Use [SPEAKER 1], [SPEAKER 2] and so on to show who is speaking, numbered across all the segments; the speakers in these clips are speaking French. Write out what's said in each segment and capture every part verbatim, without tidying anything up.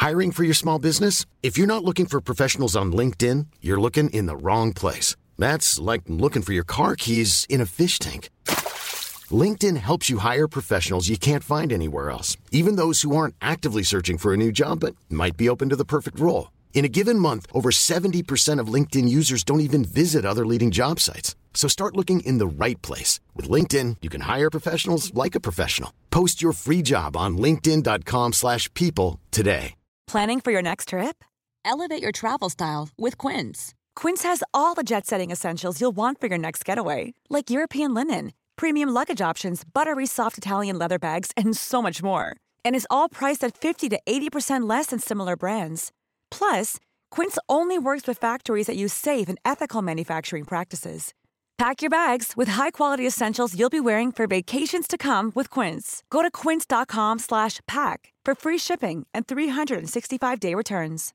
[SPEAKER 1] Hiring for your small business? If you're not looking for professionals on LinkedIn, you're looking in the wrong place. That's like looking for your car keys in a fish tank. LinkedIn helps you hire professionals you can't find anywhere else, even those who aren't actively searching for a new job but might be open to the perfect role. In a given month, over seventy percent of LinkedIn users don't even visit other leading job sites. So start looking in the right place. With LinkedIn, you can hire professionals like a professional. Post your free job on linkedin.com slash people today.
[SPEAKER 2] Planning for your next trip?
[SPEAKER 3] Elevate your travel style with Quince.
[SPEAKER 2] Quince has all the jet-setting essentials you'll want for your next getaway, like European linen, premium luggage options, buttery soft Italian leather bags, and so much more. And is all priced at fifty to eighty percent less than similar brands. Plus, Quince only works with factories that use safe and ethical manufacturing practices. Pack your bags with high-quality essentials you'll be wearing for vacations to come with Quince. Go to quince.com slash pack for free shipping and three sixty-five day returns.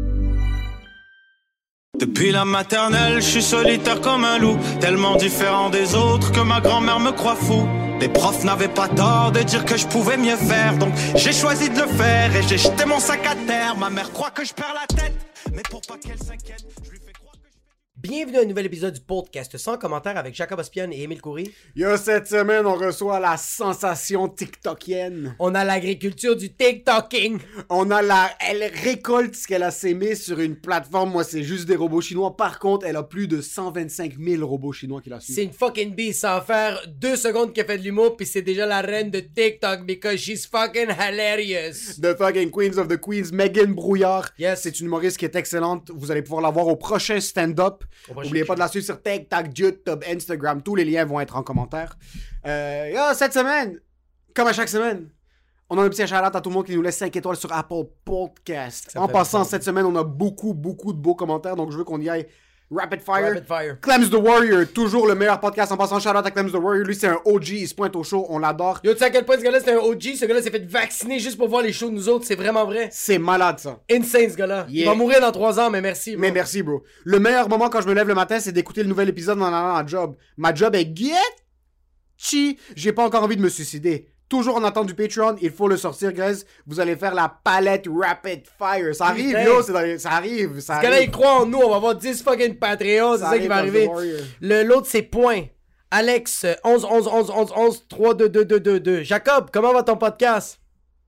[SPEAKER 4] Depuis la maternelle, je suis solitaire comme un loup, tellement différent des autres que ma grand-mère me croit fou. Les profs n'avaient pas tort de dire que je pouvais mieux faire, donc j'ai choisi de le faire et j'ai jeté mon sac à terre. Ma mère croit que je perds la tête, mais pour pas qu'elle s'inquiète, je lui fais croire que je...
[SPEAKER 5] Bienvenue à un nouvel épisode du podcast sans commentaire avec Jacob Ospian et Émile Coury.
[SPEAKER 6] Yo, cette semaine, on reçoit la sensation TikTokienne.
[SPEAKER 5] On a l'agriculture du TikToking.
[SPEAKER 6] On a la... Elle récolte ce qu'elle a sémé sur une plateforme. Moi, c'est juste des robots chinois. Par contre, elle a plus de cent vingt-cinq mille robots chinois qui la suivent.
[SPEAKER 5] C'est une fucking beast. Ça va faire deux secondes qu'elle fait de l'humour, puis c'est déjà la reine de TikTok because she's fucking hilarious.
[SPEAKER 6] The fucking Queens of the Queens, Megan Brouillard.
[SPEAKER 5] Yes.
[SPEAKER 6] C'est une humoriste qui est excellente. Vous allez pouvoir la voir au prochain stand-up. N'oubliez pas de la suivre sur TikTok, YouTube, Instagram. Tous les liens vont être en commentaire. Euh, yo, cette semaine, comme à chaque semaine, on a un petit shout-out à tout le monde qui nous laisse cinq étoiles sur Apple Podcast. Ça en passant, cette semaine, on a beaucoup, beaucoup de beaux commentaires. Donc, je veux qu'on y aille rapid fire.
[SPEAKER 5] Rapid fire.
[SPEAKER 6] Clems the Warrior, toujours le meilleur podcast. En passant, shout-out à Clems the Warrior. Lui, c'est un O G. Il se pointe au show. On l'adore.
[SPEAKER 5] Yo, tu sais à quel point ce gars-là, c'est un O G? Ce gars-là s'est fait vacciner juste pour voir les shows de nous autres. C'est vraiment vrai.
[SPEAKER 6] C'est malade, ça.
[SPEAKER 5] Insane, ce gars-là.
[SPEAKER 6] Yeah.
[SPEAKER 5] Il va mourir dans trois ans, mais merci. Bro.
[SPEAKER 6] Mais merci, bro. Le meilleur moment quand je me lève le matin, c'est d'écouter le nouvel épisode en allant à la job. Ma job est guetchi. J'ai pas encore envie de me suicider. Toujours en attente du Patreon, il faut le sortir, guys. Vous allez faire la palette Rapid Fire. Ça arrive,
[SPEAKER 5] Putain.
[SPEAKER 6] yo, c'est dans les... ça arrive, ça
[SPEAKER 5] Ce gars-là, il
[SPEAKER 6] arrive.
[SPEAKER 5] croit en nous. On va avoir dix fucking Patreons. C'est ça,
[SPEAKER 6] arrive
[SPEAKER 5] qui va
[SPEAKER 6] dans
[SPEAKER 5] arriver.
[SPEAKER 6] The Warrior.
[SPEAKER 5] Le, l'autre, c'est point. Alex, onze, onze, onze, onze, onze, trois, deux, deux, deux, deux, deux. Jacob, comment va ton podcast?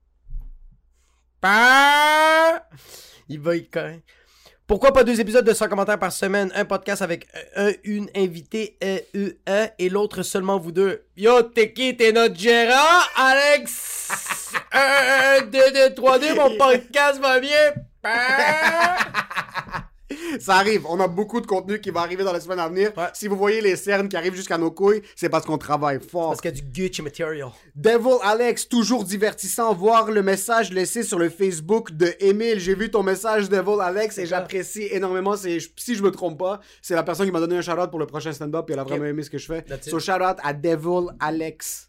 [SPEAKER 5] Bah! Il va y correct. Pourquoi pas deux épisodes de cent commentaires par semaine? Un podcast avec un, une invitée, un, un, un, et l'autre seulement vous deux. Yo, t'es qui? T'es notre gérant, Alex? un, deux, deux, trois, deux, mon podcast va bien? Bah!
[SPEAKER 6] Ça arrive, on a beaucoup de contenu qui va arriver dans les semaines à venir.
[SPEAKER 5] Ouais.
[SPEAKER 6] Si vous voyez les cernes qui arrivent jusqu'à nos couilles, c'est parce qu'on travaille fort.
[SPEAKER 5] Parce qu'il y a du Gucci material.
[SPEAKER 6] Devil Alex, toujours divertissant. Voir le message laissé sur le Facebook de Émile. J'ai vu ton message, Devil Alex, et j'apprécie énormément. C'est, si je me trompe pas, c'est la personne qui m'a donné un shout-out pour le prochain stand-up et elle a vraiment aimé ce que je fais.
[SPEAKER 5] That's
[SPEAKER 6] So
[SPEAKER 5] it.
[SPEAKER 6] shout-out à Devil Alex.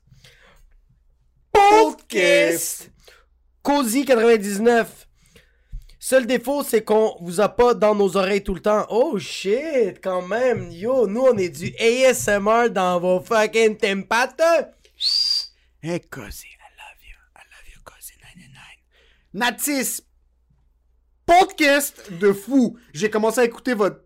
[SPEAKER 5] Podcast. Cozy quatre-vingt-dix-neuf. Seul défaut, c'est qu'on vous a pas dans nos oreilles tout le temps. Oh shit, quand même. Yo, nous, on est du A S M R dans vos fucking tempates.
[SPEAKER 6] Hey, Cozy, I love you. I love you, Cozy quatre-vingt-dix-neuf. Natis. Podcast de fou. J'ai commencé à écouter votre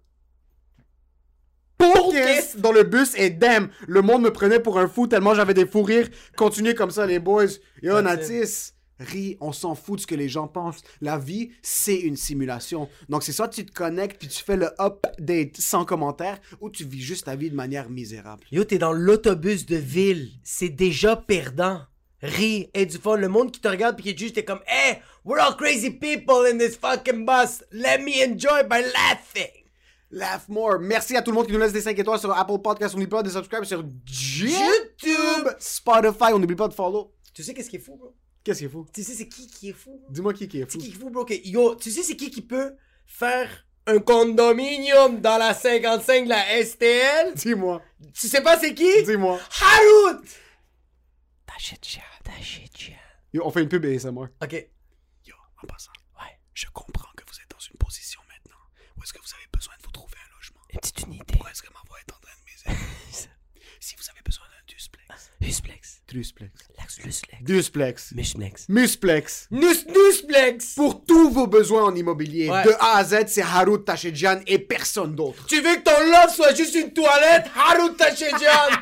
[SPEAKER 6] podcast dans le bus et damn, le monde me prenait pour un fou tellement j'avais des fous rires. Continuez comme ça, les boys. Yo, Natis. Ris, on s'en fout de ce que les gens pensent. La vie, c'est une simulation. Donc, c'est soit tu te connectes puis tu fais le update sans commentaire ou tu vis juste ta vie de manière misérable.
[SPEAKER 5] Yo, t'es dans l'autobus de ville. C'est déjà perdant. Ris, aie du fun. Le monde qui te regarde pis qui est juste, t'es comme, hey, we're all crazy people in this fucking bus. Let me enjoy by laughing.
[SPEAKER 6] Laugh more. Merci à tout le monde qui nous laisse des cinq étoiles sur Apple Podcast. On n'oublie pas de subscribe sur YouTube, Spotify. On n'oublie pas de follow.
[SPEAKER 5] Tu sais qu'est-ce qui est fou, bro?
[SPEAKER 6] Qu'est-ce qui est fou?
[SPEAKER 5] Tu sais c'est qui qui est fou? Bro?
[SPEAKER 6] Dis-moi qui qui est
[SPEAKER 5] C'est
[SPEAKER 6] fou.
[SPEAKER 5] qui qui est fou, bro? Que, yo, tu sais c'est qui qui peut faire un condominium dans la cinquante-cinq de la S T L?
[SPEAKER 6] Dis-moi.
[SPEAKER 5] Tu sais pas c'est qui?
[SPEAKER 6] Dis-moi.
[SPEAKER 5] Harout! Ta shit chien, ta shit chien.
[SPEAKER 6] Yo, on fait une pub A S M R.
[SPEAKER 5] Ok.
[SPEAKER 6] Yo, en passant.
[SPEAKER 5] Ouais.
[SPEAKER 6] Je comprends que vous êtes dans une position maintenant où est-ce que vous avez besoin de vous trouver un logement.
[SPEAKER 5] Une petite unité.
[SPEAKER 6] Pourquoi est-ce que ma voix est en train de miser? Si vous avez besoin d'un duplex.
[SPEAKER 5] Husplex.
[SPEAKER 6] Trusplex.
[SPEAKER 5] Lac Nusplex.
[SPEAKER 6] Dusplex.
[SPEAKER 5] Musplex.
[SPEAKER 6] Musplex.
[SPEAKER 5] Nus, Nusplex.
[SPEAKER 6] Pour tous vos besoins en immobilier,
[SPEAKER 5] Ouais.
[SPEAKER 6] de A à Z, c'est Harout Tachedjian et personne d'autre.
[SPEAKER 5] Tu veux que ton love soit juste une toilette? Harout Tachedjian.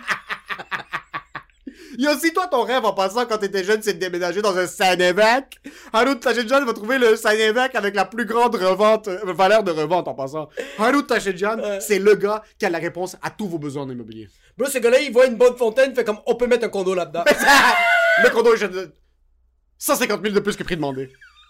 [SPEAKER 6] Yo, si toi, ton rêve en passant quand t'étais jeune, c'est de déménager dans un Saint-Évêque, Harout Tachedjian va trouver le Saint-Évêque avec la plus grande revente, euh, valeur de revente en passant. Harout Tachedjian,
[SPEAKER 5] Ouais.
[SPEAKER 6] c'est le gars qui a la réponse à tous vos besoins en immobilier.
[SPEAKER 5] Bro, ce gars-là, il voit une bonne fontaine, fait comme on peut mettre un condo là-dedans.
[SPEAKER 6] Le condo est cent cinquante mille de plus que prix demandé.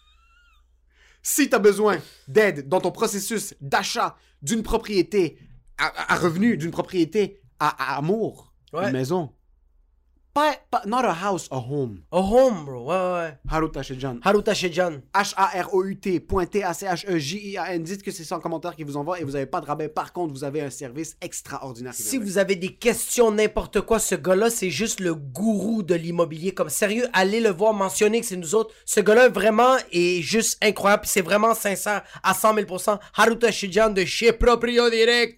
[SPEAKER 6] Si t'as besoin d'aide dans ton processus d'achat d'une propriété à, à revenu, d'une propriété à, à amour,
[SPEAKER 5] Ouais.
[SPEAKER 6] une maison, pas, pas, not a house, a home.
[SPEAKER 5] A home, bro. Ouais, ouais, ouais.
[SPEAKER 6] Harout Tachedjian.
[SPEAKER 5] Harout Tachedjian.
[SPEAKER 6] H A R O U T, point T A C H E J I A N. Dites que c'est ça en commentaire qui vous envoie et vous n'avez pas de rabais. Par contre, vous avez un service extraordinaire.
[SPEAKER 5] Si vous avez des questions, n'importe quoi, ce gars-là, c'est juste le gourou de l'immobilier. Comme sérieux, allez le voir, mentionner que c'est nous autres. Ce gars-là, vraiment, est juste incroyable. Puis c'est vraiment sincère à cent mille pour cent. Harout Tachedjian de chez Proprio Direct.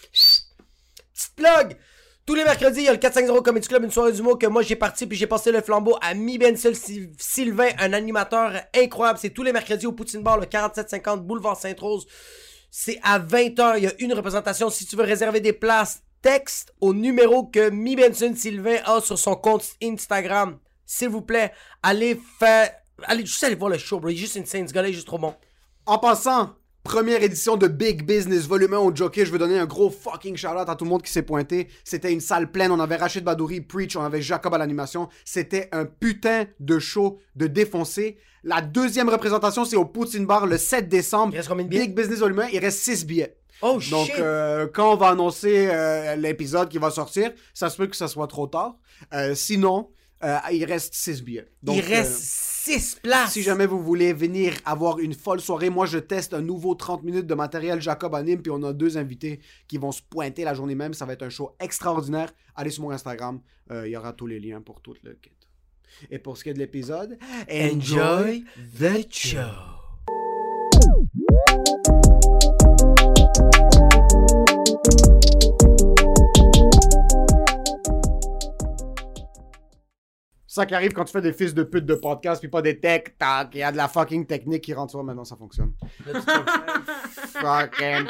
[SPEAKER 5] Petite plug. Tous les mercredis, il y a le quatre cent cinquante Comedy Club, une soirée d'humour que moi j'ai parti puis j'ai passé le flambeau à Mi Bensel Sylvain, un animateur incroyable. C'est tous les mercredis au Poutine Bar, le quarante-sept cinquante Boulevard Sainte-Rose. C'est à vingt heures, il y a une représentation. Si tu veux réserver des places, texte au numéro que Mi Benson Sylvain a sur son compte Instagram. S'il vous plaît, allez faire... Allez juste aller voir le show, bro. Il est juste insane, ce gars-là est juste trop bon.
[SPEAKER 6] En passant, première édition de Big Business, volume un au Jockey. Je veux donner un gros fucking shout-out à tout le monde qui s'est pointé. C'était une salle pleine. On avait Rachid Badouri, Preach, on avait Jacob à l'animation. C'était un putain de show de défoncé. La deuxième représentation, c'est au Poutine Bar le sept décembre.
[SPEAKER 5] Il reste combien de billets?
[SPEAKER 6] Big Business volume un, il reste six billets.
[SPEAKER 5] Oh
[SPEAKER 6] Donc,
[SPEAKER 5] shit!
[SPEAKER 6] euh, quand on va annoncer euh, l'épisode qui va sortir, ça se peut que ça soit trop tard. Euh, sinon, euh, il reste six billets. Donc,
[SPEAKER 5] il reste
[SPEAKER 6] euh,
[SPEAKER 5] six places!
[SPEAKER 6] si jamais vous voulez venir avoir une folle soirée, moi je teste un nouveau trente minutes de matériel Jacob anime, puis on a deux invités qui vont se pointer la journée même. Ça va être un show extraordinaire. Allez sur mon Instagram, euh, il y aura tous les liens pour tout le kit. Et pour ce qui est de l'épisode,
[SPEAKER 5] Enjoy the show!
[SPEAKER 6] ça qui arrive quand tu fais des fils de pute de podcast puis pas des tech tac, il y a de la fucking technique qui rentre sur maintenant ça fonctionne. Fucking.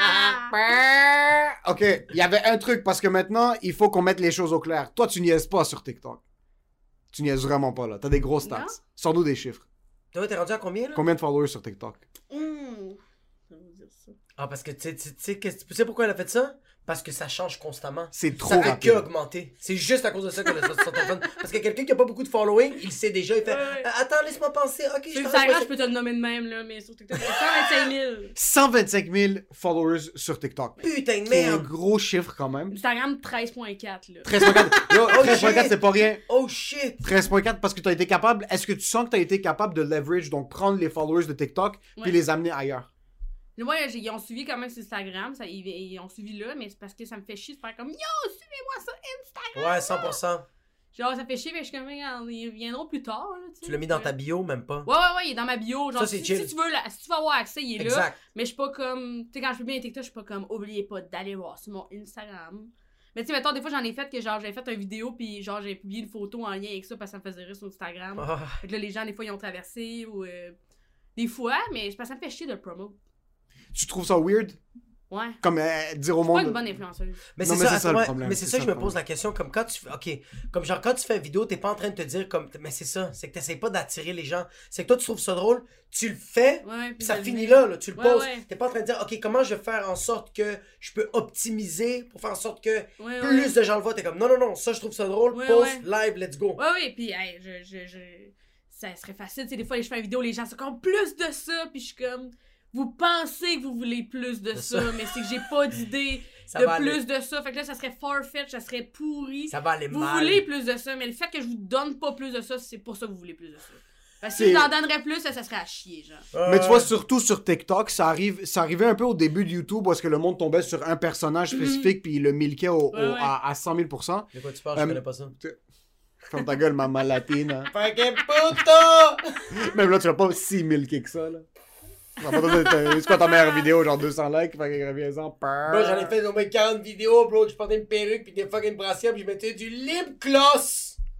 [SPEAKER 6] Ok, il y avait un truc parce que maintenant il faut qu'on mette les choses au clair. Toi tu niaises pas sur TikTok. Tu niaises vraiment pas là. T'as des gros stats.
[SPEAKER 7] Non.
[SPEAKER 6] Sors-nous des chiffres.
[SPEAKER 5] Toi, t'es rendu à combien, là?
[SPEAKER 6] Combien de followers sur TikTok?
[SPEAKER 7] Mmh. Ça veut dire ça.
[SPEAKER 5] Ah, parce que tu sais- tu sais qu'est-ce- tu sais pourquoi elle a fait ça? Parce que ça change constamment.
[SPEAKER 6] C'est trop
[SPEAKER 5] Ça fait
[SPEAKER 6] rapide.
[SPEAKER 5] que augmenter. C'est juste à cause de ça qu'elle a sorti son téléphone. Parce que quelqu'un qui a pas beaucoup de following, il sait déjà, il fait
[SPEAKER 7] Ouais, ouais.
[SPEAKER 5] « Attends, laisse-moi penser. Ok, je
[SPEAKER 7] Sur
[SPEAKER 5] t'en
[SPEAKER 7] Instagram,
[SPEAKER 5] envoie
[SPEAKER 7] je peux te le nommer de même, là, mais sur TikTok, cent vingt-cinq mille.
[SPEAKER 6] cent vingt-cinq mille followers sur TikTok.
[SPEAKER 5] ça. Putain de
[SPEAKER 6] C'est un
[SPEAKER 5] merde.
[SPEAKER 6] gros chiffre quand même.
[SPEAKER 7] Instagram, treize virgule quatre, là.
[SPEAKER 6] treize virgule quatre. Yo,
[SPEAKER 5] Oh,
[SPEAKER 6] treize virgule quatre,
[SPEAKER 5] shit.
[SPEAKER 6] c'est pas rien.
[SPEAKER 5] Oh shit.
[SPEAKER 6] treize virgule quatre parce que tu as été capable. Est-ce que tu sens que tu as été capable de leverage, donc prendre les followers de TikTok
[SPEAKER 7] Ouais.
[SPEAKER 6] puis les amener ailleurs?
[SPEAKER 7] Moi, j'ai- ils ont suivi quand même sur Instagram, ça, ils, ils ont suivi là, mais c'est parce que ça me fait chier de faire comme « Yo, suivez-moi sur Instagram!
[SPEAKER 5] Ouais, cent pour cent. »
[SPEAKER 7] Genre, ça fait chier, mais je suis comme « Regarde, ils viendront plus tard, là, tu sais.
[SPEAKER 5] Tu l'as mis dans ta bio, même pas.
[SPEAKER 7] Ouais, ouais, ouais, il est dans ma bio. Genre,
[SPEAKER 5] Ça, c'est
[SPEAKER 7] si,
[SPEAKER 5] chill.
[SPEAKER 7] si tu veux, là, si tu veux avoir accès, il est là.
[SPEAKER 5] Exact.
[SPEAKER 7] Mais je suis pas comme. Tu sais, quand je fais bien TikTok, je suis pas comme. Oubliez pas d'aller voir sur mon Instagram. Mais tu sais, mettons, des fois, j'en ai fait que genre, j'avais fait une vidéo, puis genre, j'avais publié une photo en lien avec ça parce que ça me faisait rire sur Instagram.
[SPEAKER 5] Ah.
[SPEAKER 7] Fait que là, les gens, des fois, ils ont traversé ou. euh, des fois, mais parce que ça me fait chier de le promo.
[SPEAKER 6] Tu trouves ça weird?
[SPEAKER 7] Ouais.
[SPEAKER 6] Comme euh, dire au
[SPEAKER 7] Je suis pas
[SPEAKER 6] monde.
[SPEAKER 7] une bonne influenceuse.
[SPEAKER 5] Mais
[SPEAKER 6] Non,
[SPEAKER 5] c'est
[SPEAKER 6] mais
[SPEAKER 5] ça,
[SPEAKER 6] c'est ça le
[SPEAKER 5] ouais,
[SPEAKER 6] problème,
[SPEAKER 5] mais c'est
[SPEAKER 6] c'est
[SPEAKER 5] ça,
[SPEAKER 6] ça
[SPEAKER 5] je
[SPEAKER 6] le
[SPEAKER 5] me pose
[SPEAKER 6] problème.
[SPEAKER 5] la question, comme quand tu fais, ok, comme genre quand tu fais une vidéo, t'es pas en train de te dire comme, mais c'est ça, c'est que t'essayes pas d'attirer les gens, c'est que toi tu trouves ça drôle, tu le fais,
[SPEAKER 7] Ouais, ouais.
[SPEAKER 5] puis ça
[SPEAKER 7] je-
[SPEAKER 5] finit là, là, tu le
[SPEAKER 7] Ouais,
[SPEAKER 5] poses,
[SPEAKER 7] ouais.
[SPEAKER 5] t'es pas en train de dire, ok, comment je vais faire en sorte que je peux optimiser pour faire en sorte que
[SPEAKER 7] Ouais,
[SPEAKER 5] plus
[SPEAKER 7] ouais.
[SPEAKER 5] de gens le voient, t'es comme, non, non, non, ça je trouve ça drôle,
[SPEAKER 7] Ouais,
[SPEAKER 5] pose,
[SPEAKER 7] ouais.
[SPEAKER 5] live, let's go.
[SPEAKER 7] Ouais, ouais, puis hey, je, je, je, ça serait facile, tu sais, des fois, je fais une vidéo, les gens sont comme plus de ça, puis je suis comme, vous pensez que vous voulez plus de
[SPEAKER 5] De
[SPEAKER 7] ça,
[SPEAKER 5] ça.
[SPEAKER 7] mais c'est que j'ai pas d'idée
[SPEAKER 5] Ça
[SPEAKER 7] de
[SPEAKER 5] va
[SPEAKER 7] plus
[SPEAKER 5] aller.
[SPEAKER 7] de ça, fait que là, ça serait farfetch, ça serait pourri.
[SPEAKER 5] Ça va aller
[SPEAKER 7] Vous
[SPEAKER 5] mal.
[SPEAKER 7] voulez plus de ça, mais le fait que je vous donne pas plus de ça, c'est pour ça que vous voulez plus de ça. Parce que
[SPEAKER 6] C'est-
[SPEAKER 7] si je t'en donnerais plus, ça, ça serait à chier, genre.
[SPEAKER 5] Euh,
[SPEAKER 6] Mais tu vois, surtout sur TikTok, ça arrive, ça arrivait un peu au début de YouTube où est-ce que le monde tombait sur un personnage spécifique puis il le milquait au, au-
[SPEAKER 7] Ouais, ouais.
[SPEAKER 6] À, à cent mille pour cent.
[SPEAKER 5] De quoi tu parles, je
[SPEAKER 6] Euh,
[SPEAKER 5] connais pas ça.
[SPEAKER 6] Ferme ta gueule, maman latine. Hein.
[SPEAKER 5] Fucking puto!
[SPEAKER 6] Même là, tu vas pas si milquer que ça, là. Ça va pas donner- C'est quoi ta meilleure vidéo? Genre deux cents likes? Fait que reviens-en.
[SPEAKER 5] Bro, j'en ai fait au moins quarante vidéos, bro, que je portais une perruque pis des fucking brassières pis je mettais du lip gloss.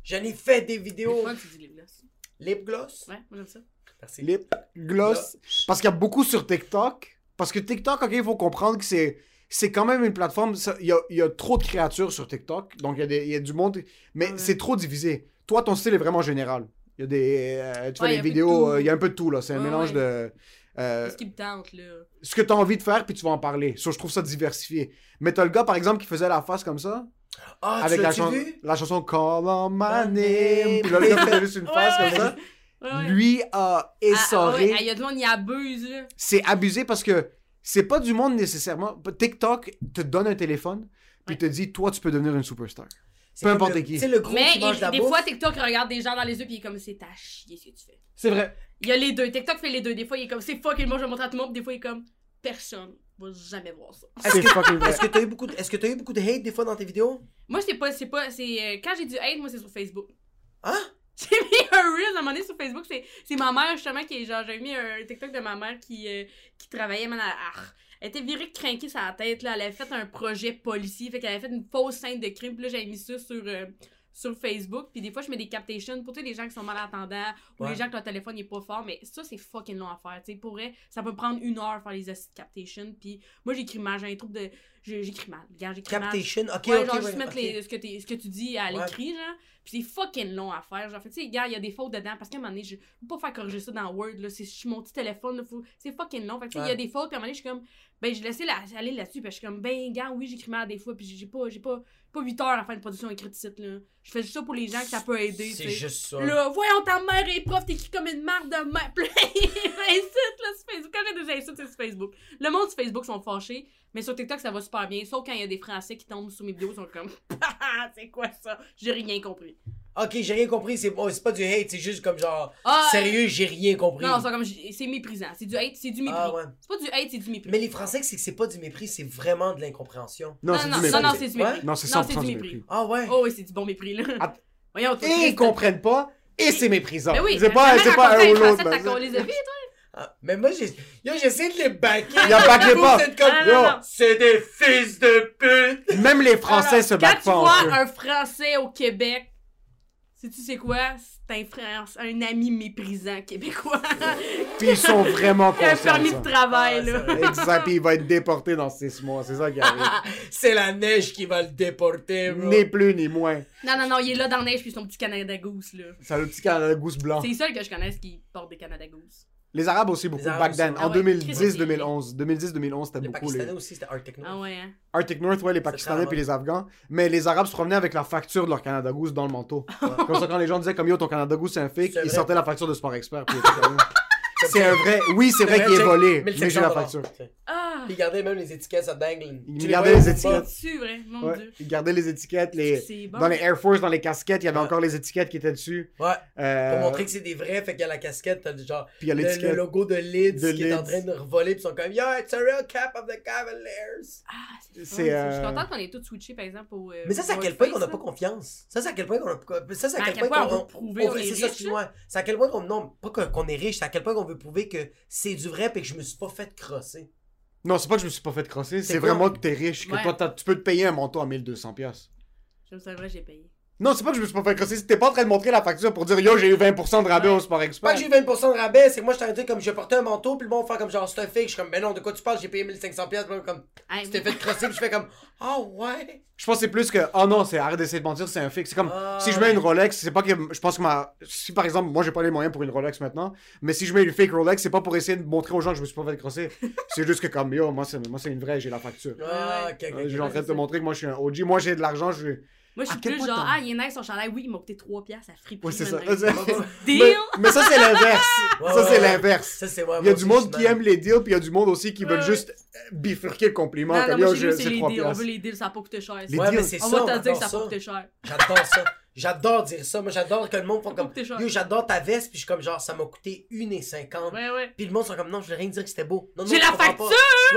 [SPEAKER 5] J'en ai fait des vidéos.
[SPEAKER 7] Moi, tu dis lip gloss.
[SPEAKER 5] Lip gloss?
[SPEAKER 7] Ouais, moi j'aime ça.
[SPEAKER 5] Merci.
[SPEAKER 6] Lip gloss. Parce qu'il y a beaucoup sur TikTok. Parce que TikTok, ok, il faut comprendre que c'est... C'est quand même une plateforme... Il y a, y a trop de créatures sur TikTok. Donc, il y, a des, y a du monde... Mais ouais. c'est trop divisé. Toi, ton style est vraiment général. Il y a des... Euh, tu fais ouais, des vidéos... Il euh, y a un peu de tout, là. C'est un ouais, mélange ouais. de... Euh,
[SPEAKER 7] ce qui me tente, là.
[SPEAKER 6] Ce que t'as envie de faire, puis tu vas en parler. So, je trouve ça diversifié. Mais t'as le gars, par exemple, qui faisait la face comme ça.
[SPEAKER 5] Ah,
[SPEAKER 6] avec
[SPEAKER 5] tu
[SPEAKER 6] la,
[SPEAKER 5] l'as-tu
[SPEAKER 6] chan-
[SPEAKER 5] vu?
[SPEAKER 6] la chanson Call on my name. Puis là, le gars faisait juste une face ouais, comme ça.
[SPEAKER 7] Ouais, ouais.
[SPEAKER 6] Lui a essoré.
[SPEAKER 7] Ah, ah, ouais. Il y a du monde, il abuse, là.
[SPEAKER 6] C'est abusé parce que c'est pas du monde nécessairement. TikTok te donne un téléphone, puis ouais. te dit, toi, tu peux devenir une superstar.
[SPEAKER 5] C'est
[SPEAKER 6] peu importe
[SPEAKER 5] le,
[SPEAKER 6] qui.
[SPEAKER 5] C'est le gros
[SPEAKER 7] mais
[SPEAKER 5] qui mange
[SPEAKER 7] il,
[SPEAKER 5] la
[SPEAKER 7] des
[SPEAKER 5] bouffe.
[SPEAKER 7] fois, TikTok regarde des gens dans les yeux, puis il est comme, c'est à chier ce que tu fais.
[SPEAKER 6] C'est vrai.
[SPEAKER 7] Il y a les deux. TikTok fait les deux. Des fois, il est comme, c'est fucking moi, je vais montrer à tout le monde. Puis des fois, il est comme, personne va jamais voir ça.
[SPEAKER 5] Est-ce que, est-ce que t'as eu beaucoup de, est-ce que t'as eu beaucoup de hate des fois dans tes vidéos?
[SPEAKER 7] Moi, c'est pas, c'est pas, c'est, euh, quand j'ai du hate, moi, c'est sur Facebook.
[SPEAKER 5] Hein?
[SPEAKER 7] J'ai mis un reel à un moment donné sur Facebook. C'est, c'est ma mère, justement, qui est genre, j'ai mis un TikTok de ma mère qui, euh, qui travaillait, man, à, à, elle était virée crinquée sur la tête, là. Elle avait fait un projet policier. Fait qu'elle avait fait une fausse scène de crime. Puis là, j'avais mis ça sur, euh, sur Facebook, puis des fois je mets des captations pour tous les gens qui sont malentendants ou ouais. les gens que leur téléphone n'est pas fort, mais ça c'est fucking long à faire, tu sais, pour vrai, ça peut prendre une heure faire les assises de captation, puis moi j'écris mal, j'ai un trouble de, j'écris mal, regarde, j'écris
[SPEAKER 5] captation,
[SPEAKER 7] mal.
[SPEAKER 5] ok,
[SPEAKER 7] ouais,
[SPEAKER 5] ok,
[SPEAKER 7] genre
[SPEAKER 5] ouais,
[SPEAKER 7] juste mettre
[SPEAKER 5] okay.
[SPEAKER 7] les, ce, que t'es, ce que tu dis à l'écrit, ouais. genre, puis c'est fucking long à faire, genre, fait tu sais, gars, il y a des fautes dedans, parce qu'à un moment donné, je peux pas faire corriger ça dans Word, là, c'est mon petit téléphone, là, faut, c'est fucking long, fait tu sais, il ouais. y a des fautes, puis à un moment donné, je suis comme, ben, j'ai laissé la, aller là-dessus, puis je suis comme, ben, gars, oui, j'écris mal des fois, puis j'ai pas, j'ai pas, pas huit heures à faire une production écrite de site, là. Je fais juste ça pour les gens que ça peut aider,
[SPEAKER 5] c'est juste ça.
[SPEAKER 7] Là, voyons, ta mère est prof, t'écris comme une marque de mère. Plein d'insultes, là, sur Facebook. Quand j'ai des insultes, c'est sur Facebook. Le monde sur Facebook sont fâchés, mais sur TikTok, ça va super bien. Sauf quand il y a des Français qui tombent sur mes vidéos, ils sont comme, c'est quoi ça? J'ai rien compris.
[SPEAKER 5] Ok, j'ai rien compris, c'est, bon, c'est pas du hate, c'est juste comme genre,
[SPEAKER 7] ah,
[SPEAKER 5] sérieux, j'ai rien compris.
[SPEAKER 7] Non, c'est comme, c'est méprisant. C'est du hate, c'est du mépris. Ah, ouais. C'est pas du hate, c'est du mépris.
[SPEAKER 5] Mais les Français, c'est que c'est pas du mépris, c'est vraiment de l'incompréhension.
[SPEAKER 6] Non,
[SPEAKER 7] non,
[SPEAKER 6] c'est
[SPEAKER 7] non,
[SPEAKER 6] du mépris.
[SPEAKER 7] Non, non, c'est du mépris.
[SPEAKER 6] Ouais? Non, c'est cent pour cent du mépris.
[SPEAKER 5] Ah ouais?
[SPEAKER 7] Oh oui, c'est du bon mépris, là. Ah.
[SPEAKER 6] Voyons, et ils comprennent pas, et c'est méprisant.
[SPEAKER 7] Mais oui,
[SPEAKER 6] c'est pas, c'est pas un ou l'autre.
[SPEAKER 7] T'as qu'on les a vus, toi?
[SPEAKER 5] Ah, mais moi, j'ai, yo, j'essaie de les backer.
[SPEAKER 6] Il a backé pas.
[SPEAKER 5] Comme, ah, non, non. C'est des fils de pute.
[SPEAKER 6] Même les Français Alors, se battent pas.
[SPEAKER 7] Quand tu vois un Français au Québec, sais-tu c'est quoi? C'est un frère, un ami méprisant québécois.
[SPEAKER 6] Puis ils sont vraiment conscients.
[SPEAKER 7] Il a un permis de travail, ah,
[SPEAKER 6] là. Exact, puis il va être déporté dans six mois. C'est ça qui arrive.
[SPEAKER 5] C'est la neige qui va le déporter, bro.
[SPEAKER 6] Ni plus ni moins.
[SPEAKER 7] Non, non, non, il est là dans la neige, puis son petit Canada Goose, là.
[SPEAKER 6] C'est le petit Canada Goose blanc.
[SPEAKER 7] C'est les seuls que je connaisse qui portent des Canada Goose.
[SPEAKER 6] Les Arabes aussi, beaucoup,
[SPEAKER 5] Arabes
[SPEAKER 6] back then.
[SPEAKER 5] aussi.
[SPEAKER 6] En
[SPEAKER 7] ah
[SPEAKER 6] deux mille dix
[SPEAKER 7] ouais,
[SPEAKER 6] deux mille onze. deux mille dix deux mille onze, c'était
[SPEAKER 5] les
[SPEAKER 6] beaucoup.
[SPEAKER 5] Les Pakistanais
[SPEAKER 6] les...
[SPEAKER 5] aussi, c'était Arctic North.
[SPEAKER 7] Ah ouais, hein?
[SPEAKER 6] Arctic North, ouais, les Pakistanais puis les Afghans. Mais les Arabes se promenaient avec la facture de leur Canada Goose dans le manteau. Ouais. Comme ça, quand les gens disaient comme yo, ton Canada Goose, c'est un fake, c'est ils vrai. Sortaient la facture de Sport Expert. Puis c'est un vrai. Oui, c'est, c'est vrai, vrai qu'il est volé, mais j'ai la facture.
[SPEAKER 7] Ah!
[SPEAKER 5] Il gardait même les étiquettes, ça dingue.
[SPEAKER 6] Il gardait les étiquettes.
[SPEAKER 7] C'est vrai, mon
[SPEAKER 6] ouais.
[SPEAKER 7] Dieu.
[SPEAKER 6] Il gardait les étiquettes. Les...
[SPEAKER 7] C'est bon.
[SPEAKER 6] Dans les Air Force, dans les casquettes, il y avait
[SPEAKER 5] ouais.
[SPEAKER 6] encore les étiquettes qui étaient dessus.
[SPEAKER 5] Ouais.
[SPEAKER 6] Euh...
[SPEAKER 5] Pour montrer que c'est des vrais, fait qu'il y a la casquette, t'as genre
[SPEAKER 6] puis il y a
[SPEAKER 5] le, le logo de Leeds
[SPEAKER 6] de
[SPEAKER 5] qui
[SPEAKER 6] Leeds.
[SPEAKER 5] est en train de revoler, puis ils sont comme Yo, it's a real cap of the Cavaliers.
[SPEAKER 7] Ah, c'est,
[SPEAKER 6] c'est euh...
[SPEAKER 7] Je suis contente qu'on ait tous switché, par exemple, au. Euh,
[SPEAKER 5] mais ça, c'est à quel point qu'on n'a pas confiance. Ça, c'est à quel point qu'on a. Ça, c'est à quel point qu'on veut
[SPEAKER 7] prouver qu'on est
[SPEAKER 5] riche. C'est à quel point qu'on. Non, pas qu'on est riche, c'est à quel point qu'on veut prouver que c'est du vrai, puis que je me suis pas fait crosser.
[SPEAKER 6] Non, c'est pas que je me suis pas fait crosser, c'est, c'est vraiment que t'es riche, que
[SPEAKER 7] ouais.
[SPEAKER 6] toi, tu peux te payer un manteau à mille deux cents piastres.
[SPEAKER 7] Je me suis vrai, j'ai payé.
[SPEAKER 6] Non, c'est pas que je me suis pas fait crosser, t'es pas en train de montrer la facture pour dire yo, j'ai eu vingt pour cent de rabais ouais. au Sport Expert.
[SPEAKER 5] Pas que j'ai eu vingt pour cent de rabais, c'est que moi je t'arrêtais comme je portais un manteau, puis le monde fait comme genre c'est un fake. Je suis comme, mais non, de quoi tu parles, j'ai payé mille cinq cents piastres, comme hey, tu t'es fait crosser, puis je fais comme, oh ouais.
[SPEAKER 6] Je pense que c'est plus que, oh non, c'est arrête d'essayer de mentir, c'est un fake. C'est comme, ah, si je mets une Rolex, c'est pas que, je pense que ma, si par exemple, moi j'ai pas les moyens pour une Rolex maintenant, mais si je mets une fake Rolex, c'est pas pour essayer de montrer aux gens que je me suis pas fait crosser. C'est juste que comme, yo, moi c'est, moi c'est une vraie, j'ai la facture.
[SPEAKER 5] Ah, ok, ok.
[SPEAKER 6] Euh, j'ai en train de te montrer que moi je suis un O G, moi j'ai de l'argent, je suis.
[SPEAKER 7] Moi, je suis plus genre, ah, il est nice son chandail. Oui, il m'a coûté trois piastres à friperie.
[SPEAKER 6] Oui, c'est ça.
[SPEAKER 7] Deal!
[SPEAKER 6] Mais, mais ça, c'est l'inverse.
[SPEAKER 5] Ouais,
[SPEAKER 6] ça,
[SPEAKER 5] ouais,
[SPEAKER 6] c'est
[SPEAKER 5] ouais.
[SPEAKER 6] l'inverse.
[SPEAKER 5] Ça, c'est, ouais,
[SPEAKER 6] il y a du monde
[SPEAKER 5] aussi,
[SPEAKER 6] qui aime les deals, puis il y a du monde aussi qui
[SPEAKER 7] ouais.
[SPEAKER 6] veulent juste bifurquer le compliment.
[SPEAKER 7] Non,
[SPEAKER 6] comme
[SPEAKER 7] non,
[SPEAKER 6] yo,
[SPEAKER 7] chez nous, c'est, c'est les deals.
[SPEAKER 6] piastres.
[SPEAKER 7] On veut les deals, ça n'a pas coûté cher.
[SPEAKER 6] Les
[SPEAKER 5] ouais,
[SPEAKER 6] deals.
[SPEAKER 5] mais c'est
[SPEAKER 7] on
[SPEAKER 5] ça.
[SPEAKER 7] On va te dire que ça n'a
[SPEAKER 5] ça.
[SPEAKER 7] pas coûté cher.
[SPEAKER 5] J'adore ça. J'adore dire ça. Moi, j'adore que le monde fasse comme,
[SPEAKER 7] cher.
[SPEAKER 5] yo, j'adore ta veste, puis je suis comme genre, ça m'a coûté une et cinquante.
[SPEAKER 7] Ouais, ouais.
[SPEAKER 5] Puis le monde sont comme, non, je vais rien dire que c'était beau. Non, non,
[SPEAKER 7] j'ai la facture!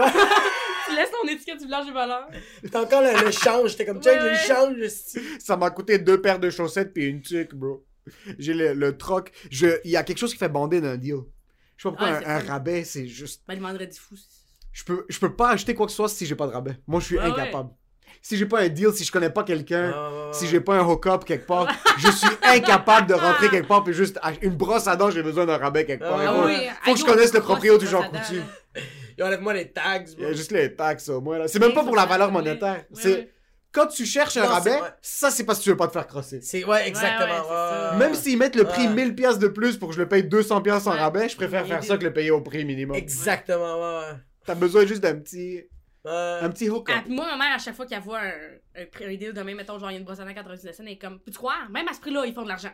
[SPEAKER 7] Tu laisses ton étiquette du blanc et valeur.
[SPEAKER 5] T'as encore le, le change. T'es comme, tiens, ouais, j'ai ouais. le change.
[SPEAKER 6] Ça m'a coûté deux paires de chaussettes puis une tuque, bro. J'ai le, le troc. Je... Il y a quelque chose qui fait bander d'un deal. Je sais pas pourquoi ah, un, un rabais, c'est juste.
[SPEAKER 7] Ben, le vendredi fou.
[SPEAKER 6] Je peux, je peux pas acheter quoi que ce soit si j'ai pas de rabais. Moi, je suis
[SPEAKER 7] ouais,
[SPEAKER 6] incapable.
[SPEAKER 7] Ouais.
[SPEAKER 6] Si j'ai pas un deal, si je connais pas quelqu'un,
[SPEAKER 5] Ah.
[SPEAKER 6] si j'ai pas un hook-up quelque part, je suis incapable de rentrer quelque part puis juste ach- une brosse à dents, j'ai besoin d'un rabais quelque part.
[SPEAKER 5] Ah,
[SPEAKER 6] Il faut,
[SPEAKER 7] oui.
[SPEAKER 6] faut que je
[SPEAKER 7] Aïe,
[SPEAKER 6] connaisse le
[SPEAKER 7] grosse
[SPEAKER 6] proprio du
[SPEAKER 7] brosse
[SPEAKER 6] Jean
[SPEAKER 7] à dents,
[SPEAKER 6] Coutu.
[SPEAKER 7] là.
[SPEAKER 5] Et enlève-moi les tags,
[SPEAKER 6] Il y
[SPEAKER 5] bro.
[SPEAKER 6] a juste les taxes au moins là. C'est même
[SPEAKER 7] Oui,
[SPEAKER 6] pas pour la
[SPEAKER 7] ça,
[SPEAKER 6] valeur
[SPEAKER 7] oui.
[SPEAKER 6] monétaire.
[SPEAKER 7] Oui,
[SPEAKER 6] C'est
[SPEAKER 7] oui.
[SPEAKER 6] quand tu cherches un
[SPEAKER 5] Non, c'est
[SPEAKER 6] rabais,
[SPEAKER 5] vrai.
[SPEAKER 6] ça c'est parce que tu veux pas te faire crosser.
[SPEAKER 5] C'est, ouais, exactement.
[SPEAKER 7] Ouais, ouais, c'est ça.
[SPEAKER 5] ouais.
[SPEAKER 6] Même s'ils mettent le prix
[SPEAKER 5] Ouais.
[SPEAKER 6] mille piastres de plus pour que je le paye deux cents piastres en
[SPEAKER 7] Ouais.
[SPEAKER 6] rabais, je préfère
[SPEAKER 7] Et
[SPEAKER 6] faire
[SPEAKER 7] puis-
[SPEAKER 6] ça que le payer au prix minimum.
[SPEAKER 5] Exactement, ouais, ouais.
[SPEAKER 6] T'as besoin juste d'un petit
[SPEAKER 5] Ouais.
[SPEAKER 6] un petit hook-up.
[SPEAKER 7] Ah, puis moi, ma mère, à chaque fois qu'elle voit un, un, prix- un deal de même, mettons, genre, il y a une brosse à dents quatre-vingt-dix cents, elle est comme, peux-tu croire? Même à ce prix-là, ils font de l'argent.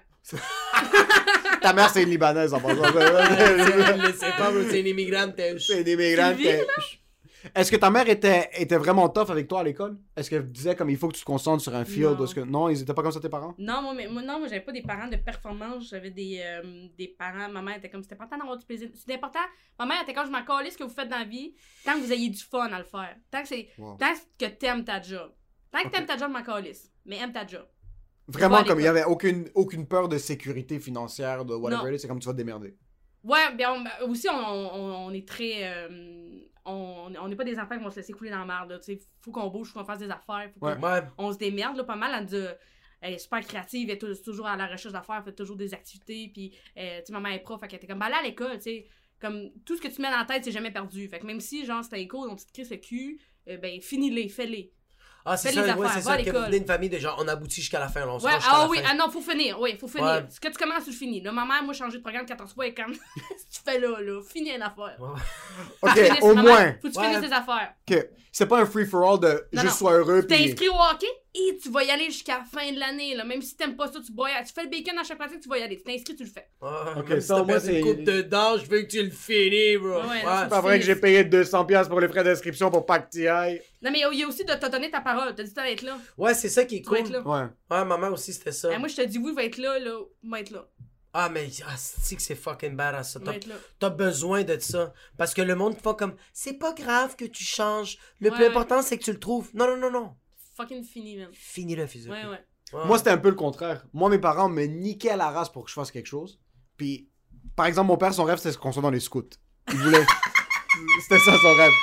[SPEAKER 6] Ta mère c'est une libanaise en passant.
[SPEAKER 5] C'est pas, bro, c'est une immigrante.
[SPEAKER 6] C'est une immigrante.
[SPEAKER 7] Tu le vis,
[SPEAKER 6] Est-ce que ta mère était, était vraiment tough avec toi à l'école? Est-ce qu'elle disait comme il faut que tu te concentres sur un field?
[SPEAKER 7] Non.
[SPEAKER 6] Est-ce que... Non, ils étaient pas comme ça tes parents?
[SPEAKER 7] Non, moi, mais, moi, non, moi, j'avais pas des parents de performance, j'avais des, euh, des parents, ma mère était comme, c'est important d'avoir du plaisir. C'est important, ma mère était comme, je m'en calais ce que vous faites dans la vie, tant que vous ayez du fun à le faire. Tant que c'est,
[SPEAKER 6] Wow.
[SPEAKER 7] tant que t'aimes ta job. Tant que
[SPEAKER 6] Ok.
[SPEAKER 7] t'aimes ta job, je m'en calisse. Mais aime ta job.
[SPEAKER 6] Vraiment,
[SPEAKER 7] Pas à
[SPEAKER 6] comme il y
[SPEAKER 7] l'école.
[SPEAKER 6] avait aucune, aucune peur de sécurité financière, de whatever
[SPEAKER 7] Non.
[SPEAKER 6] it is, c'est comme tu vas te démerder.
[SPEAKER 7] Ouais, bien, on- aussi, on, on, on est très. euh, on on n'est pas des enfants qui vont se laisser couler dans la merde. là, tu sais. Faut qu'on bouge, faut qu'on fasse des affaires. Faut
[SPEAKER 6] Ouais.
[SPEAKER 7] qu'on
[SPEAKER 5] Ouais.
[SPEAKER 7] on se démerde là, pas mal. Elle, dit, elle est super créative, elle est tou- toujours à la recherche d'affaires, elle fait toujours des activités. Puis, euh, tu sais, maman est prof, fait qu'elle était comme, bah là, à l'école, tu sais, comme tout ce que tu mets dans la tête, c'est jamais perdu. Fait que même si, genre, c'était école, on te crie ce cul, euh, ben, finis-les, fais-les.
[SPEAKER 5] Ah, c'est
[SPEAKER 7] Fais
[SPEAKER 5] ça,
[SPEAKER 7] les
[SPEAKER 5] ouais,
[SPEAKER 7] affaires,
[SPEAKER 5] c'est
[SPEAKER 7] va à
[SPEAKER 5] ça, que vous
[SPEAKER 7] l'école.
[SPEAKER 5] venez d'une famille de genre, on aboutit jusqu'à la fin, là, on se
[SPEAKER 7] Ouais,
[SPEAKER 5] rend jusqu'à
[SPEAKER 7] ah
[SPEAKER 5] la
[SPEAKER 7] oui,
[SPEAKER 5] fin.
[SPEAKER 7] ah non, faut finir, oui, faut finir.
[SPEAKER 5] Ouais.
[SPEAKER 7] Ce que tu commences, tu le finis. Là, ma mère, moi, changer de programme quatorze fois, et comme, tu fais là, là, finis une affaire.
[SPEAKER 5] Ouais.
[SPEAKER 6] Ok,
[SPEAKER 7] Finis,
[SPEAKER 6] au
[SPEAKER 7] maman,
[SPEAKER 6] moins.
[SPEAKER 7] Faut que tu
[SPEAKER 5] Ouais.
[SPEAKER 7] finisses tes affaires.
[SPEAKER 6] Ok, c'est pas un free-for-all de
[SPEAKER 7] Non,
[SPEAKER 6] juste
[SPEAKER 7] non.
[SPEAKER 6] sois heureux.
[SPEAKER 7] Tu t'es
[SPEAKER 6] Puis...
[SPEAKER 7] inscrit au hockey et tu vas y aller jusqu'à la fin de l'année, là. Même si t'aimes pas ça, tu bois, tu fais le bacon à chaque pratique, tu vas y aller. Tu t'es inscrit, tu le fais.
[SPEAKER 5] Ouais,
[SPEAKER 6] Ok,
[SPEAKER 5] même
[SPEAKER 6] ça,
[SPEAKER 5] si
[SPEAKER 6] au
[SPEAKER 5] t'as
[SPEAKER 6] moins,
[SPEAKER 5] perdu une
[SPEAKER 6] c'est-
[SPEAKER 5] coupe de dents, je veux que tu le finis, bro.
[SPEAKER 7] Ouais, ouais, non,
[SPEAKER 6] C'est pas vrai que j'ai payé deux cents piastres pour les frais d'inscription pour pas que tu y ailles.
[SPEAKER 7] Non, mais il y a aussi de te donner ta parole. T'as dit t'allais être là.
[SPEAKER 5] Ouais, c'est ça qui est
[SPEAKER 7] Tu vas
[SPEAKER 5] cool.
[SPEAKER 7] être là.
[SPEAKER 6] Ouais.
[SPEAKER 5] Ouais, maman aussi, c'était ça.
[SPEAKER 7] Eh, moi, je te dis oui, va être là, là. Va être là.
[SPEAKER 5] Ah, mais ah, c'est que c'est fucking badass, ça.
[SPEAKER 7] Va
[SPEAKER 5] T'as,
[SPEAKER 7] être là.
[SPEAKER 5] t'as besoin de ça. Parce que le monde fait comme, c'est pas grave que tu changes. Le
[SPEAKER 7] Ouais,
[SPEAKER 5] plus
[SPEAKER 7] ouais.
[SPEAKER 5] important, c'est que tu le trouves. Non, non, non, non.
[SPEAKER 7] Fucking fini, man.
[SPEAKER 5] Finis le physique.
[SPEAKER 7] Ouais, ouais.
[SPEAKER 5] Ouais.
[SPEAKER 6] Moi, c'était un peu le contraire. Moi, mes parents me niquaient à la race pour que je fasse quelque chose. Puis, par exemple, mon père, son rêve, c'était qu'on soit dans les scouts. Il voulait... C'était ça, son rêve.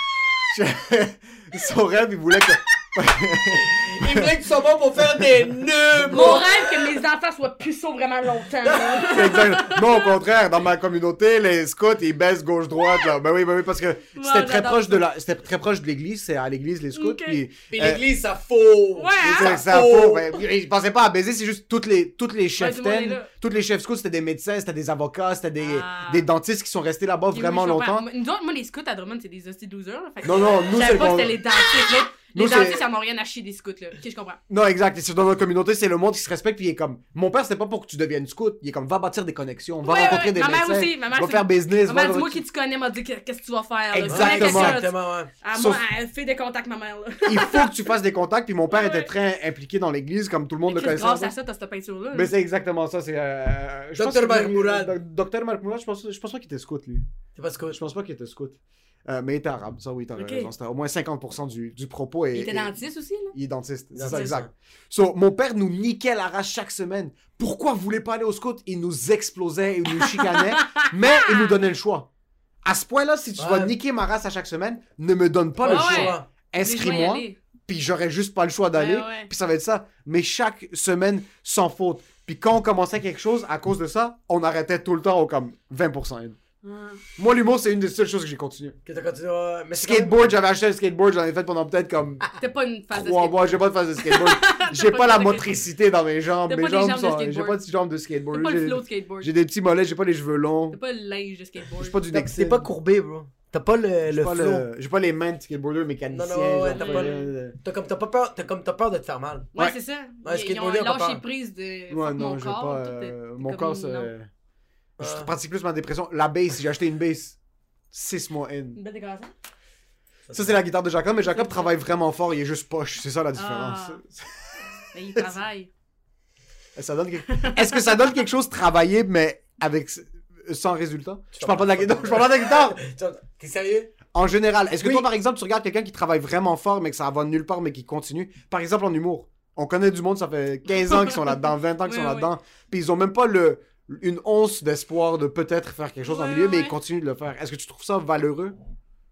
[SPEAKER 6] Je- Son rêve, il voulait que...
[SPEAKER 5] Il voulait que tu sois bon pour faire des nœuds,
[SPEAKER 7] Mon
[SPEAKER 5] bro.
[SPEAKER 7] rêve que mes enfants soient puceaux vraiment longtemps. là.
[SPEAKER 6] C'est exact. Non, au contraire, dans ma communauté, les scouts, ils baissent gauche-droite, là. Ben oui, ben oui, parce que c'était très
[SPEAKER 7] j'adore
[SPEAKER 6] proche
[SPEAKER 7] ça.
[SPEAKER 6] de la... C'était très proche de l'église. C'est à l'église, les scouts.
[SPEAKER 7] Ok.
[SPEAKER 6] Puis,
[SPEAKER 5] Puis
[SPEAKER 6] euh,
[SPEAKER 5] l'église, ça faux.
[SPEAKER 7] Ouais, hein?
[SPEAKER 6] c'est ça faux. Ben, ils pensaient pas à baiser, c'est juste toutes les, toutes les chefs
[SPEAKER 7] tout le monde est
[SPEAKER 6] ten,
[SPEAKER 7] là.
[SPEAKER 6] toutes les chefs scouts, c'était des médecins, c'était des avocats, c'était des,
[SPEAKER 7] Ah.
[SPEAKER 6] des dentistes qui sont restés là-bas
[SPEAKER 7] Ok, oui,
[SPEAKER 6] vraiment
[SPEAKER 7] je comprends.
[SPEAKER 6] longtemps.
[SPEAKER 7] Moi, Nous autres, moi, les scouts à Drummond, c'est des hosties de losers. Là, fait que
[SPEAKER 6] Non, non, nous,
[SPEAKER 7] je
[SPEAKER 6] c'est
[SPEAKER 7] savais pas
[SPEAKER 6] qu'on-
[SPEAKER 7] que c'était les dentistes. là. Les
[SPEAKER 6] Nous, c'est-
[SPEAKER 7] dentistes, ils en ont rien à chier des scouts, là. Ok, je comprends.
[SPEAKER 6] Non, exact. Et c'est dans notre communauté, c'est le monde qui se respecte. Puis il est comme. Mon père, c'était pas pour que tu deviennes scout. Il est comme, va bâtir des connexions, va
[SPEAKER 7] Ouais,
[SPEAKER 6] rencontrer
[SPEAKER 7] ouais,
[SPEAKER 6] des
[SPEAKER 7] ma mère
[SPEAKER 6] médecins,
[SPEAKER 7] aussi, ma mère,
[SPEAKER 6] va
[SPEAKER 7] c'est-
[SPEAKER 6] faire business.
[SPEAKER 7] Ma mère,
[SPEAKER 6] va-
[SPEAKER 7] dis-moi qui tu connais, m'a dit que- qu'est-ce que tu vas faire. là.
[SPEAKER 6] Exactement.
[SPEAKER 7] Connais quelqu'un,
[SPEAKER 5] Exactement, ouais.
[SPEAKER 7] Ah,
[SPEAKER 6] Sauf-
[SPEAKER 7] moi, elle fait des contacts, ma mère, là.
[SPEAKER 6] Il faut que tu fasses des contacts. Puis mon père
[SPEAKER 7] Ouais,
[SPEAKER 6] était
[SPEAKER 7] ouais.
[SPEAKER 6] très impliqué dans l'église, comme tout le monde le
[SPEAKER 7] Chris,
[SPEAKER 6] connaissait.
[SPEAKER 7] grâce à ça, t'as cette peinture-là.
[SPEAKER 6] Mais c'est exactement ça. C'est. Euh, je pense
[SPEAKER 5] Docteur
[SPEAKER 6] que-
[SPEAKER 5] Marc Mourad.
[SPEAKER 6] Doc- Docteur Marc Mourad, je pense, je pense pas qu'il était scout, lui.
[SPEAKER 5] C'est pas ce que
[SPEAKER 6] Je pense pas qu'il était scout. Euh, mais il était arabe, ça oui, t'as
[SPEAKER 7] Ok.
[SPEAKER 6] raison. C'était au moins cinquante pour cent du, du propos. Et,
[SPEAKER 7] Il était
[SPEAKER 6] et-
[SPEAKER 7] dentiste aussi, là.
[SPEAKER 6] Il est dentiste, c'est
[SPEAKER 5] Dentiste,
[SPEAKER 6] ça, exact. So, mon père nous niquait la race chaque semaine. Pourquoi vous voulez pas aller au scout? Il nous explosait, il nous chicanait, mais il nous donnait le choix. À ce point-là, si tu
[SPEAKER 5] Ouais.
[SPEAKER 6] vas niquer ma race à chaque semaine, ne me donne pas
[SPEAKER 7] Ouais,
[SPEAKER 6] le
[SPEAKER 7] ouais.
[SPEAKER 6] choix.
[SPEAKER 7] Les gens y
[SPEAKER 6] Inscris-moi,
[SPEAKER 7] allaient.
[SPEAKER 6] puis j'aurais juste pas le choix d'aller,
[SPEAKER 7] Ouais, ouais.
[SPEAKER 6] puis ça va être ça. Mais chaque semaine, sans faute. Puis quand on commençait quelque chose, à cause de ça, on arrêtait tout le temps au comme vingt pour cent.
[SPEAKER 7] Ah.
[SPEAKER 6] Moi, l'humour, c'est une des seules choses que j'ai continué.
[SPEAKER 5] Que t'as continué. ouais. Mais c'est quand même-
[SPEAKER 6] Skateboard, j'avais acheté un skateboard, j'en ai fait pendant peut-être comme
[SPEAKER 7] T'as pas une phase de
[SPEAKER 6] trois
[SPEAKER 7] skateboard.
[SPEAKER 6] mois. J'ai pas de phase de skateboard. J'ai
[SPEAKER 7] pas
[SPEAKER 6] pas
[SPEAKER 7] de
[SPEAKER 6] la
[SPEAKER 7] phase de
[SPEAKER 6] motricité dans mes jambes.
[SPEAKER 7] T'as
[SPEAKER 6] Mes
[SPEAKER 7] pas des
[SPEAKER 6] jambes
[SPEAKER 7] jambes de
[SPEAKER 6] sont. J'ai
[SPEAKER 7] skateboard.
[SPEAKER 6] pas de jambes de
[SPEAKER 7] T'as
[SPEAKER 6] skateboard.
[SPEAKER 7] pas le
[SPEAKER 6] J'ai-
[SPEAKER 7] flow de skateboard.
[SPEAKER 6] J'ai des petits mollets, j'ai pas les cheveux longs.
[SPEAKER 7] T'as pas le linge de skateboard.
[SPEAKER 6] J'ai pas du
[SPEAKER 5] T'as-
[SPEAKER 6] Dexter.
[SPEAKER 5] T'es pas courbé, bro. T'as pas le,
[SPEAKER 6] J'ai
[SPEAKER 5] le
[SPEAKER 6] pas
[SPEAKER 5] flow.
[SPEAKER 6] le- J'ai pas les mains de skateboarder mécaniciens.
[SPEAKER 5] Non, non, ouais,
[SPEAKER 6] genre,
[SPEAKER 5] t'as
[SPEAKER 6] pas
[SPEAKER 5] pas
[SPEAKER 6] le-
[SPEAKER 5] T'as comme, t'as pas peur, t'as comme, t'as peur de te faire mal.
[SPEAKER 7] Ouais,
[SPEAKER 6] Ouais.
[SPEAKER 7] c'est ça.
[SPEAKER 5] Ouais,
[SPEAKER 7] Ils- Ils ont
[SPEAKER 5] skateboarder, on peut
[SPEAKER 7] lâché
[SPEAKER 5] pas.
[SPEAKER 7] prise de.
[SPEAKER 6] Ouais,
[SPEAKER 7] fuck
[SPEAKER 6] non,
[SPEAKER 7] mon
[SPEAKER 6] j'ai
[SPEAKER 7] corps.
[SPEAKER 6] pas.
[SPEAKER 7] tout
[SPEAKER 6] euh,
[SPEAKER 7] est-
[SPEAKER 6] Mon
[SPEAKER 7] comme
[SPEAKER 6] corps,
[SPEAKER 7] non.
[SPEAKER 6] c'est. Je
[SPEAKER 5] Ouais.
[SPEAKER 6] pratique plus ma dépression. La bass, j'ai acheté une bass. Six mois in.
[SPEAKER 7] Une bête décoration.
[SPEAKER 6] Ça, c'est la guitare de Jacob, mais Jacob travaille vraiment fort, il est juste poche. C'est ça la différence.
[SPEAKER 7] Ah. Mais il travaille.
[SPEAKER 6] Ça donne quelque- Est-ce que ça donne quelque chose travailler, mais avec sans résultat? Je parle pas de la guitare. Je parle pas de la guitare!
[SPEAKER 5] T'es sérieux?
[SPEAKER 6] En général, est-ce que
[SPEAKER 5] Oui.
[SPEAKER 6] toi, par exemple, tu regardes quelqu'un qui travaille vraiment fort, mais que ça va nulle part, mais qui continue? Par exemple, en humour. On connaît du monde, ça fait quinze ans qu'ils sont là-dedans, vingt ans qu'ils
[SPEAKER 7] Ouais,
[SPEAKER 6] sont
[SPEAKER 7] ouais.
[SPEAKER 6] là-dedans. Puis ils ont même pas le, une once d'espoir de peut-être faire quelque chose en
[SPEAKER 7] Ouais,
[SPEAKER 6] milieu, mais
[SPEAKER 7] ouais.
[SPEAKER 6] ils continuent de le faire. Est-ce que tu trouves ça valeureux?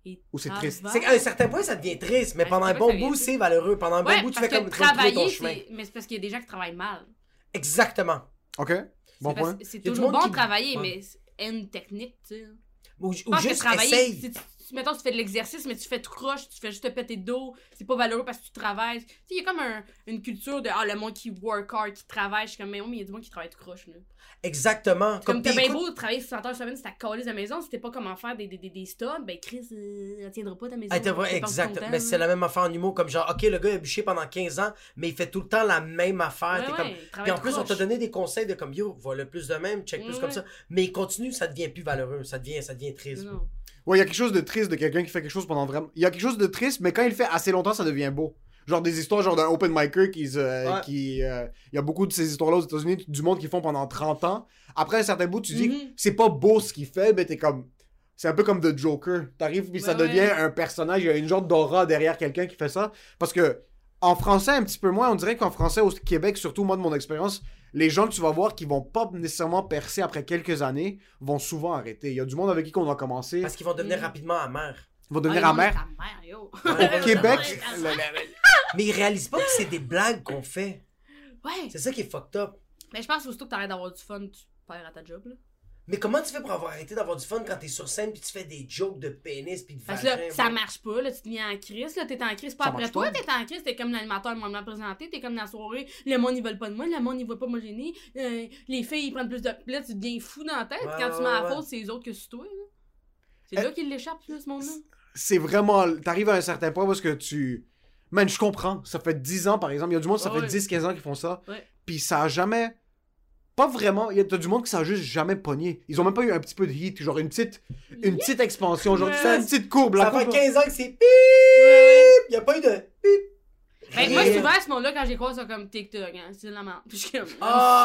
[SPEAKER 7] Et
[SPEAKER 6] Ou c'est triste?
[SPEAKER 5] C'est qu'à un certain point, ça devient triste, mais
[SPEAKER 7] Ouais,
[SPEAKER 5] pendant
[SPEAKER 7] c'est
[SPEAKER 5] un
[SPEAKER 7] vrai que
[SPEAKER 5] bon
[SPEAKER 7] ça
[SPEAKER 5] bout,
[SPEAKER 7] vient
[SPEAKER 5] c'est valeureux. Pendant un
[SPEAKER 7] Ouais,
[SPEAKER 5] bon bout, tu
[SPEAKER 7] parce
[SPEAKER 5] fais comme
[SPEAKER 7] que
[SPEAKER 5] trouver ton
[SPEAKER 7] travailler,
[SPEAKER 5] chemin.
[SPEAKER 7] c'est... Mais c'est parce qu'il y a des gens qui travaillent mal.
[SPEAKER 5] Exactement.
[SPEAKER 6] OK. Bon
[SPEAKER 7] C'est parce-
[SPEAKER 6] point.
[SPEAKER 7] C'est
[SPEAKER 5] Il y a du
[SPEAKER 7] toujours
[SPEAKER 5] monde
[SPEAKER 7] bon
[SPEAKER 5] qui-
[SPEAKER 7] de travailler,
[SPEAKER 5] Ouais.
[SPEAKER 7] mais c'est une technique, tu sais.
[SPEAKER 5] Ou,
[SPEAKER 7] Je
[SPEAKER 5] ou
[SPEAKER 7] pense que
[SPEAKER 5] juste
[SPEAKER 7] travailler,
[SPEAKER 5] essaye.
[SPEAKER 7] si tu, tu- mettons, tu fais de l'exercice, mais tu fais tout croche, tu fais juste te péter de dos, c'est pas valeureux parce que tu travailles. Tu sais, il y a comme un- une culture de, ah, le monde qui work hard, qui travaille. Je suis comme, mais oui, mais il y a du monde qui travaille tout croche, là.
[SPEAKER 5] Exactement.
[SPEAKER 7] Comme t'as
[SPEAKER 5] puis
[SPEAKER 7] bien
[SPEAKER 5] écoute-
[SPEAKER 7] beau travailler soixante heures semaine, si t'as collé la maison, si t'es pas comment faire des, des, des, des studs, ben Chris, euh, elle tiendra pas ta maison.
[SPEAKER 5] Ah, t'as vrai,
[SPEAKER 7] Tu passes
[SPEAKER 5] exact.
[SPEAKER 7] ton temps,
[SPEAKER 5] Mais c'est
[SPEAKER 7] là.
[SPEAKER 5] la même affaire en humour, comme genre, ok, le gars a bûché pendant quinze ans, mais il fait tout le temps la même affaire.
[SPEAKER 7] Ouais,
[SPEAKER 5] T'es
[SPEAKER 7] ouais,
[SPEAKER 5] comme...
[SPEAKER 7] il travaille
[SPEAKER 5] Puis en plus, on
[SPEAKER 7] croche.
[SPEAKER 5] t'a donné des conseils de comme, yo, voilà plus de même, check plus
[SPEAKER 7] Ouais,
[SPEAKER 5] comme
[SPEAKER 7] ouais.
[SPEAKER 5] ça. Mais il continue, ça devient plus valeureux, ça devient, ça devient triste.
[SPEAKER 7] Non.
[SPEAKER 6] Ouais, il y a quelque chose de triste de quelqu'un qui fait quelque chose pendant vraiment. Il y a quelque chose de triste, mais quand il le fait assez longtemps, ça devient beau. Genre des histoires, genre d'un open micer qui. Euh,
[SPEAKER 5] Ouais.
[SPEAKER 6] qui euh, il y a beaucoup de ces histoires-là aux États-Unis, du monde qui font pendant trente ans. Après un certain bout, tu dis
[SPEAKER 7] Mhm.
[SPEAKER 6] que c'est pas beau ce qu'il fait, mais t'es comme. C'est un peu comme The Joker. T'arrives, puis ça
[SPEAKER 7] Ouais,
[SPEAKER 6] devient
[SPEAKER 7] ouais.
[SPEAKER 6] un personnage, il y a une genre d'aura derrière quelqu'un qui fait ça. Parce que. En français, un petit peu moins, on dirait qu'en français, au Québec, surtout moi de mon expérience, les gens que tu vas voir qui vont pas nécessairement percer après quelques années vont souvent arrêter. Il y a du monde avec qui on a commencé,
[SPEAKER 5] Parce qu'ils vont devenir
[SPEAKER 7] Mhm.
[SPEAKER 5] rapidement amers.
[SPEAKER 6] vont devenir
[SPEAKER 7] Ah, le monde
[SPEAKER 6] amers.
[SPEAKER 7] est ta mère, yo.
[SPEAKER 5] Ouais,
[SPEAKER 6] Au Québec,
[SPEAKER 7] Ouais,
[SPEAKER 6] le- le-
[SPEAKER 5] Mais ils réalisent pas que c'est des blagues qu'on fait.
[SPEAKER 7] Ouais.
[SPEAKER 5] C'est ça qui est fucked up.
[SPEAKER 7] Mais je pense aussitôt que t'arrêtes d'avoir du fun, tu perds à ta job, là.
[SPEAKER 5] Mais comment tu fais pour avoir arrêté d'avoir du fun quand t'es sur scène puis tu fais des jokes de pénis puis de
[SPEAKER 7] Parce que là,
[SPEAKER 5] vagin,
[SPEAKER 7] ça
[SPEAKER 5] ouais.
[SPEAKER 7] marche pas, là, tu te viens en crise, là, t'es en crise, pas
[SPEAKER 6] Ça
[SPEAKER 7] après
[SPEAKER 6] marche
[SPEAKER 7] toi,
[SPEAKER 6] pas.
[SPEAKER 7] t'es en crise, t'es comme l'animateur, moi, m'a présenté, t'es comme dans la soirée, le monde, ils veulent pas de moi, le monde, ils veulent pas m'homogénéer, euh, les filles, ils prennent plus de... Là, tu deviens fou dans la tête,
[SPEAKER 5] Ouais,
[SPEAKER 7] quand tu
[SPEAKER 5] ouais,
[SPEAKER 7] mets la
[SPEAKER 5] ouais.
[SPEAKER 7] faute, c'est les autres que c'est toi, là. C'est
[SPEAKER 6] Eh,
[SPEAKER 7] là qu'il l'échappe, là, ce monde-là.
[SPEAKER 6] c'est vraiment. T'arrives à un certain point parce que tu. Man, je comprends. Ça fait dix ans, par exemple. Il y a du monde, ça
[SPEAKER 7] Ah
[SPEAKER 6] fait
[SPEAKER 7] ouais.
[SPEAKER 6] dix quinze ans qu'ils font ça.
[SPEAKER 7] Ouais.
[SPEAKER 6] Puis ça a jamais. Pas vraiment. Il y a t'as du monde qui ça a juste jamais pogné. Ils ont même pas eu un petit peu de hit. Genre une petite. Une petite expansion. Genre, tu fais une petite courbe. La
[SPEAKER 5] Ça fait
[SPEAKER 6] courbe-
[SPEAKER 5] quinze ans que c'est pip! Il y a pas eu de pip!
[SPEAKER 7] Ben, moi,
[SPEAKER 5] Rien.
[SPEAKER 7] souvent, à ce moment-là, quand j'ai croisé ça comme TikTok, hein, c'est de la merde. Puis je suis comme, I'm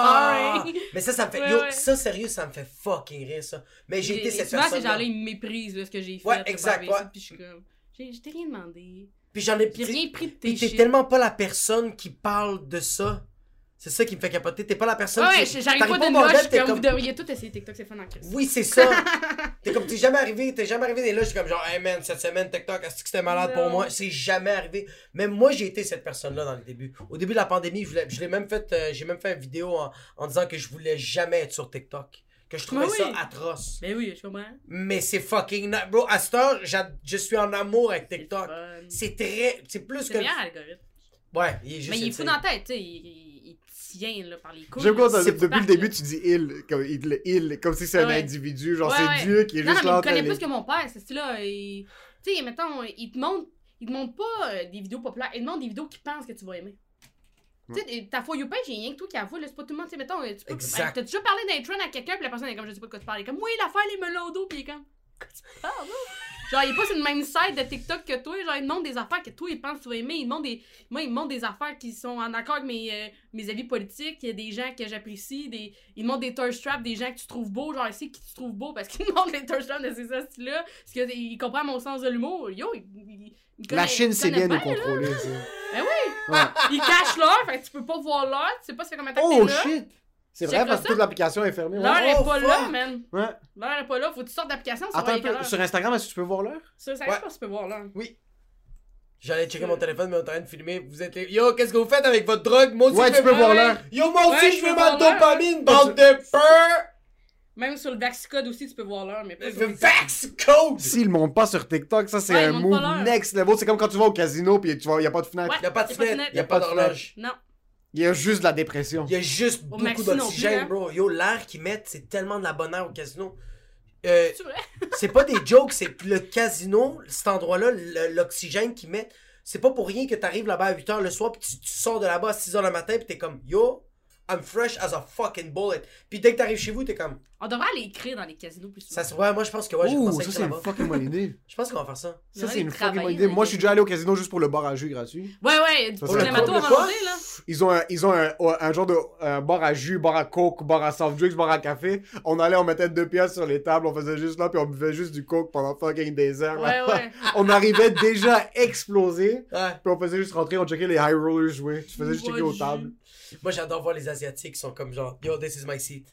[SPEAKER 5] Ah!
[SPEAKER 7] sorry.
[SPEAKER 5] Mais ça, ça me fait.
[SPEAKER 7] Ouais,
[SPEAKER 5] Yo,
[SPEAKER 7] ouais.
[SPEAKER 5] ça, sérieux, ça me fait fucking rire, ça. Mais j'ai été
[SPEAKER 7] Et
[SPEAKER 5] cette
[SPEAKER 7] souvent, ces
[SPEAKER 5] personne.
[SPEAKER 7] gens-là, ils me méprisent, là, ce que j'ai fait.
[SPEAKER 5] Ouais,
[SPEAKER 7] là,
[SPEAKER 5] exact,
[SPEAKER 7] par
[SPEAKER 5] ouais.
[SPEAKER 7] Puis je suis comme, j'ai j'ai t'ai rien demandé.
[SPEAKER 5] Puis j'en ai.
[SPEAKER 7] J'ai rien pris de tes
[SPEAKER 5] Puis t'es
[SPEAKER 7] shit.
[SPEAKER 5] tellement pas la personne qui parle de ça. C'est ça qui me fait capoter. T'es pas la personne
[SPEAKER 7] Ouais,
[SPEAKER 5] qui.
[SPEAKER 7] ouais, j'arrive
[SPEAKER 5] t'arrives
[SPEAKER 7] pas
[SPEAKER 5] au
[SPEAKER 7] d'une
[SPEAKER 5] bordel,
[SPEAKER 7] loge, je suis
[SPEAKER 5] t'es
[SPEAKER 7] comme, vous devriez tout essayer TikTok, c'est fun en crise.
[SPEAKER 5] Oui, c'est ça. T'es comme, t'es jamais arrivé, t'es jamais arrivé des loges comme genre, hey man, cette semaine, TikTok, est-ce que c'était malade pour
[SPEAKER 7] Non.
[SPEAKER 5] moi? C'est jamais arrivé. Même moi, j'ai été cette personne-là dans le début. Au début de la pandémie, je, voulais- je l'ai même fait, euh, j'ai même fait une vidéo en, en disant que je voulais jamais être sur TikTok. Que je trouvais
[SPEAKER 7] Mais
[SPEAKER 5] ça
[SPEAKER 7] oui.
[SPEAKER 5] atroce.
[SPEAKER 7] Ben oui, je comprends.
[SPEAKER 5] Mais c'est fucking. na- Bro, à cette heure, j'a- je suis en amour avec TikTok.
[SPEAKER 7] fun.
[SPEAKER 5] C'est très. C'est plus
[SPEAKER 7] C'est
[SPEAKER 5] que.
[SPEAKER 7] le meilleur algorithme.
[SPEAKER 5] Ouais, il est juste.
[SPEAKER 7] Mais il est fou
[SPEAKER 5] insane.
[SPEAKER 7] dans la tête, tu sais. Il, il, il tient là, par les couilles.
[SPEAKER 6] J'aime quand
[SPEAKER 7] là.
[SPEAKER 6] t'as-
[SPEAKER 7] C'est
[SPEAKER 6] depuis le
[SPEAKER 7] parti,
[SPEAKER 6] début,
[SPEAKER 7] là.
[SPEAKER 6] tu dis il, comme, il, il, comme si c'est un
[SPEAKER 7] Ouais.
[SPEAKER 6] individu. Genre,
[SPEAKER 7] Ouais,
[SPEAKER 6] c'est
[SPEAKER 7] ouais.
[SPEAKER 6] Dieu qui est
[SPEAKER 7] Non,
[SPEAKER 6] juste
[SPEAKER 7] non, mais
[SPEAKER 6] là.
[SPEAKER 7] il me connaît
[SPEAKER 6] t'as
[SPEAKER 7] plus
[SPEAKER 6] les-
[SPEAKER 7] que mon père, c'est là. Il... Tu sais, mettons, il te montre. Il te montre pas euh, des vidéos populaires, il te montre des vidéos qu'il pense que tu vas aimer. Tu sais, ta For You page, il y a rien que toi qui la vois, là, c'est pas tout le monde, tu sais, mettons, tu peux.
[SPEAKER 5] Exact.
[SPEAKER 7] Ben, t'as déjà parlé d'un trend à quelqu'un, puis la personne est comme, je sais pas de quoi tu parles, elle est comme, oui, l'affaire, les melons au dos, puis il est comme, quoi tu parles, là? Genre, il est pas sur le même site de TikTok que toi, genre, il me montre des affaires que toi, il pense que tu vas aimer, il me montre des. Moi, il me montre des affaires qui sont en accord avec mes, euh, mes avis politiques, il y a des gens que j'apprécie, des. Il me montre des thirst traps, des gens que tu trouves beaux, genre, ici, qui tu trouves beau, parce qu'il me montre les thirst traps de ces hosties-là, parce qu'il comprend mon sens de l'humour. Yo, il. il- il
[SPEAKER 6] La
[SPEAKER 7] connaît-
[SPEAKER 6] Chine
[SPEAKER 7] il
[SPEAKER 6] sait
[SPEAKER 7] connaît
[SPEAKER 6] bien nous
[SPEAKER 7] là.
[SPEAKER 6] contrôler, tu sais.
[SPEAKER 7] Ben oui!
[SPEAKER 6] Ouais.
[SPEAKER 7] Il cache l'heure, fait que tu peux pas voir l'heure, tu sais pas ça fait combien de temps que
[SPEAKER 6] Oh
[SPEAKER 7] t'es là.
[SPEAKER 6] shit! C'est
[SPEAKER 7] Check
[SPEAKER 6] vrai parce
[SPEAKER 7] ça.
[SPEAKER 6] que toute l'application est fermée.
[SPEAKER 7] L'heure
[SPEAKER 6] Ouais.
[SPEAKER 7] est
[SPEAKER 5] Oh,
[SPEAKER 7] pas
[SPEAKER 5] fuck.
[SPEAKER 7] là, man.
[SPEAKER 6] Ouais.
[SPEAKER 7] L'heure est pas là, faut que tu sortes d'application, ça
[SPEAKER 6] Attends
[SPEAKER 7] va
[SPEAKER 6] un
[SPEAKER 7] être quelle
[SPEAKER 6] peu,
[SPEAKER 7] heure.
[SPEAKER 6] sur Instagram, est-ce que tu peux voir l'heure?
[SPEAKER 7] Ça, ça
[SPEAKER 5] Ouais.
[SPEAKER 7] pas si tu peux voir l'heure.
[SPEAKER 5] Oui. J'allais checker mon téléphone, mais on est en train de filmer. Vous êtes les... Yo, qu'est-ce que vous faites avec votre drogue? Moi aussi,
[SPEAKER 6] Ouais,
[SPEAKER 5] je
[SPEAKER 6] tu
[SPEAKER 5] veux
[SPEAKER 6] peux voir
[SPEAKER 7] ouais.
[SPEAKER 6] l'heure.
[SPEAKER 5] Yo, moi aussi,
[SPEAKER 7] Ouais,
[SPEAKER 5] je
[SPEAKER 7] je
[SPEAKER 5] veux
[SPEAKER 7] peux
[SPEAKER 5] ma
[SPEAKER 7] voir l'heure.
[SPEAKER 5] dopamine, bande de peur!
[SPEAKER 7] Même sur le Vaxcode aussi, tu peux voir l'heure, mais pas sur
[SPEAKER 5] Le
[SPEAKER 7] le
[SPEAKER 5] Vax Code!
[SPEAKER 6] S'ils montent pas sur TikTok, ça c'est
[SPEAKER 7] Ouais,
[SPEAKER 6] un
[SPEAKER 7] ils montent pas
[SPEAKER 6] move
[SPEAKER 7] l'heure.
[SPEAKER 6] next level. C'est comme quand tu vas au casino pis tu vois, y a pas de fenêtre.
[SPEAKER 7] Ouais.
[SPEAKER 5] Y'a pas de
[SPEAKER 7] Y a pas de
[SPEAKER 5] fenêtre,
[SPEAKER 7] fenêtre.
[SPEAKER 5] y'a pas
[SPEAKER 6] de
[SPEAKER 5] d'horloge.
[SPEAKER 7] Non.
[SPEAKER 6] Il y a juste de la dépression.
[SPEAKER 5] Il y a juste
[SPEAKER 7] Au
[SPEAKER 5] beaucoup
[SPEAKER 7] Maxi non plus,
[SPEAKER 5] d'oxygène,
[SPEAKER 7] hein.
[SPEAKER 5] bro. Yo, l'air qu'ils mettent, c'est tellement de la bonne air au casino. Euh,
[SPEAKER 7] C'est vrai?
[SPEAKER 5] c'est pas des jokes, c'est le casino, cet endroit-là, le- l'oxygène qu'ils mettent. C'est pas pour rien que t'arrives là-bas à huit heures le soir, pis tu, tu sors de là-bas à six heures le matin, pis t'es comme, yo, I'm fresh as a fucking bullet. Pis dès que t'arrives chez vous, t'es comme,
[SPEAKER 7] On devrait aller écrire dans les casinos plus souvent.
[SPEAKER 5] ça se ouais, moi je pense que ouais, j'ai
[SPEAKER 6] Ouh,
[SPEAKER 5] commencé à
[SPEAKER 6] ça
[SPEAKER 5] écrire
[SPEAKER 6] c'est une
[SPEAKER 5] là-bas.
[SPEAKER 6] fucking bonne idée.
[SPEAKER 5] Je pense qu'on va faire ça.
[SPEAKER 7] On
[SPEAKER 6] Ça
[SPEAKER 7] devrait
[SPEAKER 6] c'est une
[SPEAKER 7] aller
[SPEAKER 6] fucking bonne
[SPEAKER 7] travailler
[SPEAKER 6] idée.
[SPEAKER 7] dans
[SPEAKER 6] Moi
[SPEAKER 7] les
[SPEAKER 6] je suis déjà allé au casino juste pour le bar à jus gratuit.
[SPEAKER 7] Ouais, ouais, du
[SPEAKER 6] Ça,
[SPEAKER 7] pour
[SPEAKER 6] c'est
[SPEAKER 7] le
[SPEAKER 6] le
[SPEAKER 7] matos à
[SPEAKER 5] quoi?
[SPEAKER 7] volonté, là.
[SPEAKER 6] Ils ont un, ils ont un, un genre de un bar à jus, bar à coke, bar à soft drinks, bar à café. On allait, on mettait deux pièces sur les tables, on faisait juste là, puis on buvait juste du coke pendant fucking des heures.
[SPEAKER 7] Ouais, ouais.
[SPEAKER 6] On arrivait déjà explosé,
[SPEAKER 5] Ouais.
[SPEAKER 6] puis on faisait juste rentrer, on checkait les high rollers jouer. Tu faisais juste checker aux
[SPEAKER 7] Moi,
[SPEAKER 6] tables.
[SPEAKER 5] Moi j'adore voir les Asiatiques qui sont comme genre, yo, this is my seat.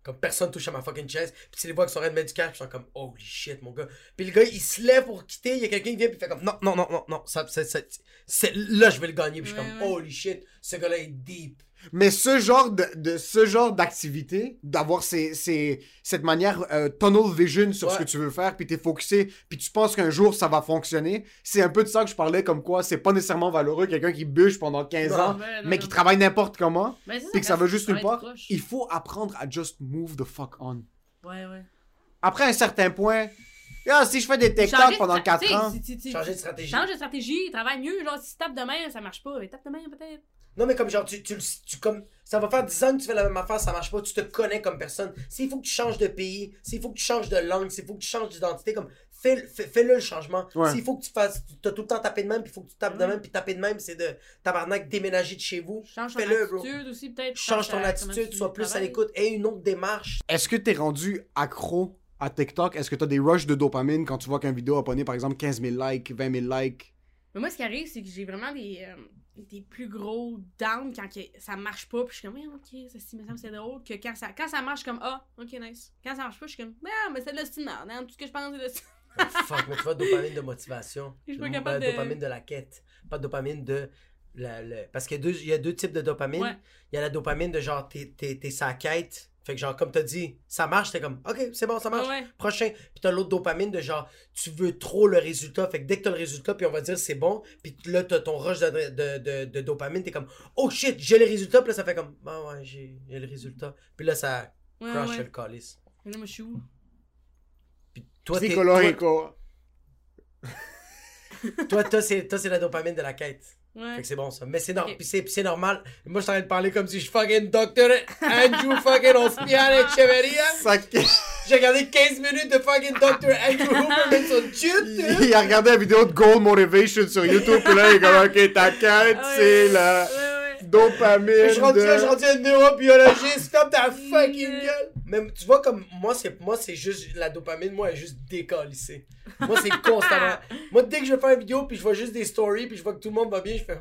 [SPEAKER 5] Comme personne touche à ma fucking chaise. Puis tu les vois qui sont en train de mettre du cash. Puis ils sont comme, holy shit, mon gars. Puis le gars, il se lève pour quitter. Il y a quelqu'un qui vient. Puis il fait comme, non, non, non, non, non. Ça, ça, ça, c'est, là, je vais le gagner. Puis je suis
[SPEAKER 7] Ouais,
[SPEAKER 5] comme,
[SPEAKER 7] ouais.
[SPEAKER 5] holy shit. Ce gars-là est deep.
[SPEAKER 6] Mais ce genre de, de ce genre d'activité, d'avoir ces, ces, cette manière euh, tunnel vision sur
[SPEAKER 5] Ouais.
[SPEAKER 6] ce que tu veux faire, puis t'es focusé, puis tu penses qu'un jour ça va fonctionner, c'est un peu de ça que je parlais, comme quoi c'est pas nécessairement valeureux quelqu'un qui bûche pendant quinze
[SPEAKER 5] Non.
[SPEAKER 6] ans,
[SPEAKER 7] Ouais, non,
[SPEAKER 6] mais
[SPEAKER 7] non.
[SPEAKER 6] qui travaille n'importe comment,
[SPEAKER 7] Ben, c'est
[SPEAKER 6] puis que ça
[SPEAKER 7] quand
[SPEAKER 6] va
[SPEAKER 7] tu
[SPEAKER 6] juste nulle
[SPEAKER 7] travailles
[SPEAKER 6] part.
[SPEAKER 7] proche.
[SPEAKER 6] Il faut apprendre à just move the fuck on.
[SPEAKER 7] Ouais, ouais.
[SPEAKER 6] Après un certain point, ah, si je fais des TikTok
[SPEAKER 7] Changer de
[SPEAKER 6] pendant
[SPEAKER 7] stra-
[SPEAKER 6] quatre
[SPEAKER 7] t'sais,
[SPEAKER 6] ans,
[SPEAKER 7] si- si- si-
[SPEAKER 5] Changer de stratégie.
[SPEAKER 7] Change de stratégie, travaille mieux. Genre, si tu tapes de main, ça marche pas. Mais tape de main, peut-être.
[SPEAKER 5] Non, mais comme genre, tu, tu, tu, tu comme, ça va faire dix ans que tu fais la même affaire, ça marche pas, tu te connais comme personne. S'il faut que tu changes de pays, s'il faut que tu changes de langue, s'il faut que tu changes d'identité, comme, fais, fais, fais-le le changement.
[SPEAKER 6] Ouais.
[SPEAKER 5] S'il faut que tu fasses, t'as tout le temps tapé de même, puis il faut que tu tapes de même, puis taper de même, c'est de tabarnak déménager de chez vous.
[SPEAKER 7] Change ton
[SPEAKER 5] Fais-le, bro.
[SPEAKER 7] attitude aussi, peut-être.
[SPEAKER 5] Change ton
[SPEAKER 7] à- comment
[SPEAKER 5] attitude,
[SPEAKER 7] tu
[SPEAKER 5] sois plus à
[SPEAKER 7] travailles.
[SPEAKER 5] l'écoute, aie une autre démarche.
[SPEAKER 6] est-ce que t'es rendu accro à TikTok? Est-ce que t'as des rushs de dopamine quand tu vois qu'une vidéo a pogné par exemple quinze mille likes, vingt mille likes?
[SPEAKER 7] Mais moi, ce qui arrive, c'est que j'ai vraiment des, euh, des plus gros downs quand que ça marche pas. Puis je suis comme, ouais, ok, ça, me semble c'est drôle. Que quand ça, quand ça marche, je suis comme, ah, ok, nice. Quand ça marche pas, je suis comme, ah, mais c'est de la style, hein. Tout ce que je pense, c'est de la
[SPEAKER 5] Oh, fuck, mais tu vois, dopamine de motivation.
[SPEAKER 7] Je suis pas
[SPEAKER 5] Le-
[SPEAKER 7] capable
[SPEAKER 5] la
[SPEAKER 7] de-
[SPEAKER 5] dopamine de la quête. Pas de dopamine de. La, le- Parce qu'il y a, deux, il y a deux types de dopamine.
[SPEAKER 7] Ouais.
[SPEAKER 5] Il y a la dopamine de genre, t'es, t'es, t'es sa quête. Fait que genre, comme t'as dit, ça marche, t'es comme, ok, c'est bon, ça marche.
[SPEAKER 7] Ouais, ouais.
[SPEAKER 5] Prochain. Puis t'as l'autre dopamine de genre, tu veux trop le résultat. Fait que dès que t'as le résultat, puis on va dire c'est bon, puis là, t'as ton rush de, de, de, de dopamine, t'es comme, oh shit, j'ai le résultat. Puis là, ça fait comme, ah ouais, j'ai, j'ai le résultat. Puis là, ça
[SPEAKER 7] Ouais,
[SPEAKER 5] crush
[SPEAKER 7] ouais.
[SPEAKER 5] le calice.
[SPEAKER 7] Mais là, moi, je suis où?
[SPEAKER 5] Puis toi, t'es,
[SPEAKER 6] Psychologico.
[SPEAKER 5] toi, toi, toi, c'est, toi, c'est la dopamine de la quête.
[SPEAKER 7] Ouais.
[SPEAKER 5] Fait que c'est bon ça. Mais c'est, nor-
[SPEAKER 7] Ok.
[SPEAKER 5] puis c'est, puis c'est normal. Moi, je suis en train de parler comme si je fucking docteur Andrew fucking Ospian Echeverria.
[SPEAKER 6] Ça...
[SPEAKER 5] J'ai regardé quinze minutes de fucking docteur Andrew Huberman sur YouTube.
[SPEAKER 6] Il a regardé la vidéo de Goal Motivation sur YouTube, puis là, il est comme, ok, ta quête,
[SPEAKER 7] Ah ouais,
[SPEAKER 6] c'est la
[SPEAKER 7] Ouais, ouais.
[SPEAKER 6] dopamine.
[SPEAKER 5] Je suis rendu
[SPEAKER 6] de...
[SPEAKER 5] là, je suis rendu un neurobiologiste. Ferme ta fucking
[SPEAKER 7] Mm.
[SPEAKER 5] gueule. Mais tu vois, comme moi, c'est, moi, c'est juste la dopamine. Moi, elle est juste décalissée. Moi, c'est constamment. Moi, dès que je fais une vidéo, puis je vois juste des stories, puis je vois que tout le monde va bien, je fais.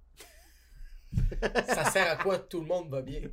[SPEAKER 5] Ça sert à quoi tout le monde va bien?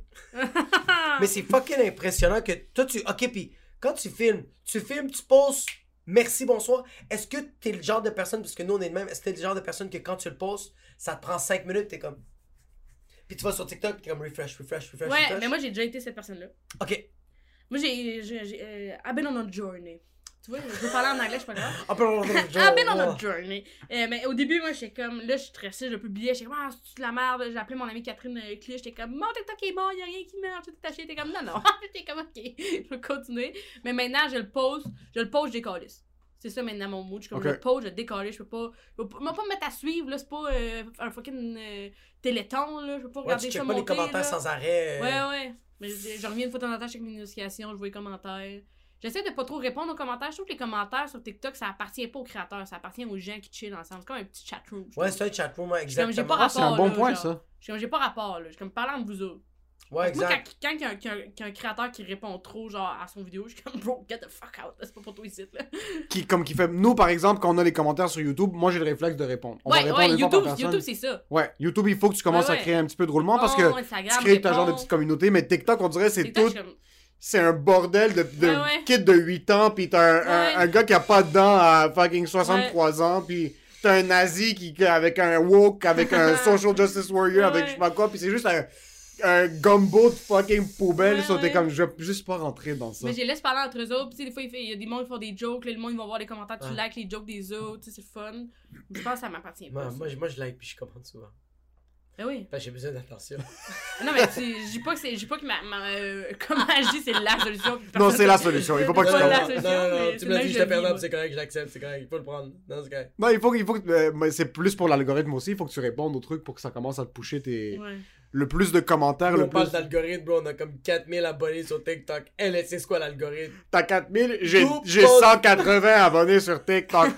[SPEAKER 5] Mais c'est fucking impressionnant que toi, tu. Ok, puis quand tu filmes, tu filmes, tu poses. Merci, bonsoir. Est-ce que t'es le genre de personne, parce que nous on est le même, est-ce que t'es le genre de personne que quand tu le postes, ça te prend cinq minutes, t'es comme. Puis tu vas sur TikTok, t'es comme refresh, refresh, refresh.
[SPEAKER 7] Ouais,
[SPEAKER 5] refresh.
[SPEAKER 7] mais moi, j'ai déjà été cette personne-là.
[SPEAKER 5] Ok.
[SPEAKER 7] Moi, j'ai. j'ai, j'ai euh, I've been on a journey. Tu vois, je veux parler en anglais, je suis pas grave.
[SPEAKER 5] Ah, pardon, pardon,
[SPEAKER 7] I've been on a
[SPEAKER 5] genre,
[SPEAKER 7] journey. Euh, mais au début, moi, j'étais comme. Là, je suis stressée, je le publiais. J'étais comme, ah, c'est de la merde. J'ai appelé mon amie Catherine euh, Clich. J'étais comme, mon TikTok est bon, y'a rien qui marche. Tout est taché. J'étais comme, non, non. J'étais comme, ok, je vais continuer. Mais maintenant, je le pose. Je le pose, je décalisse. C'est ça maintenant mon mood. Je suis comme,
[SPEAKER 6] Ok.
[SPEAKER 7] je le pose, je le décalisse. Je peux pas. Je peux pas, moi, pas me mettre à suivre, là. C'est pas euh, un fucking euh, téléthon, là. Je peux pas
[SPEAKER 5] Ouais,
[SPEAKER 7] regarder
[SPEAKER 5] tu
[SPEAKER 7] ça
[SPEAKER 5] checkes pas les
[SPEAKER 7] monter,
[SPEAKER 5] commentaires
[SPEAKER 7] là.
[SPEAKER 5] sans arrêt. euh,
[SPEAKER 7] Ouais, ouais. Mais je, je reviens une fois de temps en temps, je check mes notifications, je vois les commentaires. J'essaie de pas trop répondre aux commentaires. Je trouve que les commentaires sur TikTok, ça appartient pas aux créateurs, ça appartient aux gens qui chillent ensemble. C'est comme un petit chatroom. je
[SPEAKER 5] Ouais,
[SPEAKER 7] trouve.
[SPEAKER 5] c'est un chatroom, ouais,
[SPEAKER 7] Je suis comme, j'ai
[SPEAKER 5] exactement.
[SPEAKER 7] pas
[SPEAKER 6] Ah, c'est un
[SPEAKER 7] rapport,
[SPEAKER 6] bon
[SPEAKER 7] là,
[SPEAKER 6] point,
[SPEAKER 7] genre.
[SPEAKER 6] ça.
[SPEAKER 7] Je suis comme, j'ai pas rapport, là. Je suis comme, parlant de vous autres.
[SPEAKER 5] Ouais,
[SPEAKER 7] Moi,
[SPEAKER 5] exact.
[SPEAKER 7] quand il y, a un- qu'il y a un- qu'il y a un créateur qui répond trop, genre, à son vidéo, je suis comme, bro, get the fuck out. C'est pas pour toi ici, là.
[SPEAKER 6] Qui, comme qui fait... Nous, par exemple, quand on a les commentaires sur YouTube, moi, j'ai le réflexe de répondre. On va
[SPEAKER 7] Ouais,
[SPEAKER 6] répondre
[SPEAKER 7] ouais,
[SPEAKER 6] une fois par
[SPEAKER 7] YouTube,
[SPEAKER 6] personne.
[SPEAKER 7] YouTube, c'est ça.
[SPEAKER 6] Ouais, YouTube, il faut que tu commences
[SPEAKER 7] Ouais,
[SPEAKER 6] à
[SPEAKER 7] ouais.
[SPEAKER 6] créer un petit peu de roulement parce que
[SPEAKER 7] Oh, Instagram,
[SPEAKER 6] tu crées ta
[SPEAKER 7] répond.
[SPEAKER 6] genre de petite communauté, mais TikTok, on dirait c'est
[SPEAKER 7] TikTok,
[SPEAKER 6] tout...
[SPEAKER 7] je suis comme,
[SPEAKER 6] C'est un bordel de, de
[SPEAKER 7] Ouais, ouais.
[SPEAKER 6] kid de huit ans, pis t'as un, un,
[SPEAKER 7] Ouais.
[SPEAKER 6] un gars qui a pas de dents à fucking soixante-trois ans, pis t'as un nazi qui, avec un woke, avec un social justice warrior,
[SPEAKER 7] Ouais,
[SPEAKER 6] avec
[SPEAKER 7] ouais.
[SPEAKER 6] je sais pas quoi, pis c'est juste un, un gumbo de fucking poubelle,
[SPEAKER 7] Ouais,
[SPEAKER 6] so t'es
[SPEAKER 7] ouais.
[SPEAKER 6] comme, je vais juste pas rentrer dans ça.
[SPEAKER 7] Mais je les laisse parler entre eux autres. Puis, tu sais, des fois, il fait- il y a des mondes qui font des jokes. Là, le monde, ils vont voir les commentaires. Tu
[SPEAKER 5] Ouais.
[SPEAKER 7] likes les jokes des autres. Tu sais, c'est fun. Je pense que ça m'appartient pas.
[SPEAKER 5] Moi,
[SPEAKER 7] ça.
[SPEAKER 5] moi, je- moi, je like puis je commente souvent.
[SPEAKER 7] Ben oui.
[SPEAKER 5] Parce que j'ai besoin d'attention.
[SPEAKER 7] Non, mais tu, je dis pas que c'est, je dis pas que ma, ma euh, comment agir, c'est la solution. puis
[SPEAKER 6] Non,
[SPEAKER 7] personne-
[SPEAKER 6] c'est la solution, il faut pas que
[SPEAKER 7] C'est
[SPEAKER 6] tu
[SPEAKER 7] pas la
[SPEAKER 6] commentes.
[SPEAKER 7] solution,
[SPEAKER 5] Non, non, non,
[SPEAKER 7] mais
[SPEAKER 5] tu
[SPEAKER 7] c'est
[SPEAKER 5] me l'as
[SPEAKER 7] là
[SPEAKER 5] dit,
[SPEAKER 7] que
[SPEAKER 5] j'étais
[SPEAKER 7] je
[SPEAKER 5] perdant,
[SPEAKER 7] vis,
[SPEAKER 5] c'est correct, je l'accepte, c'est correct, il faut le prendre. Non, c'est correct.
[SPEAKER 6] Non, il faut, il faut que, euh, mais c'est plus pour l'algorithme aussi, il faut que tu répondes aux trucs pour que ça commence à te pusher tes,
[SPEAKER 7] Ouais.
[SPEAKER 6] le plus de commentaires,
[SPEAKER 5] On
[SPEAKER 6] le
[SPEAKER 5] parle
[SPEAKER 6] plus.
[SPEAKER 5] d'algorithme, bro, on a comme quatre mille abonnés sur TikTok. Elle, c'est quoi l'algorithme?
[SPEAKER 6] T'as quatre mille, j'ai,
[SPEAKER 5] Tout
[SPEAKER 6] j'ai
[SPEAKER 5] passe-
[SPEAKER 6] cent quatre-vingts abonnés sur TikTok.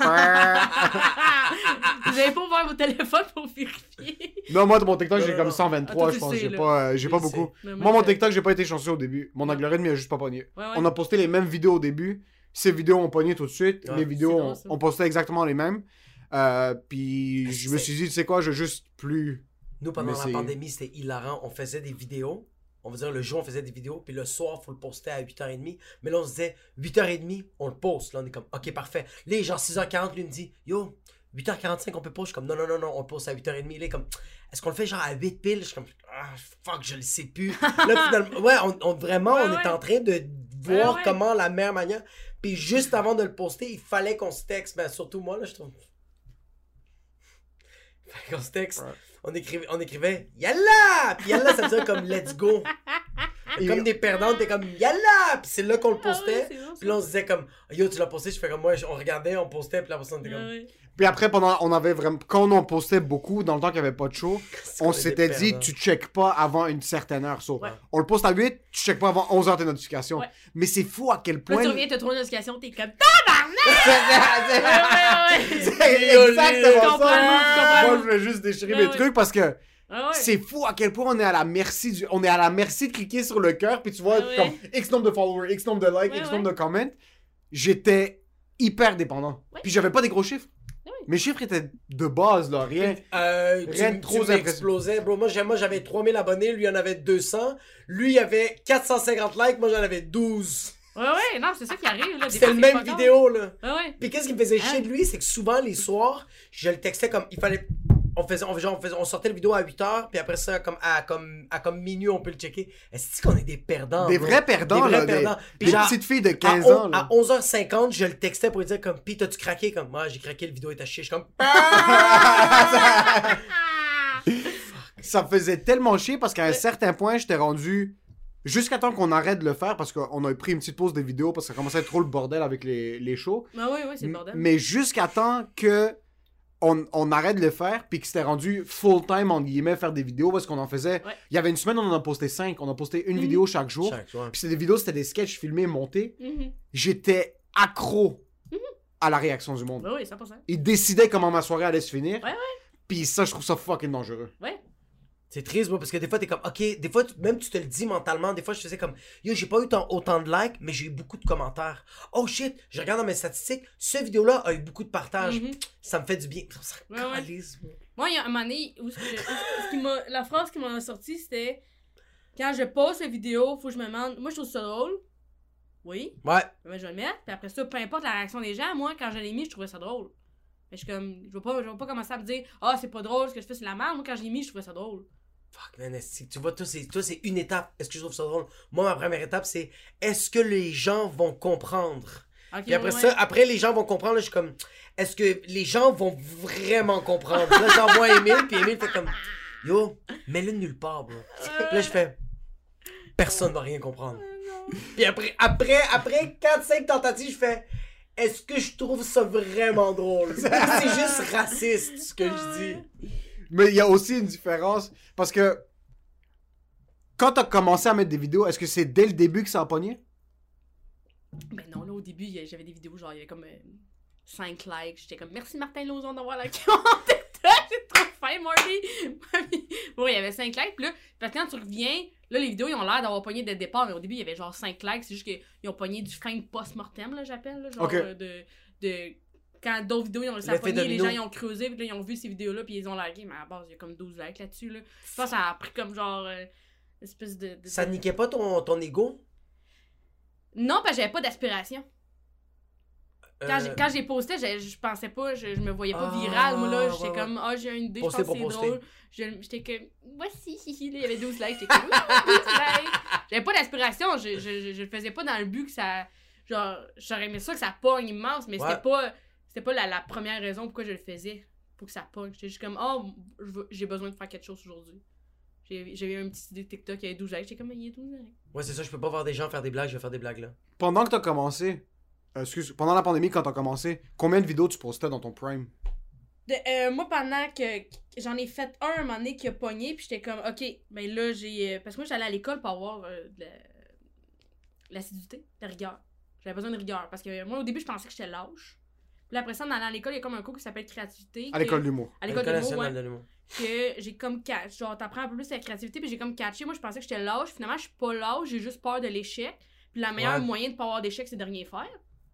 [SPEAKER 7] Vous avez pas ouvert vos téléphones pour vérifier.
[SPEAKER 6] Non, moi, de mon TikTok,
[SPEAKER 5] Non,
[SPEAKER 6] j'ai
[SPEAKER 5] non,
[SPEAKER 6] comme
[SPEAKER 5] non.
[SPEAKER 6] cent vingt-trois,
[SPEAKER 7] Ah, toi,
[SPEAKER 6] je
[SPEAKER 7] tu
[SPEAKER 6] pense.
[SPEAKER 7] sais,
[SPEAKER 6] J'ai
[SPEAKER 7] là.
[SPEAKER 6] pas, euh, j'ai pas
[SPEAKER 5] Tu
[SPEAKER 6] beaucoup.
[SPEAKER 7] sais.
[SPEAKER 6] Moi, mon
[SPEAKER 7] je-
[SPEAKER 6] TikTok, j'ai pas été chanceux au début. Mon
[SPEAKER 7] Non.
[SPEAKER 6] algorithme, il a juste pas pogné.
[SPEAKER 7] Ouais, ouais.
[SPEAKER 6] On a posté les mêmes vidéos au début. Ces vidéos ont pogné tout de suite.
[SPEAKER 5] Ouais,
[SPEAKER 6] les vidéos,
[SPEAKER 7] c'est drôle,
[SPEAKER 6] on,
[SPEAKER 7] ça.
[SPEAKER 6] on postait exactement les mêmes. Euh, puis je me
[SPEAKER 5] C'est-
[SPEAKER 6] suis dit, tu sais quoi, je vais juste plus.
[SPEAKER 5] Nous, pendant
[SPEAKER 6] Mais
[SPEAKER 5] la
[SPEAKER 6] c'est-
[SPEAKER 5] pandémie, c'était hilarant. On faisait des vidéos. on va dire le jour on faisait des vidéos, puis le soir, faut le poster à huit heures trente. Mais là, on se disait, huit heures trente, on le poste. Là, on est comme, ok, parfait. Là, il est genre six heures quarante, lui, il me dit, yo, huit heures quarante-cinq, on peut pas. Je suis comme, non, non, non, non, on le poste à huit heures trente. Là, il est comme, est-ce qu'on le fait genre à huit piles? Je suis comme, ah, fuck, je le sais plus. Là, finalement, ouais, on, on vraiment,
[SPEAKER 7] ouais,
[SPEAKER 5] on
[SPEAKER 7] ouais.
[SPEAKER 5] est en train de voir
[SPEAKER 7] ouais, ouais.
[SPEAKER 5] comment la meilleure manière. Puis juste avant de le poster, il fallait qu'on se texte. Ben, surtout moi, là, je trouve. Il fallait qu'on se texte. Ouais. On écrivait, on écrivait Yalla! Puis Yalla, ça veut dire comme let's go. Et comme des perdantes, t'es comme Yalla! Puis c'est là qu'on le postait. Ah ouais, bon, puis là, on se disait comme Yo, tu l'as posté. Je fais comme moi, on regardait, on postait. Puis là, on était comme. Ouais.
[SPEAKER 6] Puis après, pendant, on avait vraiment, quand on postait beaucoup, dans le temps qu'il n'y avait pas de show, on s'était dit, tu checkes pas avant une certaine heure. So, ouais. On le poste à huit, tu checkes pas avant onze heures tes notifications. Ouais. Mais c'est fou à quel point.
[SPEAKER 7] Là, tu reviens, t'as trop de notifications, t'es comme tabarnak!
[SPEAKER 6] C'est exactement ça. Moi, je voulais juste déchirer mes trucs parce que ah ouais. C'est fou à quel point on est à la merci du, on est à la merci de cliquer sur le cœur, puis tu vois, ah ouais. Comme X nombre de followers, X nombre de likes, ouais, X nombre ouais. de comments. J'étais hyper dépendant. Ouais. Puis j'avais pas des gros chiffres. Mes chiffres étaient de base, là, rien,
[SPEAKER 5] euh, rien de trop explosé. Bro, moi, moi, j'avais trois mille abonnés, lui, il en avait deux cents. Lui, il avait quatre cent cinquante likes, moi, j'en avais douze.
[SPEAKER 7] Ouais, ouais, non, c'est ça qui arrive, là.
[SPEAKER 5] C'était le même vidéo, là.
[SPEAKER 7] Ouais, ouais.
[SPEAKER 5] Puis qu'est-ce qui me faisait chier de lui, c'est que souvent, les soirs, je le textais comme, il fallait... On faisait, on, genre, on, faisait, on sortait la vidéo à huit heures, puis après ça, comme, à, comme, à comme minuit, on peut le checker. Est-ce qu'on est des perdants?
[SPEAKER 6] Des bro? Vrais perdants, des vrais
[SPEAKER 5] là.
[SPEAKER 6] Perdants. Des,
[SPEAKER 5] des
[SPEAKER 6] genre, petites filles de quinze ans. On,
[SPEAKER 5] à onze heures cinquante, je le textais pour lui dire comme, pis t'as-tu craqué? Comme, moi, j'ai craqué, la vidéo est à chier. Je suis comme,
[SPEAKER 6] ça me faisait tellement chier parce qu'à un certain point, j'étais rendu... Jusqu'à temps qu'on arrête de le faire, parce qu'on a pris une petite pause des vidéos, parce que ça commençait à être trop le bordel avec les, les shows.
[SPEAKER 7] Ah oui, oui, c'est le bordel.
[SPEAKER 6] Mais jusqu'à temps que... On, on arrête de le faire, puis que c'était rendu full-time, entre guillemets, faire des vidéos, parce qu'on en faisait... Ouais. Il y avait une semaine, on en a posté cinq. On a posté une mm-hmm. vidéo chaque jour. Chaque, ouais. Puis c'était des vidéos, c'était des sketchs filmés, montés. Mm-hmm. J'étais accro mm-hmm. à la réaction du monde.
[SPEAKER 7] Ouais, oui, cent pour cent.
[SPEAKER 6] Ils décidaient comment ma soirée allait se finir.
[SPEAKER 7] Ouais, ouais.
[SPEAKER 6] Puis ça, je trouve ça fucking dangereux.
[SPEAKER 7] Ouais.
[SPEAKER 5] C'est triste, moi, parce que des fois, t'es comme, ok, des fois, même tu te le dis mentalement, des fois, je faisais comme, yo, j'ai pas eu tant, autant de likes, mais j'ai eu beaucoup de commentaires. Oh shit, je regarde dans mes statistiques, cette vidéo-là a eu beaucoup de partages. Mm-hmm. Ça me fait du bien. Ça
[SPEAKER 7] ouais, calise, ouais. Moi, il y a un moment donné, où, où, où, ce qui m'a, la phrase qui m'en a sorti, c'était, quand je poste la vidéo, faut que je me demande, moi, je trouve ça drôle. Oui.
[SPEAKER 5] Ouais.
[SPEAKER 7] Mais je vais le mettre, puis après ça, peu importe la réaction des gens, moi, quand je l'ai mis, je trouvais ça drôle. Mais je suis comme, je vais pas, je vais pas commencer à me dire, ah, oh, c'est pas drôle, ce que je fais, c'est la merde. Moi, quand je l'ai mis, je trouvais ça drôle.
[SPEAKER 5] Fuck, man, tu vois, toi, c'est, toi, c'est une étape. Est-ce que je trouve ça drôle? Moi, ma première étape, c'est est-ce que les gens vont comprendre? Okay, puis après ouais. ça, après, les gens vont comprendre, là, je suis comme, est-ce que les gens vont vraiment comprendre? Là, j'envoie Emile, puis Emile fait comme, yo, mets-le nulle part, bro. Puis là, je fais, personne va rien comprendre. Puis après, après, après quatre cinq tentatives, je fais, est-ce que je trouve ça vraiment drôle? C'est juste raciste, ce que je dis.
[SPEAKER 6] Mais il y a aussi une différence, parce que quand t'as commencé à mettre des vidéos, est-ce que c'est dès le début que ça a pogné?
[SPEAKER 7] Ben non, là, au début, j'avais des vidéos, genre, il y avait comme euh, cinq likes. J'étais comme, merci Martin Lauzon d'avoir liké mon TikTok, c'est trop fin, Marty! Bon, il y avait cinq likes, puis là, parce que quand tu reviens, là, les vidéos, ils ont l'air d'avoir pogné dès le départ, mais au début, il y avait genre cinq likes, c'est juste qu'ils ont pogné du fin post-mortem, là, j'appelle, là, genre, okay. euh, de... de quand d'autres vidéos, ils ont réussi à pogner, les gens, ils ont creusé, puis là, ils ont vu ces vidéos-là, puis ils ont liké, mais à la base, il y a comme douze likes là-dessus, là. Je pense que ça a pris comme genre, euh, une espèce de, de...
[SPEAKER 5] Ça niquait pas ton, ton ego?
[SPEAKER 7] Non, parce que j'avais pas d'aspiration. Quand, euh... j'ai, quand j'ai posté, je, je pensais pas, je, je me voyais pas ah, viral, moi, là. J'étais ouais, comme, ah, oh, j'ai une idée, je pense que c'est poster. Drôle. Je, j'étais comme, voici, hihi, là, il y avait douze likes, j'étais comme, douze likes. J'avais pas d'aspiration, je, je, je, je le faisais pas dans le but que ça, genre, j'aurais aimé ça que ça pogne immense, mais ouais. c'était pas... C'était pas la, la première raison pourquoi je le faisais, pour que ça pogne. J'étais juste comme, oh, j'ai besoin de faire quelque chose aujourd'hui. J'ai, j'avais un petit idée de TikTok, il y avait douze likes. J'étais comme, il y a douze likes.
[SPEAKER 5] Ouais, c'est ça, je peux pas voir des gens faire des blagues, je vais faire des blagues là.
[SPEAKER 6] Pendant que t'as commencé, euh, excuse, pendant la pandémie, quand t'as commencé, combien de vidéos tu postais dans ton Prime?
[SPEAKER 7] De, euh, moi, pendant que, que j'en ai fait un, un moment donné qui a pogné, puis j'étais comme, ok, ben là, j'ai. Euh, parce que moi, j'allais à l'école pour avoir euh, de, la, de l'assiduité, de la rigueur. J'avais besoin de rigueur. Parce que euh, moi, au début, je pensais que j'étais lâche. Puis après ça, en allant à l'école, il y a comme un cours qui s'appelle créativité.
[SPEAKER 6] À l'école d'humour.
[SPEAKER 7] À l'école, à l'école d'humour, ouais, de l'humour. Que j'ai comme catch. Genre, t'apprends un peu plus la créativité, puis j'ai comme catché. Moi, je pensais que j'étais lâche. Finalement, je suis pas lâche, j'ai juste peur de l'échec. Puis le meilleur ouais. moyen de pas avoir d'échec, c'est de rien faire.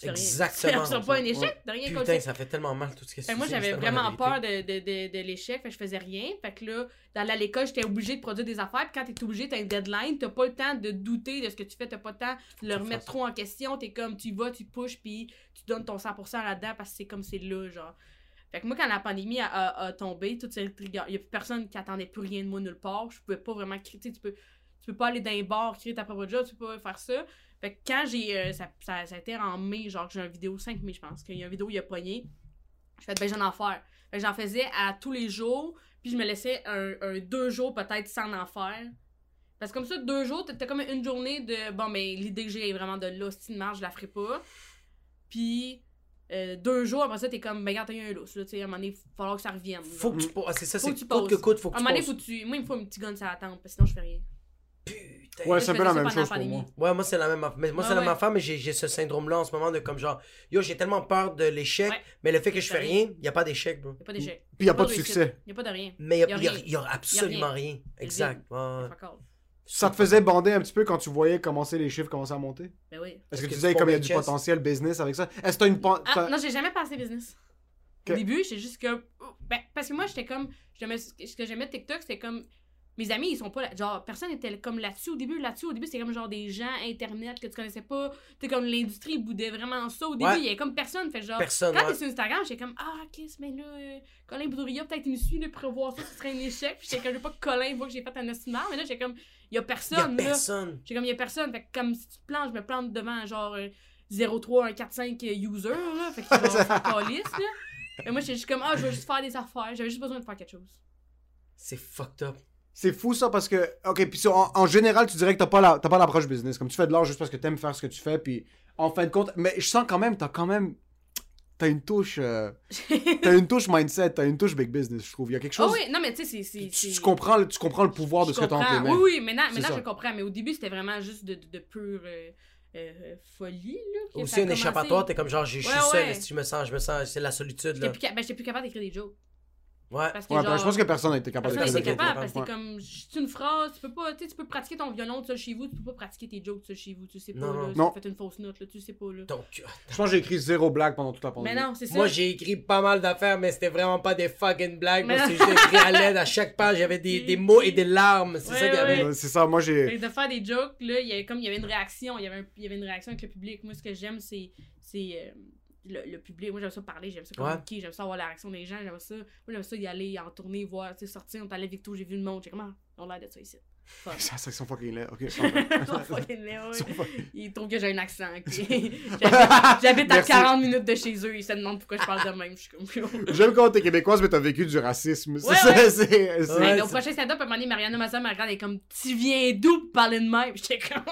[SPEAKER 7] tu fais
[SPEAKER 5] Exactement.
[SPEAKER 7] rien. C'est pas un échec, de rien
[SPEAKER 5] Putain, ça fait tellement mal tout ce que tu
[SPEAKER 7] dis. Moi, j'avais vraiment peur de, de, de, de l'échec, fait que je faisais rien. Fait que là, dans l'école, j'étais obligée de produire des affaires. Puis quand t'es obligé, t'as une deadline, t'as pas le temps de douter de ce que tu fais, t'as pas le temps de le remettre trop en question. T'es comme, tu vas, tu pushes, puis tu donnes ton cent pour cent là-dedans parce que c'est comme c'est là, genre. Fait que moi, quand la pandémie a, a, a tombé, toutes ces il y a plus personne qui attendait plus rien de moi nulle part. Je pouvais pas vraiment crier, tu peux, tu peux pas aller dans les bars, créer ta propre job, tu peux pas faire ça. Fait que quand j'ai, euh, ça, ça, ça a été en mai, genre que j'ai une vidéo, cinq mai je pense, qu'il y a une vidéo où il a pogné, je fais ben j'en en faire. Fait que j'en faisais à tous les jours, puis je me laissais un, un deux jours peut-être sans en faire. Parce que comme ça, deux jours, t'as comme une journée de, bon ben l'idée que j'ai est vraiment de là, si de marche, je la ferai pas. Puis... Euh, deux jours après ça, t'es comme, ben, regarde, t'as eu un lousse, là, tu sais, à un moment donné, il va falloir que ça revienne.
[SPEAKER 5] Faut que tu poses. Ah, c'est ça,
[SPEAKER 7] faut
[SPEAKER 5] c'est
[SPEAKER 7] que tu
[SPEAKER 5] coûte que coûte, faut que
[SPEAKER 7] à
[SPEAKER 5] tu
[SPEAKER 7] un moment donné,
[SPEAKER 5] poses.
[SPEAKER 7] faut que tu. Moi, il me faut un petit gun sur la tempe, parce que sinon, je fais rien.
[SPEAKER 5] Putain.
[SPEAKER 6] Ouais, c'est un peu la même
[SPEAKER 7] pendant
[SPEAKER 6] chose
[SPEAKER 7] la
[SPEAKER 6] pour moi.
[SPEAKER 5] Ouais, moi, c'est la même affaire. Mais moi,
[SPEAKER 7] Ouais,
[SPEAKER 5] c'est la
[SPEAKER 7] ouais.
[SPEAKER 5] même affaire, mais j'ai, j'ai ce syndrome-là en ce moment de comme genre, yo, j'ai tellement peur de l'échec,
[SPEAKER 7] Ouais.
[SPEAKER 5] mais le fait que je
[SPEAKER 7] Ça
[SPEAKER 5] fais
[SPEAKER 7] arrive.
[SPEAKER 5] rien, y a pas d'échec, bro.
[SPEAKER 7] Y'a pas d'échec.
[SPEAKER 6] Puis y a pas de
[SPEAKER 7] réussite.
[SPEAKER 6] succès.
[SPEAKER 7] Y'a pas de rien.
[SPEAKER 5] Mais y a,
[SPEAKER 7] Y a
[SPEAKER 5] y a,
[SPEAKER 7] rien.
[SPEAKER 5] y a absolument
[SPEAKER 7] Y a
[SPEAKER 5] rien. Exact. Ouais, ouais.
[SPEAKER 7] Fuck all.
[SPEAKER 6] Ça te faisait bander un petit peu quand tu voyais commencer les chiffres commencer à monter?
[SPEAKER 7] Ben oui.
[SPEAKER 6] Est-ce
[SPEAKER 5] Est-ce
[SPEAKER 6] que
[SPEAKER 5] que
[SPEAKER 6] tu
[SPEAKER 5] tu
[SPEAKER 6] disais comme il y a
[SPEAKER 5] tombais
[SPEAKER 6] du
[SPEAKER 5] chest?
[SPEAKER 6] potentiel business avec ça? Est-ce que t'as une... pen-
[SPEAKER 7] Ah,
[SPEAKER 6] t'as-
[SPEAKER 7] non, j'ai jamais pensé business.
[SPEAKER 6] Que-
[SPEAKER 7] Au début, j'étais juste comme. Ben, parce que moi, j'étais comme. j'aimais- Ce que j'aimais de TikTok, c'était comme. Mes amis, ils sont pas là. Genre, personne n'était comme là-dessus au début. Là-dessus, au début, c'était comme genre des gens Internet que tu connaissais pas. Tu sais, comme l'industrie boudait vraiment ça. Au début,
[SPEAKER 5] Ouais.
[SPEAKER 7] il y avait comme personne. Fait genre.
[SPEAKER 5] Personne,
[SPEAKER 7] Quand
[SPEAKER 5] ouais.
[SPEAKER 7] t'es sur Instagram, j'étais comme, ah, ok, mais là, euh, Colin Boudria, peut-être il me suit, là, pour voir ça, ce serait un échec. Puis j'étais comme, je veux pas que Colin voit que j'ai fait un estimant. Mais là, j'étais comme, il y a personne.
[SPEAKER 5] Y a
[SPEAKER 7] là.
[SPEAKER 5] personne.
[SPEAKER 7] J'étais comme, il y a personne. Fait que comme si tu te plantes, je me plante devant genre euh, zéro trois un quatre cinq user, là. Fait que tu vas faire calice, là. Et moi, j'étais juste comme, ah, je veux juste faire des affaires. J'avais juste besoin de faire quelque chose.
[SPEAKER 5] C'est fucked up.
[SPEAKER 6] C'est fou ça parce que... Ok, puis ça, en, en général, tu dirais que t'as pas, la, t'as pas l'approche business. Comme tu fais de l'art juste parce que t'aimes faire ce que tu fais, puis en fin de compte... Mais je sens quand même, t'as quand même... T'as une touche... euh, t'as une touche mindset, t'as une touche big business, je trouve. Il y a quelque
[SPEAKER 7] Oh
[SPEAKER 6] chose...
[SPEAKER 7] oui, non, mais tu sais, c'est. c'est-
[SPEAKER 6] Tu,
[SPEAKER 7] c'est-
[SPEAKER 6] tu comprends, le- tu comprends le pouvoir de
[SPEAKER 7] je
[SPEAKER 6] ce que t'as entre les
[SPEAKER 7] comprends.
[SPEAKER 6] mains.
[SPEAKER 7] Oui, oui, maintenant,
[SPEAKER 6] C'est
[SPEAKER 7] maintenant
[SPEAKER 6] ça.
[SPEAKER 7] je comprends. Mais au début, c'était vraiment juste de, de, de pure euh, euh, folie, là. que ça
[SPEAKER 5] Aussi
[SPEAKER 7] a
[SPEAKER 5] un
[SPEAKER 7] commencé.
[SPEAKER 5] échappatoire, t'es comme genre, je je suis
[SPEAKER 7] Ouais,
[SPEAKER 5] seul,
[SPEAKER 7] ouais.
[SPEAKER 5] si je me sens, je me sens, c'est la solitude,
[SPEAKER 7] J'étais
[SPEAKER 5] là.
[SPEAKER 7] plus, ca- ben, j'étais plus capable d'écrire des jokes.
[SPEAKER 5] Ouais.
[SPEAKER 7] Parce que
[SPEAKER 6] Ouais,
[SPEAKER 7] genre.
[SPEAKER 6] ben, je pense que personne n'a été capable de
[SPEAKER 7] Personne
[SPEAKER 6] faire
[SPEAKER 7] n'était
[SPEAKER 6] ça.
[SPEAKER 7] capable parce que
[SPEAKER 6] Ouais.
[SPEAKER 7] c'est comme juste une phrase, tu peux pas, tu sais, tu peux pratiquer ton violon tout seul chez vous, tu peux pas pratiquer tes jokes tout seul chez vous, tu sais pas,
[SPEAKER 5] Non,
[SPEAKER 7] là,
[SPEAKER 5] non.
[SPEAKER 7] si
[SPEAKER 6] Non.
[SPEAKER 7] t'as fait une fausse note, là, tu sais pas, là.
[SPEAKER 5] Donc,
[SPEAKER 6] Je pense que j'ai écrit zéro blague pendant toute la pandémie.
[SPEAKER 7] Mais non, c'est ça.
[SPEAKER 5] moi, j'ai écrit pas mal d'affaires, mais c'était vraiment pas des fucking blagues.
[SPEAKER 7] Mais
[SPEAKER 5] Moi,
[SPEAKER 7] non.
[SPEAKER 5] c'est juste écrit à l'aide. À chaque page, il y avait des, des mots et des larmes. C'est
[SPEAKER 7] Ouais,
[SPEAKER 5] ça qu'il y avait.
[SPEAKER 6] Ouais, c'est ça, moi j'ai...
[SPEAKER 7] Fait que de faire des jokes, là, il y avait comme il y avait une réaction, il y avait, un- il y avait une réaction avec le public. Moi, ce que j'aime, c'est c'est euh, le, le public. Moi, j'aime ça parler, j'aime ça communiquer, j'aime ça avoir la réaction des gens, j'aime ça. Moi, j'aime ça y aller en tournée, voir, tu sais, sortir. On est allé Victo, j'ai vu le monde. J'ai comment on a l'air de ça ici. Fuck.
[SPEAKER 6] Ça, c'est son fucking laid, ok.
[SPEAKER 7] Ils sont fucking laids, ouais.
[SPEAKER 6] Ils sont fucking-
[SPEAKER 7] Ils trouvent que j'ai un accent. ok. J'habite j'habite à
[SPEAKER 6] Merci.
[SPEAKER 7] quarante minutes de chez eux, ils se demandent pourquoi je parle de même. Je suis comme.
[SPEAKER 6] J'aime quand t'es québécoise, mais t'as vécu du racisme. C'est
[SPEAKER 7] Ouais,
[SPEAKER 6] ça,
[SPEAKER 7] ouais.
[SPEAKER 6] c'est... c'est-
[SPEAKER 5] Ouais,
[SPEAKER 7] Hey, au
[SPEAKER 5] c'est-
[SPEAKER 7] prochain stand-up, à un moment donné, Mariana Massa me regarde, elle est comme, tu viens d'où pour parler de même? J'étais comme,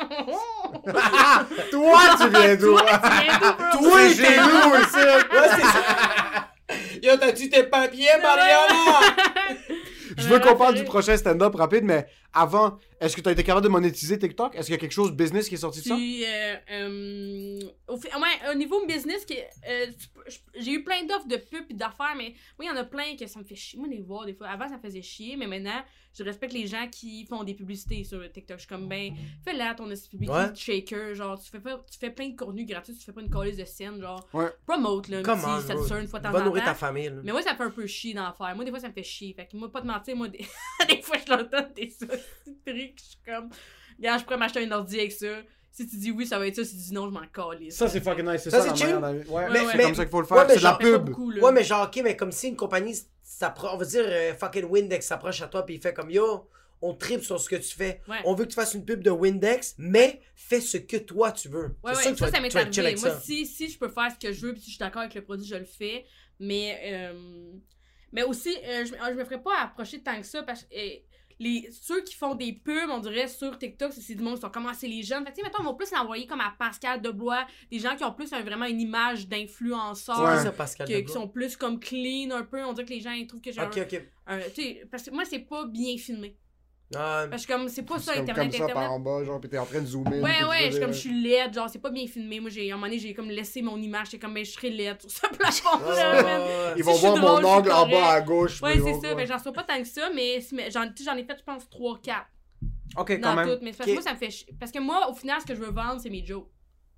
[SPEAKER 6] Ah, toi, tu viens d'où?
[SPEAKER 7] Toi, tu viens d'où, bro?
[SPEAKER 6] Toi,
[SPEAKER 5] C'est
[SPEAKER 6] chez
[SPEAKER 5] chez
[SPEAKER 6] nous, ici.
[SPEAKER 5] Ouais, c'est ça. Yo, t'as-tu tes papiers, Mariana?
[SPEAKER 6] Je veux qu'on parle du prochain stand-up rapide, mais avant, est-ce que t'as été capable de monétiser TikTok? Est-ce qu'il y a quelque chose business qui est sorti de ça?
[SPEAKER 7] Puis, euh, euh, au, fi- ouais, au niveau business, qui, euh, tu peux- je- j'ai eu plein d'offres de pubs et d'affaires, mais moi, il y en a plein que ça me fait chier. Moi, les voir, des fois. Avant, ça me faisait chier, mais maintenant, je respecte les gens qui font des publicités sur TikTok. Je suis comme, ben, fais-la ton publicité
[SPEAKER 5] Ouais.
[SPEAKER 7] shaker. Genre, tu fais, pas, tu fais plein de contenu gratuit, tu fais pas une calice de scène. Genre,
[SPEAKER 6] Ouais.
[SPEAKER 7] promote, là.
[SPEAKER 5] Comment,
[SPEAKER 7] Si ça te sort une fois de temps
[SPEAKER 5] Va
[SPEAKER 7] en
[SPEAKER 5] nourrir ta
[SPEAKER 7] temps.
[SPEAKER 5] famille, là.
[SPEAKER 7] Mais moi, ça me fait un peu chier d'en faire. Moi, des fois, ça me fait chier. Fait que moi, pas de mentir, moi, des, des fois, je leur donne des trucs. Je suis comme, regarde, je pourrais m'acheter un ordi avec ça. Si tu dis oui, ça va être ça. Si tu dis non, je m'en calisse.
[SPEAKER 6] Ça, c'est fucking nice. C'est
[SPEAKER 5] Ça,
[SPEAKER 6] ça,
[SPEAKER 5] c'est
[SPEAKER 6] la
[SPEAKER 5] chill.
[SPEAKER 6] manière d'aller- Ouais,
[SPEAKER 7] Mais-
[SPEAKER 6] c'est
[SPEAKER 7] mais-
[SPEAKER 6] comme ça qu'il faut le
[SPEAKER 5] ouais,
[SPEAKER 6] faire.
[SPEAKER 5] mais
[SPEAKER 6] C'est de la
[SPEAKER 5] genre-
[SPEAKER 7] Pas
[SPEAKER 6] pub.
[SPEAKER 7] beaucoup, là.
[SPEAKER 5] Ouais, mais genre, ok, mais comme si une compagnie s'appro- on va dire euh, fucking Windex s'approche à toi puis il fait comme yo, on tripe sur ce que tu fais.
[SPEAKER 7] Ouais.
[SPEAKER 5] On veut que tu fasses une pub de Windex, mais fais ce que toi tu veux.
[SPEAKER 7] Ouais,
[SPEAKER 5] C'est
[SPEAKER 7] ouais,
[SPEAKER 5] sûr que
[SPEAKER 7] ça,
[SPEAKER 5] tu vas-
[SPEAKER 7] ça m'est
[SPEAKER 5] tu vas être chill
[SPEAKER 7] arrivé.
[SPEAKER 5] avec
[SPEAKER 7] Moi,
[SPEAKER 5] ça.
[SPEAKER 7] si, si je peux faire ce que je veux, puis si je suis d'accord avec le produit, je le fais. Mais, euh, mais aussi, euh, je, je me ferais pas approcher tant que ça parce que euh, les, ceux qui font des pubs, on dirait, sur TikTok, c'est c'est du monde qui sont commencés les jeunes. Fait que, tu sais, mettons, on va plus l'envoyer comme à Pascal Deblois, des gens qui ont plus un- vraiment une image d'influenceur.
[SPEAKER 6] Ouais.
[SPEAKER 5] C'est ça, Pascal.
[SPEAKER 7] que-
[SPEAKER 5] Deblois.
[SPEAKER 7] qui sont plus comme clean un peu. On dirait que les gens ils trouvent que j'ai
[SPEAKER 5] Ok,
[SPEAKER 7] un,
[SPEAKER 5] ok.
[SPEAKER 7] un- tu sais, parce que moi, c'est pas bien filmé.
[SPEAKER 5] Ah,
[SPEAKER 7] Parce que comme, c'est pas ça,
[SPEAKER 6] C'est comme,
[SPEAKER 7] Internet.
[SPEAKER 6] comme ça par
[SPEAKER 7] Internet.
[SPEAKER 6] en bas, genre, pis t'es en train de zoomer.
[SPEAKER 7] Ouais,
[SPEAKER 6] puis tu
[SPEAKER 7] ouais,
[SPEAKER 6] fais
[SPEAKER 7] je suis
[SPEAKER 6] des-
[SPEAKER 7] comme, je suis laide, genre, c'est pas bien filmé. Moi, j'ai, à un moment donné, j'ai comme laissé mon image, j'étais comme, ben, je serais laide sur ce plafond-là,
[SPEAKER 5] Ouais,
[SPEAKER 7] man.
[SPEAKER 5] ouais, ouais.
[SPEAKER 6] Ils
[SPEAKER 7] Si
[SPEAKER 6] vont
[SPEAKER 7] je suis
[SPEAKER 6] voir
[SPEAKER 7] drôle,
[SPEAKER 6] mon
[SPEAKER 7] je suis
[SPEAKER 6] angle en
[SPEAKER 7] correct.
[SPEAKER 6] bas à gauche.
[SPEAKER 7] Ouais,
[SPEAKER 6] puis ils
[SPEAKER 7] c'est
[SPEAKER 6] vont
[SPEAKER 7] ça,
[SPEAKER 6] voir.
[SPEAKER 7] ben, j'en sais pas tant que ça, mais mais j'en, tu sais, j'en ai fait, je pense, trois quatre
[SPEAKER 6] Ok, quand
[SPEAKER 7] dans
[SPEAKER 6] même.
[SPEAKER 7] toutes. Mais c'est parce que
[SPEAKER 5] Ok.
[SPEAKER 7] moi, ça me fait chier. Parce que moi, au final, ce que je veux vendre, c'est mes jokes.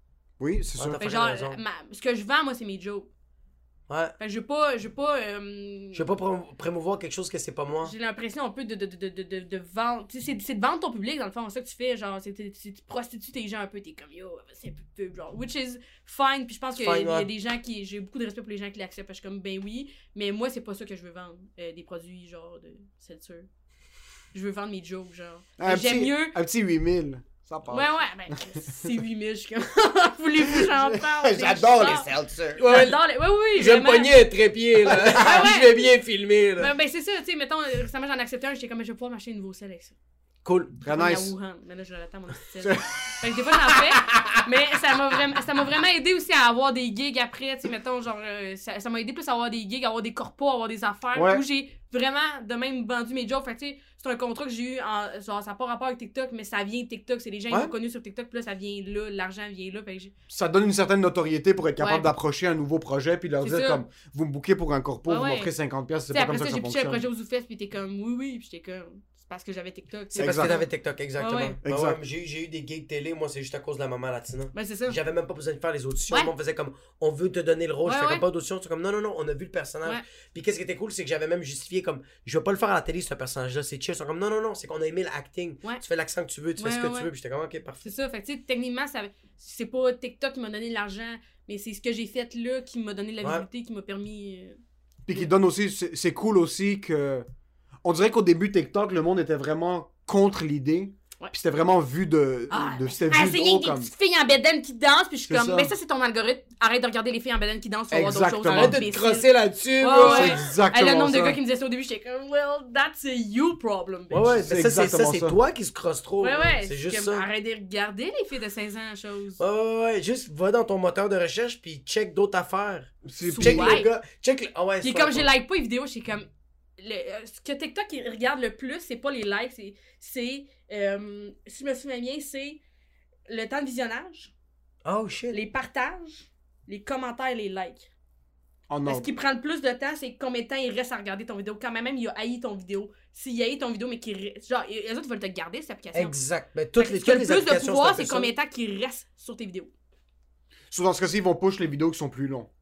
[SPEAKER 6] Oui, c'est
[SPEAKER 5] Ouais,
[SPEAKER 6] sûr.
[SPEAKER 5] t'as
[SPEAKER 7] Fait
[SPEAKER 5] fait
[SPEAKER 7] genre,
[SPEAKER 5] raison.
[SPEAKER 7] ma- ce que je vends, moi, c'est mes jokes.
[SPEAKER 5] Ouais.
[SPEAKER 7] Fait que je veux pas. Je veux pas. euh,
[SPEAKER 5] Je veux pas prom- promouvoir quelque chose que c'est pas moi.
[SPEAKER 7] J'ai l'impression un peu de, de, de, de, de, de vendre. Tu sais, c'est, c'est de vendre ton public, dans le fond. C'est ça que tu fais. Genre, c'est, c'est, c'est- tu prostitues tes gens un peu. T'es comme yo, c'est un peu pub. Genre, which is fine. Puis je pense qu'il
[SPEAKER 5] Fine,
[SPEAKER 7] y a
[SPEAKER 5] ouais.
[SPEAKER 7] des gens qui. J'ai beaucoup de respect pour les gens qui l'acceptent. Parce que je suis comme, ben oui. Mais moi, c'est pas ça que je veux vendre. Euh, des produits, genre, de censure. Je veux vendre mes jokes, genre.
[SPEAKER 6] Un
[SPEAKER 7] J'aime
[SPEAKER 6] petit,
[SPEAKER 7] mieux.
[SPEAKER 6] Un petit huit mille. Ça passe.
[SPEAKER 7] Ouais, ouais, ben, c'est huit mille, je suis comme, voulez-vous que j'en parle?
[SPEAKER 6] J'adore les
[SPEAKER 7] J'adore
[SPEAKER 6] seltzers.
[SPEAKER 7] J'adore les, ouais, oui, oui,
[SPEAKER 5] Je vais me
[SPEAKER 7] vraiment.
[SPEAKER 5] pogner un trépied, là.
[SPEAKER 7] Ah ouais.
[SPEAKER 5] Je vais bien filmer, là.
[SPEAKER 7] Ben, ben, c'est ça, tu sais, mettons, récemment, j'en acceptais un, j'étais comme, je vais pouvoir m'acheter un nouveau sel avec ça.
[SPEAKER 5] Cool.
[SPEAKER 6] Très
[SPEAKER 7] Comme
[SPEAKER 6] nice.
[SPEAKER 7] à Wuhan. Mais là, je l'attends, mon petit sel. Fait que des fois, j'en fais, mais ça m'a vraiment, ça m'a vraiment aidé aussi à avoir des gigs après, tu sais, mettons, genre, euh, ça, ça m'a aidé plus à avoir des gigs, à avoir des corpos, à avoir des affaires,
[SPEAKER 6] Ouais.
[SPEAKER 7] où j'ai vraiment de même vendu mes jobs. Fait que, tu sais, c'est un contrat que j'ai eu, en, genre, ça n'a pas rapport avec TikTok, mais ça vient de TikTok, c'est les gens qui
[SPEAKER 6] Ouais.
[SPEAKER 7] m'ont connu sur TikTok, puis là, ça vient là, l'argent vient là, fait que j'ai...
[SPEAKER 6] Ça donne une certaine notoriété pour être capable
[SPEAKER 7] Ouais.
[SPEAKER 6] d'approcher un nouveau projet puis leur
[SPEAKER 7] C'est
[SPEAKER 6] dire
[SPEAKER 7] ça.
[SPEAKER 6] comme vous me bouquez pour un corpo,
[SPEAKER 7] Ouais,
[SPEAKER 6] vous
[SPEAKER 7] ouais.
[SPEAKER 6] m'offrez cinquante pièces, c'est
[SPEAKER 7] Tu sais,
[SPEAKER 6] pas
[SPEAKER 7] après
[SPEAKER 6] comme ça
[SPEAKER 7] ça,
[SPEAKER 6] que
[SPEAKER 7] j'ai
[SPEAKER 6] ça
[SPEAKER 7] pitché un
[SPEAKER 6] fonctionne.
[SPEAKER 7] projet aux Zoufest, puis t'es comme, oui, oui, puis j'étais comme, c'est parce que j'avais TikTok.
[SPEAKER 5] C'est parce que
[SPEAKER 6] Exact.
[SPEAKER 5] t'avais TikTok, exactement.
[SPEAKER 7] Ouais, ouais.
[SPEAKER 5] Ouais,
[SPEAKER 6] Exact.
[SPEAKER 5] ouais, mais j'ai, j'ai eu des gigs télé, moi, c'est juste à cause de la maman latina.
[SPEAKER 7] Ben, c'est ça.
[SPEAKER 5] J'avais même pas besoin de faire les auditions.
[SPEAKER 7] Ouais.
[SPEAKER 5] On faisait comme, on veut te donner le rôle.
[SPEAKER 7] Ouais,
[SPEAKER 5] je fais
[SPEAKER 7] ouais.
[SPEAKER 5] comme pas d'audition. C'est comme, non, non, non, on a vu le personnage.
[SPEAKER 7] Ouais.
[SPEAKER 5] Puis qu'est-ce qui était cool, c'est que j'avais même justifié comme, je veux pas le faire à la télé, ce personnage-là, c'est chill. Ils sont comme, non, non, non, c'est qu'on a aimé l'acting.
[SPEAKER 7] Ouais.
[SPEAKER 5] Tu fais l'accent que tu veux, tu
[SPEAKER 7] Ouais,
[SPEAKER 5] fais ce que
[SPEAKER 7] ouais,
[SPEAKER 5] tu
[SPEAKER 7] ouais.
[SPEAKER 5] veux. Puis j'étais comme, ok, parfait.
[SPEAKER 7] C'est ça. Fait que, tu sais, techniquement, ça, c'est pas TikTok qui m'a donné de l'argent, mais c'est ce que j'ai fait là qui m'a donné de la
[SPEAKER 5] Ouais.
[SPEAKER 7] visibilité, qui m'a permis. euh,
[SPEAKER 6] Puis qui donne aussi, c'est c'est cool aussi que. On dirait qu'au début, TikTok, le monde était vraiment contre l'idée.
[SPEAKER 7] Ouais.
[SPEAKER 6] Puis c'était vraiment vu de.
[SPEAKER 7] Ah,
[SPEAKER 6] de c'était
[SPEAKER 7] Ah,
[SPEAKER 6] vu
[SPEAKER 7] c'est
[SPEAKER 6] de
[SPEAKER 7] rien
[SPEAKER 6] haut
[SPEAKER 7] que des
[SPEAKER 6] comme.
[SPEAKER 7] petites filles en bedaine qui dansent, puis je suis
[SPEAKER 6] C'est
[SPEAKER 7] comme,
[SPEAKER 6] ça.
[SPEAKER 7] mais ça, c'est ton algorithme. Arrête de regarder les filles en bedaine qui dansent, tu vas voir d'autres choses.
[SPEAKER 6] Exactement.
[SPEAKER 5] Arrête de te
[SPEAKER 7] imbécile.
[SPEAKER 5] crosser là-dessus,
[SPEAKER 7] Ouais,
[SPEAKER 5] bro.
[SPEAKER 7] ouais.
[SPEAKER 6] C'est
[SPEAKER 7] Hey,
[SPEAKER 6] exactement
[SPEAKER 7] le nombre
[SPEAKER 6] ça.
[SPEAKER 7] de gars qui me disaient ça au début, j'étais comme, well, that's a you problem, bitch.
[SPEAKER 5] Ouais, ouais,
[SPEAKER 6] C'est
[SPEAKER 5] mais ça, c'est ça,
[SPEAKER 6] exactement
[SPEAKER 5] c'est
[SPEAKER 6] ça.
[SPEAKER 5] toi qui se crosse trop.
[SPEAKER 7] Ouais,
[SPEAKER 5] bro.
[SPEAKER 7] ouais.
[SPEAKER 5] C'est
[SPEAKER 7] je
[SPEAKER 5] juste
[SPEAKER 7] suis comme,
[SPEAKER 5] ça.
[SPEAKER 7] Arrête de regarder les filles de seize ans, chose.
[SPEAKER 5] Ouais, ouais, ouais. Juste va dans ton moteur de recherche puis check d'autres affaires.
[SPEAKER 6] C'est-
[SPEAKER 5] Check
[SPEAKER 7] Ouais.
[SPEAKER 5] le gars. Check le. Ah ouais,
[SPEAKER 7] Puis
[SPEAKER 5] soit
[SPEAKER 7] comme j'ai
[SPEAKER 5] pas.
[SPEAKER 7] like pas les vidéos, j'ai comme. Le, euh, ce que TikTok il regarde le plus, c'est pas les likes, c'est. c'est euh, si je me souviens bien, c'est le temps de visionnage,
[SPEAKER 5] Oh shit.
[SPEAKER 7] les partages, les commentaires, les likes.
[SPEAKER 6] Oh
[SPEAKER 7] Ce
[SPEAKER 6] non.
[SPEAKER 7] qui prend le plus de temps, c'est combien de temps il reste à regarder ton vidéo. Quand même, même il a haï ton vidéo. S'il a haï ton vidéo, mais qu'il reste. Genre, les autres veulent te garder cette application.
[SPEAKER 5] Exact. Mais toutes
[SPEAKER 7] Fait que
[SPEAKER 5] les,
[SPEAKER 7] ce qui a
[SPEAKER 5] toutes
[SPEAKER 7] le
[SPEAKER 5] les
[SPEAKER 7] plus de
[SPEAKER 5] applications
[SPEAKER 7] pouvoir,
[SPEAKER 5] un peu
[SPEAKER 7] c'est
[SPEAKER 5] ça.
[SPEAKER 7] combien de temps qu'il reste sur tes vidéos.
[SPEAKER 6] Souvent, dans ce cas-ci, ils vont push les vidéos qui sont plus longs.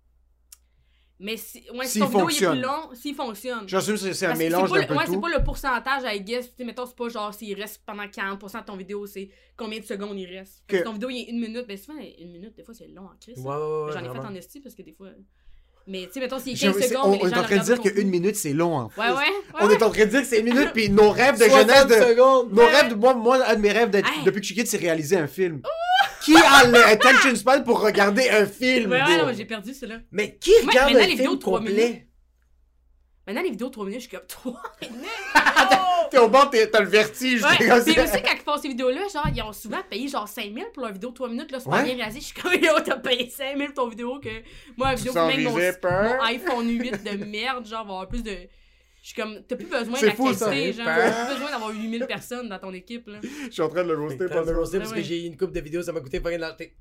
[SPEAKER 7] Mais si, ouais, si
[SPEAKER 6] S'il
[SPEAKER 7] ton vidéo il est
[SPEAKER 6] fonctionne.
[SPEAKER 7] plus long, s'il fonctionne.
[SPEAKER 6] J'assume que c'est c'est un
[SPEAKER 7] Parce que
[SPEAKER 6] mélange
[SPEAKER 7] c'est pas
[SPEAKER 6] d'un
[SPEAKER 7] le-
[SPEAKER 6] peu
[SPEAKER 7] ouais,
[SPEAKER 6] tout.
[SPEAKER 7] c'est pas le pourcentage, I guess. Tu sais, mettons, c'est pas genre s'il reste pendant quarante pour cent de ton vidéo, c'est combien de secondes il reste. Fait que
[SPEAKER 6] Que-
[SPEAKER 7] ton vidéo, il est une minute. Ben souvent, une minute, des fois, c'est long en crise.
[SPEAKER 5] Ouais, ouais, ouais.
[SPEAKER 7] J'en ai fait
[SPEAKER 5] vraiment.
[SPEAKER 7] en esti parce que des fois. Mais tu sais, mettons, s'il est
[SPEAKER 6] J'avoue,
[SPEAKER 7] quinze
[SPEAKER 6] c'est-
[SPEAKER 7] secondes.
[SPEAKER 6] on,
[SPEAKER 7] mais les
[SPEAKER 6] on
[SPEAKER 7] gens
[SPEAKER 6] est en
[SPEAKER 7] le
[SPEAKER 6] train de dire
[SPEAKER 7] regardent
[SPEAKER 6] qu'une
[SPEAKER 7] beaucoup.
[SPEAKER 6] minute, c'est long. Hein.
[SPEAKER 7] Ouais, ouais. ouais,
[SPEAKER 6] On
[SPEAKER 7] ouais.
[SPEAKER 6] est en train de dire que c'est une minute, puis nos rêves de
[SPEAKER 5] soixante
[SPEAKER 6] jeunesse de.
[SPEAKER 5] secondes.
[SPEAKER 6] Nos
[SPEAKER 7] Ouais.
[SPEAKER 6] rêves de. Moi, moi, un de mes rêves d'être-
[SPEAKER 7] Hey.
[SPEAKER 6] depuis que je suis kid, c'est réaliser un film. Qui a l'attention span pour regarder un film?
[SPEAKER 7] Ouais, ouais,
[SPEAKER 6] bro?
[SPEAKER 7] non, j'ai perdu celle-là.
[SPEAKER 5] Mais qui
[SPEAKER 7] Moi,
[SPEAKER 5] regarde
[SPEAKER 7] maintenant,
[SPEAKER 5] un
[SPEAKER 7] les
[SPEAKER 5] film
[SPEAKER 7] vidéos de trois
[SPEAKER 5] complet?
[SPEAKER 7] Maintenant, les vidéos de trois minutes, je suis comme trois minutes.
[SPEAKER 6] T'es au bord, t'es- t'as le vertige.
[SPEAKER 7] Ouais,
[SPEAKER 6] t'es comme
[SPEAKER 7] puis
[SPEAKER 6] ça.
[SPEAKER 7] aussi, quand ils font ces vidéos-là, genre, ils ont souvent payé genre cinq mille pour leur vidéo de trois minutes, là, c'est pas
[SPEAKER 6] Ouais.
[SPEAKER 7] bien réalisé. Je suis comme, yo, t'as payé cinq mille pour ton vidéo que. Moi, la vidéo,
[SPEAKER 6] t'en
[SPEAKER 7] même mon,
[SPEAKER 6] visais pas.
[SPEAKER 7] mon iPhone huit de merde, genre, va avoir plus de. Je suis comme, t'as plus besoin de
[SPEAKER 6] C'est
[SPEAKER 7] la
[SPEAKER 6] fou, ça.
[SPEAKER 7] qualité, genre, t'as plus besoin d'avoir huit mille personnes dans ton équipe, là.
[SPEAKER 6] Je suis en train de le roaster.
[SPEAKER 5] T'as
[SPEAKER 6] pas
[SPEAKER 5] me roaster parce
[SPEAKER 7] Ouais,
[SPEAKER 5] que
[SPEAKER 7] ouais.
[SPEAKER 5] j'ai eu une coupe de vidéos, ça m'a coûté pas rien de l'acheter.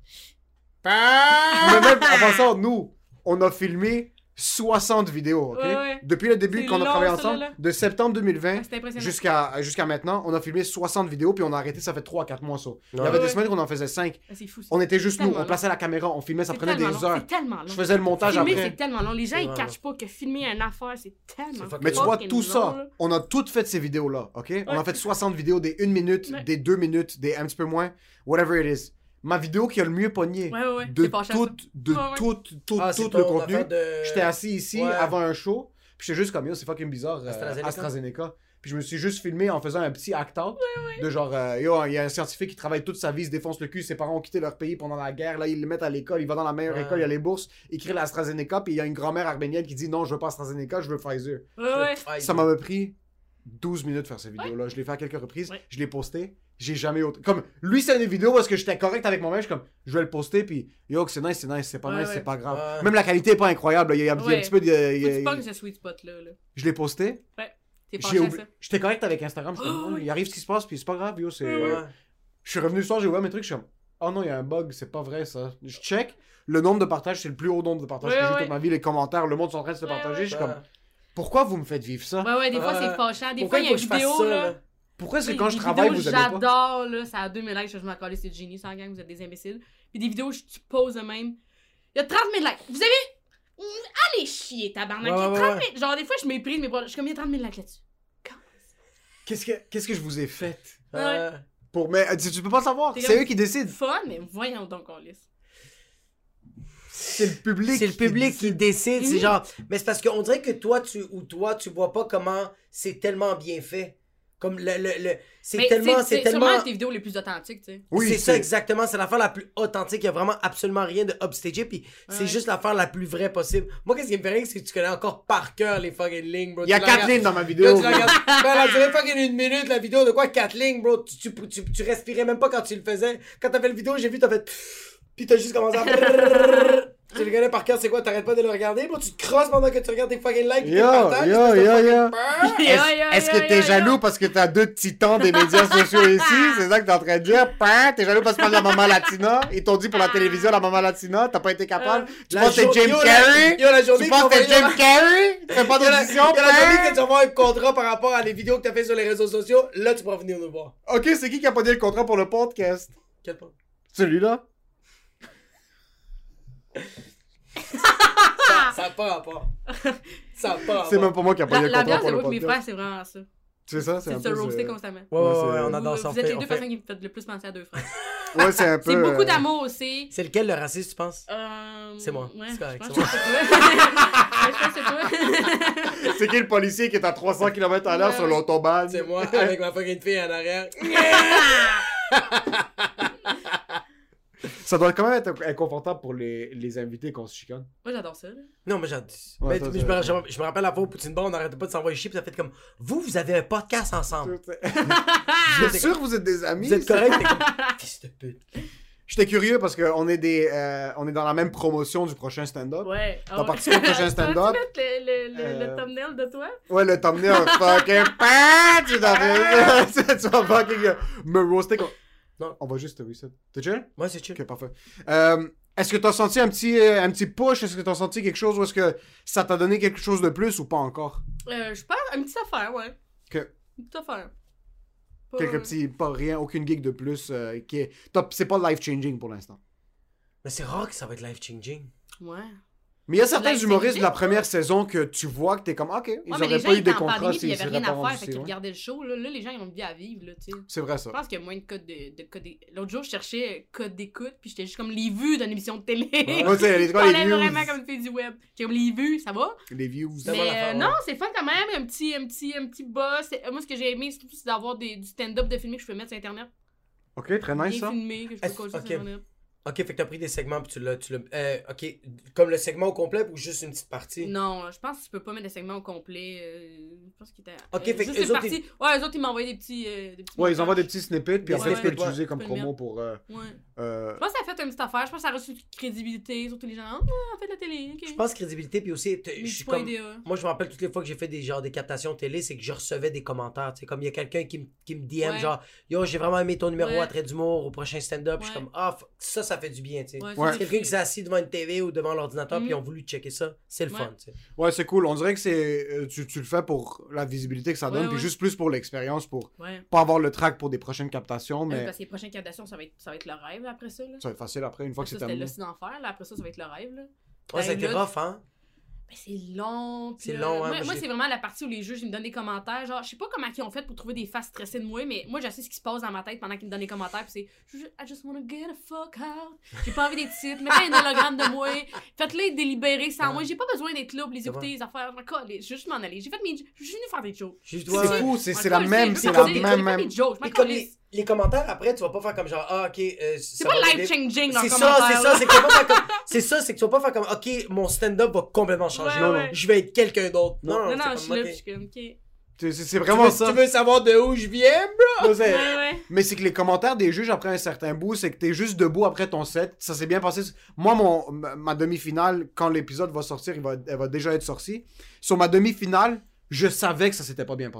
[SPEAKER 6] Mais même en passant, nous, on a filmé soixante vidéos, ok?
[SPEAKER 7] Ouais, ouais.
[SPEAKER 6] Depuis le début
[SPEAKER 7] C'est
[SPEAKER 6] qu'on a
[SPEAKER 7] long,
[SPEAKER 6] travaillé
[SPEAKER 7] ça,
[SPEAKER 6] ensemble,
[SPEAKER 7] là.
[SPEAKER 6] de septembre deux mille vingt
[SPEAKER 7] Ah, c'était impressionnant.
[SPEAKER 6] jusqu'à jusqu'à maintenant, on a filmé soixante vidéos, puis on a arrêté, ça fait trois à quatre mois, ça. Il y
[SPEAKER 5] Ouais.
[SPEAKER 6] avait des
[SPEAKER 7] Ouais.
[SPEAKER 6] semaines qu'on en faisait cinq.
[SPEAKER 7] Ah, c'est fou, ça.
[SPEAKER 6] On était juste
[SPEAKER 7] C'est
[SPEAKER 6] nous,
[SPEAKER 7] tellement
[SPEAKER 6] on plaçait la caméra, on filmait, ça
[SPEAKER 7] C'est
[SPEAKER 6] prenait
[SPEAKER 7] tellement
[SPEAKER 6] des
[SPEAKER 7] long,
[SPEAKER 6] heures.
[SPEAKER 7] C'est tellement long.
[SPEAKER 6] Je faisais le montage
[SPEAKER 7] Filmer,
[SPEAKER 6] après.
[SPEAKER 7] c'est tellement long. Les gens,
[SPEAKER 5] C'est
[SPEAKER 7] ils
[SPEAKER 5] vraiment
[SPEAKER 7] cachent pas que filmer une affaire, c'est tellement.
[SPEAKER 5] C'est fucking
[SPEAKER 6] Mais tu vois,
[SPEAKER 7] fucking
[SPEAKER 6] tout
[SPEAKER 7] long,
[SPEAKER 6] ça,
[SPEAKER 7] là.
[SPEAKER 6] on a toutes fait ces vidéos-là, ok? On a
[SPEAKER 7] Ouais.
[SPEAKER 6] fait soixante vidéos, des une minute,
[SPEAKER 7] Ouais.
[SPEAKER 6] des deux minutes, des un petit peu moins, whatever it is. Ma vidéo qui a le mieux pogné
[SPEAKER 7] Ouais, ouais, ouais.
[SPEAKER 6] de
[SPEAKER 7] C'est pas cher, ça.
[SPEAKER 6] tout, de
[SPEAKER 7] Ouais, ouais.
[SPEAKER 6] tout, tout,
[SPEAKER 5] Ah, c'est
[SPEAKER 6] tout
[SPEAKER 5] ton
[SPEAKER 6] le contenu.
[SPEAKER 5] affaire de-
[SPEAKER 6] J'étais assis ici
[SPEAKER 5] Ouais.
[SPEAKER 6] avant un show, puis j'étais juste comme yo, c'est fucking bizarre, euh,
[SPEAKER 5] AstraZeneca.
[SPEAKER 6] AstraZeneca. Puis je me suis juste filmé en faisant un petit act-out de genre, euh, yo, il y a un scientifique qui travaille toute sa vie, il se défonce le cul, ses parents ont quitté leur pays pendant la guerre, là ils le mettent à l'école, il va dans la meilleure
[SPEAKER 5] Ouais.
[SPEAKER 6] école, il y a les bourses, il crée l'AstraZeneca, puis il y a une grand-mère arménienne qui dit non, je veux pas AstraZeneca, je veux Pfizer.
[SPEAKER 7] Ouais, ouais.
[SPEAKER 5] Ouais,
[SPEAKER 6] Ça m'a pris douze minutes de faire ces vidéos-là. Je l'ai fait à quelques reprises.
[SPEAKER 7] Ouais.
[SPEAKER 6] Je l'ai posté. J'ai jamais autre. Comme lui, c'est une vidéo parce que j'étais correct avec moi-même. Je suis comme, je vais le poster. Puis yo, c'est nice, c'est nice. C'est pas
[SPEAKER 7] Ouais,
[SPEAKER 6] nice,
[SPEAKER 7] ouais.
[SPEAKER 6] c'est pas grave.
[SPEAKER 5] Ouais.
[SPEAKER 6] Même la qualité est pas incroyable. là. Il y a, il y a un
[SPEAKER 7] Ouais.
[SPEAKER 6] petit peu de. il y
[SPEAKER 7] Faut
[SPEAKER 6] a-
[SPEAKER 7] que tu
[SPEAKER 6] il-
[SPEAKER 7] pognes ce sweet spot-là, là.
[SPEAKER 6] Je l'ai posté.
[SPEAKER 7] Ouais. T'es pas
[SPEAKER 6] J'ai
[SPEAKER 7] cher,
[SPEAKER 6] oubli-
[SPEAKER 7] ça.
[SPEAKER 6] J'étais correct avec Instagram. J'étais comme,
[SPEAKER 7] Oh,
[SPEAKER 6] oh, il arrive ce qui se passe. Puis c'est pas grave, yo. C'est.
[SPEAKER 5] Ouais.
[SPEAKER 6] Je suis revenu le soir, j'ai ouvert mes trucs. Je suis comme, oh non, il y a un bug. C'est pas vrai ça. Je check. Le nombre de partages, c'est le plus haut nombre de partages
[SPEAKER 7] Ouais,
[SPEAKER 6] que j'ai eu
[SPEAKER 7] ouais.
[SPEAKER 6] toute ma vie. Les commentaires, le monde sont en train de se
[SPEAKER 7] Ouais,
[SPEAKER 6] partager.
[SPEAKER 7] ouais.
[SPEAKER 6] Je suis comme, pourquoi vous me faites vivre ça?
[SPEAKER 7] Ouais, ouais, des fois,
[SPEAKER 5] Ouais.
[SPEAKER 7] c'est fâchant. Des
[SPEAKER 5] Pourquoi
[SPEAKER 7] fois, il y a
[SPEAKER 5] faut
[SPEAKER 7] une
[SPEAKER 5] que je fasse
[SPEAKER 7] vidéo,
[SPEAKER 5] ça,
[SPEAKER 7] là.
[SPEAKER 5] là?
[SPEAKER 6] Pourquoi est-ce que
[SPEAKER 7] Oui,
[SPEAKER 6] quand je
[SPEAKER 7] des
[SPEAKER 6] travaille,
[SPEAKER 7] vidéos,
[SPEAKER 6] vous aimez pas?
[SPEAKER 7] J'adore, là, ça a deux mille likes, je m'en calais, c'est génie, sans gang, vous êtes des imbéciles. Puis des vidéos, je tu poses de même. Il y a trente mille likes. Vous avez. Allez chier, tabarnak.
[SPEAKER 5] Ouais, ouais,
[SPEAKER 7] trente
[SPEAKER 5] ouais.
[SPEAKER 7] mille... Genre, des fois, je méprise, mais bon, je suis comme, il y a trente mille likes là-dessus.
[SPEAKER 6] Qu'est-ce que, qu'est-ce que je vous ai fait?
[SPEAKER 5] Euh,
[SPEAKER 6] Pour... Mais tu, tu peux pas savoir.
[SPEAKER 7] C'est
[SPEAKER 6] C'est
[SPEAKER 7] comme-
[SPEAKER 6] eux qui décident.
[SPEAKER 7] Fun, mais voyons donc, on lisse.
[SPEAKER 6] C'est le public.
[SPEAKER 5] C'est le public qui décide. C'est
[SPEAKER 7] Mhm.
[SPEAKER 5] genre. Mais c'est parce qu'on dirait que toi, tu ou toi, tu vois pas comment c'est tellement bien fait. Comme le. le, le c'est
[SPEAKER 7] Mais
[SPEAKER 5] tellement.
[SPEAKER 7] c'est,
[SPEAKER 5] C'est
[SPEAKER 7] c'est
[SPEAKER 5] tellement.
[SPEAKER 7] sûrement tes vidéos les plus authentiques, tu sais.
[SPEAKER 6] Oui,
[SPEAKER 5] c'est ça exactement, c'est l'affaire la plus authentique, il y a vraiment absolument rien de upstagé, puis c'est
[SPEAKER 7] Ouais.
[SPEAKER 5] juste l'affaire la plus vraie possible. Moi, qu'est-ce qui me fait rire, c'est que tu connais encore par cœur les fucking lignes, bro.
[SPEAKER 6] Il y a
[SPEAKER 5] Tu la
[SPEAKER 6] quatre
[SPEAKER 5] regardes-
[SPEAKER 6] lignes dans ma
[SPEAKER 5] Là,
[SPEAKER 6] vidéo.
[SPEAKER 5] tu la regardes. Ben, elle a duré fucking une minute la vidéo, de quoi quatre lignes, bro. Tu, tu, tu, tu respirais même pas quand tu le faisais. Quand t'as fait la vidéo, j'ai vu, t'as fait. Puis t'as juste commencé à. Tu le connais par cœur, c'est quoi? T'arrêtes pas de le regarder, bro. Tu te crosses pendant que tu regardes tes fucking likes, pis tes
[SPEAKER 6] Yo,
[SPEAKER 5] partages.
[SPEAKER 6] yo,
[SPEAKER 5] espèce de
[SPEAKER 6] yo,
[SPEAKER 5] fucking
[SPEAKER 6] yo.
[SPEAKER 5] peur.
[SPEAKER 6] Est-ce, est-ce que t'es jaloux parce que t'as deux titans des médias sociaux ici? C'est ça que t'es en train de dire? Pin, t'es jaloux parce que tu parles de la maman latina? Ils t'ont dit pour la télévision, la maman latina, t'as pas été capable? Tu
[SPEAKER 5] La
[SPEAKER 6] penses que
[SPEAKER 5] jour-
[SPEAKER 6] t'es Jim
[SPEAKER 5] yo, la-
[SPEAKER 6] Carrey?
[SPEAKER 5] yo, la journée
[SPEAKER 6] Tu
[SPEAKER 5] qu'ils
[SPEAKER 6] penses que t'es
[SPEAKER 5] vont venir-
[SPEAKER 6] Jim Carrey? Tu fais pas
[SPEAKER 5] Il y a la-
[SPEAKER 6] d'audition?
[SPEAKER 5] il y a la journée que
[SPEAKER 6] Pin?
[SPEAKER 5] tu vas avoir un contrat par rapport à les vidéos que t'as fait sur les réseaux sociaux, là tu pourras venir nous voir.
[SPEAKER 6] Ok, c'est qui qui a pas dit le contrat pour le podcast?
[SPEAKER 5] Quel point?
[SPEAKER 6] Celui-là?
[SPEAKER 5] Ça ça a pas rapport. Ça a pas rapport.
[SPEAKER 6] C'est même pas moi qui a pas
[SPEAKER 7] La,
[SPEAKER 6] dit le contrat
[SPEAKER 7] l'ambiance
[SPEAKER 6] pour
[SPEAKER 7] de
[SPEAKER 6] le
[SPEAKER 7] vous et mes frères,
[SPEAKER 6] podcast.
[SPEAKER 7] c'est vraiment ça.
[SPEAKER 6] C'est ça, c'est
[SPEAKER 7] C'est
[SPEAKER 6] un
[SPEAKER 7] de se
[SPEAKER 6] peu...
[SPEAKER 7] roaster
[SPEAKER 6] c'est-
[SPEAKER 7] constamment.
[SPEAKER 5] Ouais, ouais,
[SPEAKER 6] Ouais,
[SPEAKER 5] ouais,
[SPEAKER 6] c'est-
[SPEAKER 5] on adore
[SPEAKER 7] vous,
[SPEAKER 5] ça. on
[SPEAKER 7] vous êtes
[SPEAKER 5] fait-
[SPEAKER 7] les
[SPEAKER 5] on
[SPEAKER 7] deux
[SPEAKER 5] fait-
[SPEAKER 7] personnes qui me font le plus penser à deux frères.
[SPEAKER 6] Ouais, c'est un peu...
[SPEAKER 7] C'est beaucoup
[SPEAKER 6] euh,
[SPEAKER 7] d'amour aussi.
[SPEAKER 5] C'est lequel le raciste, tu penses?
[SPEAKER 7] Euh...
[SPEAKER 5] C'est moi.
[SPEAKER 7] Ouais,
[SPEAKER 5] C'est correct,
[SPEAKER 7] je
[SPEAKER 5] c'est
[SPEAKER 7] pense
[SPEAKER 5] moi.
[SPEAKER 7] que c'est toi. Ouais, je pense que c'est toi.
[SPEAKER 6] C'est qui le policier qui est à trois cents kilomètres à l'heure
[SPEAKER 7] Ouais.
[SPEAKER 6] sur l'autobahn?
[SPEAKER 5] C'est moi, avec ma fucking fille en arrière.
[SPEAKER 6] Ça doit quand même être inconfortable pour les, les invités qu'on se chicane.
[SPEAKER 7] Moi, j'adore ça. là.
[SPEAKER 5] Non, mais j'ai.
[SPEAKER 6] Ouais,
[SPEAKER 5] mais,
[SPEAKER 6] ça,
[SPEAKER 5] mais
[SPEAKER 6] ça,
[SPEAKER 5] je, me,
[SPEAKER 6] ça.
[SPEAKER 5] je, je me rappelle la fois au Poutine Bar, on n'arrêtait pas de s'envoyer chier, puis ça fait comme. Vous, vous avez un podcast ensemble.
[SPEAKER 6] Je suis sûr que vous êtes des amis.
[SPEAKER 5] Vous êtes correct, t'es comme. Fils de pute.
[SPEAKER 6] J'étais curieux parce qu'on est des, euh, on est dans la même promotion du prochain stand-up.
[SPEAKER 7] Ouais.
[SPEAKER 6] T'as participé au prochain stand-up?
[SPEAKER 7] Tu mettre le, le, le,
[SPEAKER 6] Euh,
[SPEAKER 7] le thumbnail de toi?
[SPEAKER 6] Ouais, le thumbnail, fucking pan, tu t'as fait- tu vas fucking euh, me roaster comme...
[SPEAKER 5] Non.
[SPEAKER 6] On va juste reset. T'es chill?
[SPEAKER 5] Ouais, c'est chill.
[SPEAKER 6] Ok, parfait. Euh, est-ce que t'as senti un petit, euh, un petit push? Est-ce que t'as senti quelque chose ou est-ce que ça t'a donné quelque chose de plus ou pas encore?
[SPEAKER 7] Euh, je pense, une petite affaire, ouais.
[SPEAKER 6] Que
[SPEAKER 7] Une petite affaire. Pas-
[SPEAKER 6] quelques petits, pas rien, aucune gig de plus euh, qui est... Top, c'est pas life-changing pour l'instant.
[SPEAKER 5] Mais c'est rare que ça va être life-changing.
[SPEAKER 7] Ouais.
[SPEAKER 6] Mais il y a certains
[SPEAKER 7] Life-changing,
[SPEAKER 6] humoristes de la première saison que tu vois que t'es comme, ok, ils
[SPEAKER 7] Ouais, mais
[SPEAKER 6] auraient
[SPEAKER 7] les gens
[SPEAKER 6] pas eu
[SPEAKER 7] étaient
[SPEAKER 6] des
[SPEAKER 7] en
[SPEAKER 6] contrats
[SPEAKER 7] pandémie puis il
[SPEAKER 6] s'ils
[SPEAKER 7] y avait
[SPEAKER 6] seraient
[SPEAKER 7] rien
[SPEAKER 6] pas
[SPEAKER 7] à
[SPEAKER 6] rendus
[SPEAKER 7] faire, fait
[SPEAKER 6] si
[SPEAKER 7] qu'ils
[SPEAKER 6] loin.
[SPEAKER 7] regardaient le show. Là, là les gens, ils ont une vie à vivre, là, tu sais.
[SPEAKER 6] C'est vrai ça.
[SPEAKER 7] Je pense qu'il y a moins de codes de, de code d'é- L'autre jour, je cherchais code d'écoute, puis j'étais juste comme les vues d'une émission de télé.
[SPEAKER 6] Ouais, c'est les,
[SPEAKER 7] Je
[SPEAKER 6] quoi, les
[SPEAKER 7] parlais
[SPEAKER 6] views.
[SPEAKER 7] vraiment comme une fille du web. J'ai comme les vues, ça va?
[SPEAKER 6] Les views.
[SPEAKER 5] C'est
[SPEAKER 7] Mais
[SPEAKER 5] bon, l'affaire,
[SPEAKER 7] euh,
[SPEAKER 5] ouais.
[SPEAKER 7] non, c'est fun quand même, un petit, un petit, un petit boss. Euh, Moi, ce que j'ai aimé, surtout, c'est d'avoir des, du stand-up de filmé que je peux mettre sur Internet.
[SPEAKER 6] Ok, très nice
[SPEAKER 7] Bien
[SPEAKER 6] ça.
[SPEAKER 7] filmé, que je peux
[SPEAKER 5] Est-ce-
[SPEAKER 7] coller
[SPEAKER 5] ok.
[SPEAKER 7] sur Internet.
[SPEAKER 5] Ok, fait que t'as pris des segments, puis tu l'as. Tu l'as euh, ok, comme le segment au complet ou juste une petite partie?
[SPEAKER 7] Non, je pense que tu peux pas mettre des segments au complet. euh, je pense qu'il était.
[SPEAKER 5] Ok,
[SPEAKER 7] euh,
[SPEAKER 5] fait que
[SPEAKER 7] juste
[SPEAKER 5] eux
[SPEAKER 7] une
[SPEAKER 5] autres,
[SPEAKER 7] partie. Ouais, eux autres, ils m'envoyaient des petits. euh, des petits
[SPEAKER 6] Ouais, ils envoient des
[SPEAKER 7] montages.
[SPEAKER 6] petits snippets, puis
[SPEAKER 5] Des
[SPEAKER 6] après, tu peux
[SPEAKER 5] snippets,
[SPEAKER 6] l'utiliser
[SPEAKER 5] ouais.
[SPEAKER 6] comme
[SPEAKER 7] Tu peux le
[SPEAKER 6] promo pour. euh,
[SPEAKER 7] Ouais.
[SPEAKER 6] euh,
[SPEAKER 7] Je pense que ça a fait une petite affaire. Je pense que ça a reçu de crédibilité. Surtout les gens. Ah, on fait de la télé. Ok.
[SPEAKER 5] Je pense crédibilité, puis aussi, t-
[SPEAKER 7] Mais
[SPEAKER 5] je
[SPEAKER 7] c'est
[SPEAKER 5] suis
[SPEAKER 7] pas
[SPEAKER 5] comme.
[SPEAKER 7] idéal.
[SPEAKER 5] Moi, je me rappelle toutes les fois que j'ai fait des, genre, des captations télé, c'est que je recevais des commentaires. Tu sais, comme il y a quelqu'un qui, me- qui me D M,
[SPEAKER 7] Ouais.
[SPEAKER 5] genre, yo, j'ai vraiment aimé ton numéro
[SPEAKER 7] Ouais.
[SPEAKER 5] à trait d'humour au prochain stand-up. Puis Je suis
[SPEAKER 7] Ouais.
[SPEAKER 5] comme, ah, f- ça, ça fait du bien, tu sais.
[SPEAKER 7] Ouais,
[SPEAKER 6] Ouais.
[SPEAKER 7] ça, c'est
[SPEAKER 5] Quelqu'un qui
[SPEAKER 7] fait.
[SPEAKER 5] s'est assis devant une T V ou devant l'ordinateur,
[SPEAKER 7] Mhm.
[SPEAKER 5] puis ils ont voulu checker ça, c'est le
[SPEAKER 7] Ouais.
[SPEAKER 5] fun, tu sais.
[SPEAKER 6] Ouais, c'est cool. On dirait que c'est. euh, Tu, tu le fais pour la visibilité que ça donne,
[SPEAKER 7] Ouais,
[SPEAKER 6] puis
[SPEAKER 7] ouais.
[SPEAKER 6] juste plus pour l'expérience, pour
[SPEAKER 7] Ouais.
[SPEAKER 6] pas avoir le track pour des prochaines captations,
[SPEAKER 7] Ouais,
[SPEAKER 6] mais
[SPEAKER 7] Parce que les prochaines captations, ça va être, ça va être le rêve là, après ça. Là.
[SPEAKER 6] ça va être facile après, une fois que
[SPEAKER 7] ça,
[SPEAKER 6] c'est
[SPEAKER 7] c'était
[SPEAKER 6] terminé.
[SPEAKER 7] le d'enfer. Là. Après ça, ça va être le rêve. Là.
[SPEAKER 5] Ouais, ça a été
[SPEAKER 7] là,
[SPEAKER 5] rough, hein?
[SPEAKER 7] Ben, c'est long. puis
[SPEAKER 5] C'est
[SPEAKER 7] là,
[SPEAKER 5] long, hein,
[SPEAKER 7] Moi,
[SPEAKER 5] moi,
[SPEAKER 7] moi,
[SPEAKER 5] j'ai-
[SPEAKER 7] c'est vraiment la partie où les juges ils me donnent des commentaires. Genre, je sais pas comment ils ont fait pour trouver des faces stressées de moi, mais moi, je sais ce qui se passe dans ma tête pendant qu'ils me donnent des commentaires. Puis c'est je- I just wanna get the fuck out. J'ai pas envie d'être ici. Mettez un hologramme de moi. Faites-les délibérer sans
[SPEAKER 5] Ouais.
[SPEAKER 7] moi. J'ai pas besoin d'être là pour les
[SPEAKER 5] C'est
[SPEAKER 7] écouter,
[SPEAKER 5] vrai.
[SPEAKER 7] les affaires. Je m'en calisse. Je veux juste m'en aller. J'ai fait mes. Je suis venu faire des jokes.
[SPEAKER 5] Juste,
[SPEAKER 6] C'est
[SPEAKER 5] ouais, ouais.
[SPEAKER 6] fou, c'est
[SPEAKER 7] Je
[SPEAKER 6] c'est
[SPEAKER 7] m'en
[SPEAKER 6] la
[SPEAKER 7] calisse,
[SPEAKER 6] même,
[SPEAKER 7] je veux
[SPEAKER 6] c'est
[SPEAKER 7] faire
[SPEAKER 6] la
[SPEAKER 7] des-
[SPEAKER 6] même,
[SPEAKER 7] j'ai fait
[SPEAKER 6] même.
[SPEAKER 7] des jokes. Je m'en
[SPEAKER 5] Et comme les,
[SPEAKER 7] calisse.
[SPEAKER 5] les commentaires après, tu vas pas faire comme genre, ah, ok. euh,
[SPEAKER 7] C'est
[SPEAKER 5] ça
[SPEAKER 7] pas
[SPEAKER 5] va m'aider.
[SPEAKER 7] life-changing leurs
[SPEAKER 5] C'est ça,
[SPEAKER 7] commentaires.
[SPEAKER 5] c'est ça,
[SPEAKER 7] là.
[SPEAKER 5] c'est que tu vas pas faire comme. C'est ça, c'est que tu vas pas faire comme, ok, mon stand-up va complètement changer.
[SPEAKER 7] Ouais,
[SPEAKER 5] non,
[SPEAKER 7] ouais.
[SPEAKER 5] non, je vais être quelqu'un d'autre. Non,
[SPEAKER 7] Non,
[SPEAKER 5] non,
[SPEAKER 7] non,
[SPEAKER 5] c'est
[SPEAKER 7] je suis
[SPEAKER 5] comme,
[SPEAKER 7] là.
[SPEAKER 5] ok.
[SPEAKER 7] Puis je suis comme, ok.
[SPEAKER 6] C'est c'est- c'est
[SPEAKER 5] Tu
[SPEAKER 6] vraiment
[SPEAKER 5] veux,
[SPEAKER 6] ça.
[SPEAKER 5] tu veux savoir de où je viens, bro?
[SPEAKER 6] Non, c'est-
[SPEAKER 7] Ouais, ouais.
[SPEAKER 6] Mais c'est que les commentaires des juges après un certain bout, c'est que t'es juste debout après ton set. Ça s'est bien passé. Moi, mon, ma, ma demi-finale, quand l'épisode va sortir, il va, elle va déjà être sortie. Sur ma demi-finale, je savais que ça s'était pas bien passé.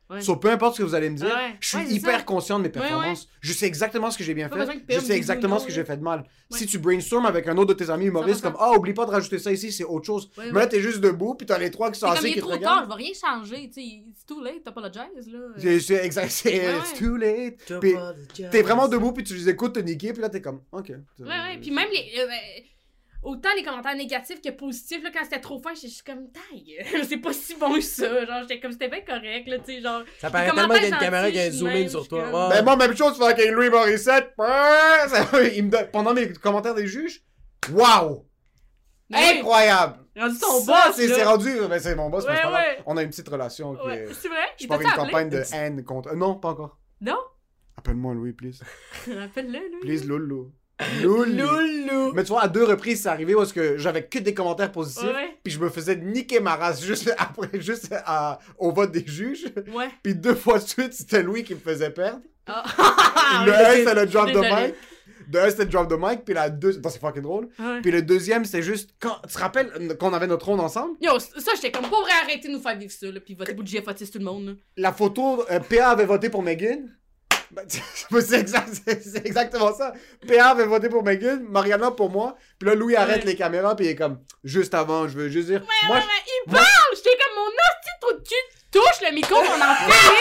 [SPEAKER 7] Ouais.
[SPEAKER 6] So, peu importe ce que vous allez me dire,
[SPEAKER 7] ouais.
[SPEAKER 6] je suis
[SPEAKER 7] Ouais, c'est
[SPEAKER 6] hyper
[SPEAKER 7] ça.
[SPEAKER 6] conscient de mes performances.
[SPEAKER 7] Ouais, ouais.
[SPEAKER 6] Je sais exactement ce que j'ai bien
[SPEAKER 7] Pas
[SPEAKER 6] fait.
[SPEAKER 7] besoin que
[SPEAKER 6] Je
[SPEAKER 7] P M
[SPEAKER 6] sais
[SPEAKER 7] dise
[SPEAKER 6] exactement
[SPEAKER 7] non,
[SPEAKER 6] ce que
[SPEAKER 7] là.
[SPEAKER 6] j'ai fait de mal.
[SPEAKER 7] Ouais.
[SPEAKER 6] Si tu brainstormes avec un autre de tes amis humoristes
[SPEAKER 7] cent pour
[SPEAKER 6] comme « Ah, oublie pas de rajouter ça ici, c'est autre chose.
[SPEAKER 7] Ouais,
[SPEAKER 6] Mais
[SPEAKER 7] ouais.
[SPEAKER 6] là, t'es juste debout, puis t'as les trois qui sont
[SPEAKER 7] C'est comme
[SPEAKER 6] assis
[SPEAKER 7] il
[SPEAKER 6] qui
[SPEAKER 7] est
[SPEAKER 6] te
[SPEAKER 7] trop tard, je
[SPEAKER 6] regardent.
[SPEAKER 7] vais rien changer, tu sais, it's too late, t'apologize, là.
[SPEAKER 6] C'est c'est exact, c'est
[SPEAKER 7] Ouais, ouais.
[SPEAKER 6] it's too late. Puis t'es vraiment debout, puis tu les écoutes te niquer, puis là, t'es comme « Ok. »
[SPEAKER 7] Ouais, ouais, puis même les... euh, ben, autant les commentaires négatifs que positifs, là, quand c'était trop fin, j'étais juste comme, taille, c'est pas si bon que ça, genre, j'étais comme, c'était bien correct, là, tu sais, genre...
[SPEAKER 5] Ça paraît
[SPEAKER 7] les
[SPEAKER 5] tellement qu'il y a une
[SPEAKER 7] commentaires
[SPEAKER 5] caméra qui a
[SPEAKER 7] gentils,
[SPEAKER 5] zoomé
[SPEAKER 7] je suis
[SPEAKER 5] sur
[SPEAKER 7] même,
[SPEAKER 5] toi.
[SPEAKER 7] je suis comme-
[SPEAKER 5] Ouais.
[SPEAKER 6] Ben moi, même chose avec Louis Morissette. Ça, il me donne- pendant mes commentaires des juges, waouh!
[SPEAKER 7] Ouais.
[SPEAKER 6] Incroyable!
[SPEAKER 7] Rendu son
[SPEAKER 6] Ça,
[SPEAKER 7] boss,
[SPEAKER 6] c'est
[SPEAKER 7] là.
[SPEAKER 6] c'est rendu... Ben, c'est mon boss, mais
[SPEAKER 7] Ouais,
[SPEAKER 6] c'est pas grave.
[SPEAKER 7] ouais.
[SPEAKER 6] On a une petite relation qui
[SPEAKER 7] Ouais,
[SPEAKER 6] est...
[SPEAKER 7] c'est vrai?
[SPEAKER 6] Je
[SPEAKER 7] Il
[SPEAKER 6] pars
[SPEAKER 7] t'a
[SPEAKER 6] une
[SPEAKER 7] appelé?
[SPEAKER 6] campagne de haine contre... Euh, non, pas encore.
[SPEAKER 7] Non?
[SPEAKER 6] Appelle-moi Louis, please.
[SPEAKER 7] Rappelle-le, lui.
[SPEAKER 6] Please, Loulou. Loulou.
[SPEAKER 5] Loulou.
[SPEAKER 6] Mais tu vois, à deux reprises, c'est arrivé où est-ce que j'avais que des commentaires positifs,
[SPEAKER 7] Ouais.
[SPEAKER 6] puis je me faisais niquer ma race juste après, juste à- au vote des juges.
[SPEAKER 7] Ouais.
[SPEAKER 6] Puis deux fois de suite, c'était Louis qui me faisait perdre.
[SPEAKER 7] Ah.
[SPEAKER 6] le
[SPEAKER 7] oui,
[SPEAKER 6] un,
[SPEAKER 7] c'est-
[SPEAKER 6] c'était le drop de
[SPEAKER 7] désolé.
[SPEAKER 6] mic. De un, c'était le drop de mic, puis la deux... Attends, c'est fucking drôle.
[SPEAKER 7] Ouais.
[SPEAKER 6] Puis le deuxième, c'était juste... Quand... Tu te rappelles qu'on avait notre ronde ensemble?
[SPEAKER 7] Yo, ça, j'étais comme, pas vrai, arrêtez de nous faire vivre ça, là, pis votez pour Jeff Otis, tout le monde, là.
[SPEAKER 6] La photo, euh, P A avait voté pour Megan. Ben, c'est, exact, c'est, c'est exactement ça. P A avait voté pour Megan, Mariana pour moi. Puis là, Louis arrête
[SPEAKER 7] Ouais.
[SPEAKER 6] les caméras, puis il est comme... Juste avant, je veux juste dire...
[SPEAKER 7] Ouais,
[SPEAKER 6] moi,
[SPEAKER 7] ouais, ouais, il parle! J'étais comme, mon hostie de trou de cul, touche le micro, on en fait.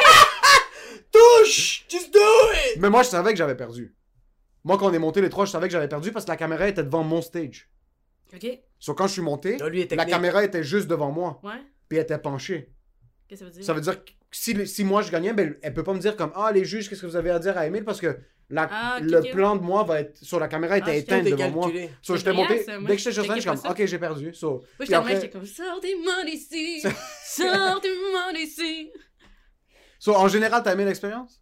[SPEAKER 5] Touche! Just do it!
[SPEAKER 6] Mais moi, je savais que j'avais perdu. Moi, quand on est monté les trois, je savais que j'avais perdu parce que la caméra était devant mon stage.
[SPEAKER 7] Ok,
[SPEAKER 6] So, quand je suis monté,
[SPEAKER 5] Là, lui est
[SPEAKER 6] la
[SPEAKER 5] technique.
[SPEAKER 6] caméra était juste devant moi.
[SPEAKER 7] ouais.
[SPEAKER 6] Puis elle était penchée.
[SPEAKER 7] Qu'est-ce que ça veut dire?
[SPEAKER 6] Ça veut dire que si, si moi je gagnais, ben, elle peut pas me dire comme Ah, les juges, qu'est-ce que vous avez à dire à Emile? Parce que la,
[SPEAKER 7] Ah, ok,
[SPEAKER 6] le
[SPEAKER 7] ok.
[SPEAKER 6] plan de moi va être. Sur la caméra était
[SPEAKER 7] Ah, je
[SPEAKER 6] éteinte
[SPEAKER 5] Tout est
[SPEAKER 6] devant moi.
[SPEAKER 5] calculé.
[SPEAKER 6] So,
[SPEAKER 7] C'est
[SPEAKER 6] j'étais
[SPEAKER 7] brillant,
[SPEAKER 6] monté.
[SPEAKER 7] ça. Moi,
[SPEAKER 6] Dès que j'étais sur
[SPEAKER 7] je
[SPEAKER 6] scène, je suis
[SPEAKER 7] checkais
[SPEAKER 6] comme
[SPEAKER 7] pas ça.
[SPEAKER 6] Ok, j'ai perdu. So,
[SPEAKER 7] Moi,
[SPEAKER 6] puis
[SPEAKER 7] j'étais en
[SPEAKER 6] après-
[SPEAKER 7] j'étais comme, sortez-moi d'ici, sortez-moi d'ici.
[SPEAKER 6] so, en général, t'as aimé l'expérience?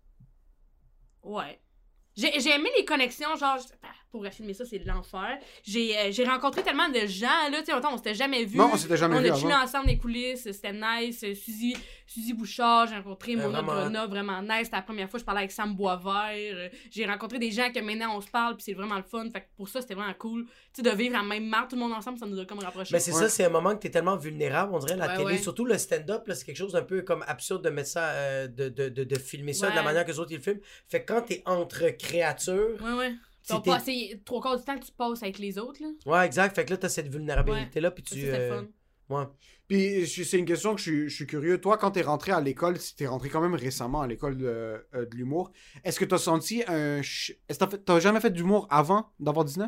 [SPEAKER 7] Ouais. J'ai j'ai aimé les connexions, genre, je- ah, pour filmer ça, c'est de l'enfer. J'ai euh, j'ai rencontré tellement de gens, là, tu sais, autant on s'était jamais vus.
[SPEAKER 6] Non, on s'était jamais
[SPEAKER 7] On
[SPEAKER 6] vu
[SPEAKER 7] a chillé
[SPEAKER 6] avant.
[SPEAKER 7] ensemble les coulisses, c'était nice. Euh, Suzy, Suzy Bouchard, j'ai rencontré
[SPEAKER 5] Ouais,
[SPEAKER 7] Mona
[SPEAKER 5] vraiment.
[SPEAKER 7] Grona, vraiment nice. C'était la première fois que je parlais avec Sam Boisvert. Euh, J'ai rencontré des gens que maintenant on se parle, puis c'est vraiment le fun. Fait que pour ça, c'était vraiment cool. Tu sais, de vivre la même marque, tout le monde ensemble, ça nous a comme rapproché.
[SPEAKER 5] Mais c'est
[SPEAKER 6] Ouais.
[SPEAKER 5] ça, c'est un moment que t'es tellement vulnérable, on dirait, la
[SPEAKER 7] Ouais,
[SPEAKER 5] télé,
[SPEAKER 7] ouais.
[SPEAKER 5] surtout le stand-up, là, c'est quelque chose d'un peu comme absurde de mettre ça, euh, de, de, de, de filmer ça de la
[SPEAKER 7] Ouais.
[SPEAKER 5] manière que les autres ils le filment. Fait que quand t'es entre créatures,
[SPEAKER 7] Ouais, ouais.
[SPEAKER 5] Si
[SPEAKER 7] Donc,
[SPEAKER 5] t'es-
[SPEAKER 7] pas- c'est trois quarts du temps que tu passes avec les autres, là.
[SPEAKER 5] ouais, exact. Fait que là, t'as cette vulnérabilité-là, puis
[SPEAKER 7] Ça,
[SPEAKER 5] tu.
[SPEAKER 7] c'était
[SPEAKER 5] euh,
[SPEAKER 7] fun.
[SPEAKER 5] Ouais.
[SPEAKER 6] Puis je- c'est une question que je suis, je suis curieux. Toi, quand t'es rentré à l'école, si t'es rentré quand même récemment à l'école de, euh, de l'humour, est-ce que t'as senti un... ch- Est-ce que t'as, fait- t'as jamais fait d'humour avant d'avoir dix-neuf?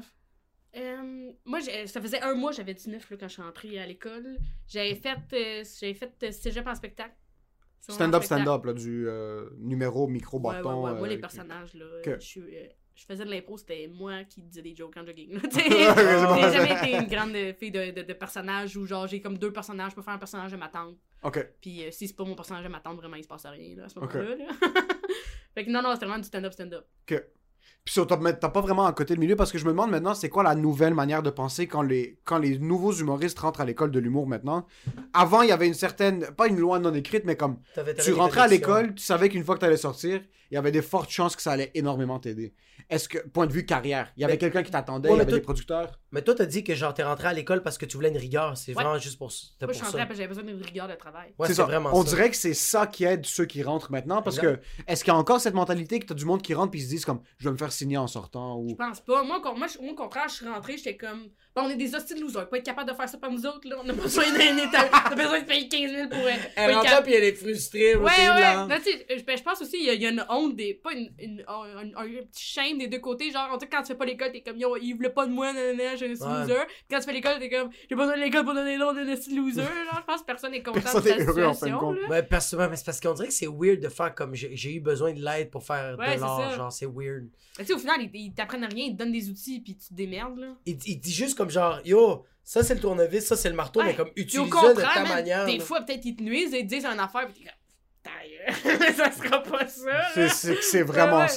[SPEAKER 7] Euh, moi, j'ai- ça faisait un mois, j'avais dix-neuf là, quand je suis rentrée à l'école. J'avais fait, euh, j'avais fait euh, cégep en spectacle. Sur un
[SPEAKER 6] Stand-up,
[SPEAKER 7] spectacle.
[SPEAKER 6] stand-up, là, du euh, numéro, micro,
[SPEAKER 7] Ouais, ouais,
[SPEAKER 6] bâton.
[SPEAKER 7] ouais. Moi,
[SPEAKER 6] euh,
[SPEAKER 7] les personnages, là,
[SPEAKER 6] que-
[SPEAKER 7] je suis... euh, je faisais de l'impro, c'était moi qui disais des jokes en jogging. là, tu sais.
[SPEAKER 6] c'est bon.
[SPEAKER 7] J'ai jamais été une grande euh, fille de, de, de personnages où genre j'ai comme deux personnages, je peux faire un personnage de ma tante.
[SPEAKER 6] Ok.
[SPEAKER 7] Puis euh, si c'est pas mon personnage de ma tante, vraiment il se passe rien là, à ce
[SPEAKER 6] Ok.
[SPEAKER 7] moment-là. là. Fait que non, non, c'était vraiment du stand-up, stand-up.
[SPEAKER 6] Ok. Puis sur top, mais t'as pas vraiment un côté de milieu parce que je me demande maintenant c'est quoi la nouvelle manière de penser quand les, quand les nouveaux humoristes rentrent à l'école de l'humour maintenant. Avant, il y avait une certaine, pas une loi non écrite, mais comme
[SPEAKER 5] T'avais- t'avais
[SPEAKER 6] tu
[SPEAKER 5] des
[SPEAKER 6] rentrais à
[SPEAKER 5] connexions.
[SPEAKER 6] l'école, tu savais qu'une fois que t'allais sortir, il y avait des fortes chances que ça allait énormément t'aider. Est-ce que, point de vue carrière, il y avait
[SPEAKER 5] Mais-
[SPEAKER 6] quelqu'un qui t'attendait,
[SPEAKER 5] Ouais,
[SPEAKER 6] il y
[SPEAKER 5] mais
[SPEAKER 6] avait
[SPEAKER 5] toi-
[SPEAKER 6] des producteurs.
[SPEAKER 5] Mais toi, t'as dit que genre t'es rentré à l'école parce que tu voulais une rigueur. C'est
[SPEAKER 7] Ouais.
[SPEAKER 5] vraiment juste pour, c'était
[SPEAKER 7] Moi, je
[SPEAKER 5] pour
[SPEAKER 7] suis rentrée
[SPEAKER 5] ça.
[SPEAKER 7] parce que j'avais besoin d'une rigueur de travail.
[SPEAKER 5] Ouais,
[SPEAKER 6] c'est
[SPEAKER 5] c'est
[SPEAKER 6] ça.
[SPEAKER 5] vraiment
[SPEAKER 6] On
[SPEAKER 5] ça.
[SPEAKER 6] dirait que c'est ça qui aide ceux qui rentrent maintenant parce
[SPEAKER 5] Exact.
[SPEAKER 6] que est-ce qu'il y a encore cette mentalité que t'as du monde qui rentre puis ils se disent comme je vais me faire signer en sortant
[SPEAKER 7] Je
[SPEAKER 6] ou
[SPEAKER 7] pense pas. Moi, con- moi, je- moi, au contraire, je suis rentrée, j'étais comme. Bon, on est des hosties de losers. Pas être capable de faire ça par nous autres, là. On a besoin d'un état. On a besoin de payer quinze mille pour. euh, pas
[SPEAKER 5] Elle
[SPEAKER 7] être
[SPEAKER 5] rentre là,
[SPEAKER 7] capable-
[SPEAKER 5] puis elle est frustrée.
[SPEAKER 7] Ouais,
[SPEAKER 5] c'est
[SPEAKER 7] ouais.
[SPEAKER 5] là.
[SPEAKER 7] Là, tu sais, je, ben, je pense aussi, il y, a- il y a une honte des. Pas une. une un, un- un petit shame des deux côtés. Genre, on dit quand tu fais pas l'école, t'es comme, yo, il voulait pas de moi, nanana, je suis
[SPEAKER 5] Ouais.
[SPEAKER 7] loser. Puis quand tu fais l'école, t'es comme, j'ai pas besoin de l'école pour donner l'autre de esti de loser. Genre, je pense que personne est content
[SPEAKER 6] Personne
[SPEAKER 7] de sa
[SPEAKER 6] est heureux, en fin de
[SPEAKER 7] situation.
[SPEAKER 6] compte.
[SPEAKER 7] là.
[SPEAKER 5] Ouais, parce, ouais, mais c'est parce qu'on dirait que c'est weird de faire comme j'ai j'ai eu besoin de l'aide pour faire
[SPEAKER 7] Ouais,
[SPEAKER 5] de
[SPEAKER 7] c'est
[SPEAKER 5] l'art.
[SPEAKER 7] ça.
[SPEAKER 5] Genre, c'est weird.
[SPEAKER 7] Mais tu sais, au final, ils, ils t'apprennent rien, ils te donnent des outils, puis tu te démerdes, là.
[SPEAKER 5] Il, il dit juste comme genre, yo, ça c'est le tournevis, ça c'est le marteau,
[SPEAKER 7] Ouais.
[SPEAKER 5] mais comme
[SPEAKER 7] Puis
[SPEAKER 5] utilise-le
[SPEAKER 7] au
[SPEAKER 5] de
[SPEAKER 7] contraire,
[SPEAKER 5] ta
[SPEAKER 7] man,
[SPEAKER 5] manière.
[SPEAKER 7] des
[SPEAKER 5] là.
[SPEAKER 7] fois, peut-être ils te nuisent et ils te disent une affaire, pis t'es comme, ta gueule, ça sera pas ça, là.
[SPEAKER 6] c'est, c'est, c'est vraiment
[SPEAKER 7] Ouais, ouais.
[SPEAKER 6] ça.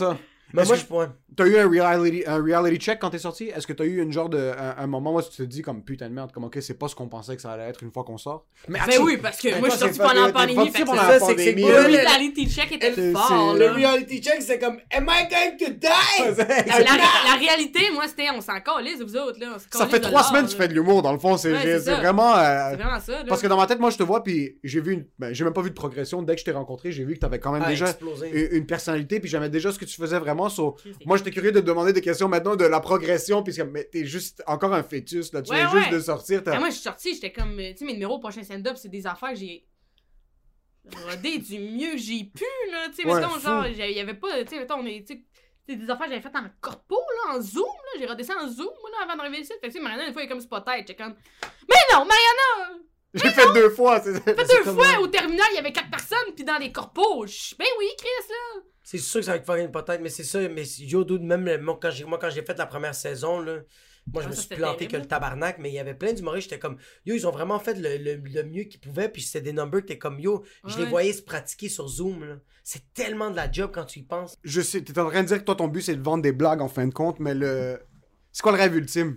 [SPEAKER 5] Mais moi,
[SPEAKER 6] que
[SPEAKER 5] je pourrais.
[SPEAKER 6] T'as eu un reality, un reality check quand t'es sorti? Est-ce que t'as eu une genre de, un, un moment où tu te dis comme putain de merde, comme ok, c'est pas ce qu'on pensait que ça allait être une fois qu'on sort?
[SPEAKER 7] Mais oui, parce que moi, je suis sorti
[SPEAKER 6] pas-
[SPEAKER 7] pendant la
[SPEAKER 6] t'es
[SPEAKER 7] pandémie.
[SPEAKER 6] pas
[SPEAKER 7] Fait que
[SPEAKER 6] pendant
[SPEAKER 7] ça,
[SPEAKER 6] la
[SPEAKER 5] c'est que c'est
[SPEAKER 6] pandémie,
[SPEAKER 5] pas-
[SPEAKER 6] là.
[SPEAKER 7] le
[SPEAKER 5] le-
[SPEAKER 7] reality check était
[SPEAKER 6] C'est-
[SPEAKER 7] fort,
[SPEAKER 6] c'est-
[SPEAKER 7] là.
[SPEAKER 5] Le reality check, c'est comme Am I going to die?
[SPEAKER 7] La, la réalité, moi, c'était on s'en calisse, vous autres, là. On s'en
[SPEAKER 6] Ça
[SPEAKER 7] calisse
[SPEAKER 6] fait
[SPEAKER 7] de
[SPEAKER 6] trois
[SPEAKER 7] l'art,
[SPEAKER 6] semaines
[SPEAKER 7] là.
[SPEAKER 6] que tu fais de l'humour, dans le fond. C'est
[SPEAKER 7] Ouais,
[SPEAKER 6] j'ai-
[SPEAKER 7] c'est
[SPEAKER 6] c'est
[SPEAKER 7] ça.
[SPEAKER 6] vraiment. euh,
[SPEAKER 7] C'est vraiment ça, là.
[SPEAKER 6] Parce que dans ma tête, moi, je te vois, puis j'ai vu une. Ben, j'ai même pas vu de progression. Dès que je t'ai rencontré, j'ai vu que t'avais quand même
[SPEAKER 5] Ah,
[SPEAKER 6] déjà
[SPEAKER 5] explosé.
[SPEAKER 6] une, une personnalité, puis j'aimais déjà ce que tu faisais vraiment. So,
[SPEAKER 7] Ok, c'est
[SPEAKER 6] moi, j'étais curieux de te demander des questions maintenant de la progression, puisque mais t'es juste encore un fœtus, là. Tu
[SPEAKER 7] Ouais,
[SPEAKER 6] viens
[SPEAKER 7] ouais.
[SPEAKER 6] juste de sortir. t'as-
[SPEAKER 7] Ah, moi, je suis sortie, j'étais comme. euh, Tu sais, mes numéros au prochain stand-up, c'est des affaires que j'ai. rodé du mieux que j'ai pu, là. Tu sais,
[SPEAKER 6] Ouais,
[SPEAKER 7] mettons,
[SPEAKER 6] fou.
[SPEAKER 7] genre, il y avait pas. Tu sais, mettons, on est. Tu sais, c'est des affaires que j'avais faites en corpo, là, en zoom, là. J'ai rodé ça en zoom, moi, là, avant d'arriver ici. Fait que, tu sais, Mariana, des fois, elle est comme spotlight. J'étais comme. Mais non, Mariana!
[SPEAKER 6] J'ai fait deux fois. C'est
[SPEAKER 7] Fait deux fois, au terminal, il y avait quatre personnes, puis dans les corpos. je- Ben oui, Chris, là.
[SPEAKER 5] C'est sûr que ça va être fucking peut-être, mais c'est ça. Mais yo, dude, même le- moi, quand j'ai, moi, quand j'ai fait la première saison, là, moi, je
[SPEAKER 7] Ah,
[SPEAKER 5] me
[SPEAKER 7] ça,
[SPEAKER 5] suis
[SPEAKER 7] c'était
[SPEAKER 5] planté
[SPEAKER 7] terrible.
[SPEAKER 5] que le tabarnak, mais il y avait plein d'humoristes. J'étais comme, yo, ils ont vraiment fait le, le, le mieux qu'ils pouvaient, puis c'était des numbers que t'es comme, yo, je les
[SPEAKER 7] Ouais.
[SPEAKER 5] voyais se pratiquer sur Zoom, là. C'est tellement de la job quand tu y penses.
[SPEAKER 6] Je sais, t'es en train de dire que toi, ton but, c'est de vendre des blagues en fin de compte, mais le. C'est quoi le rêve ultime?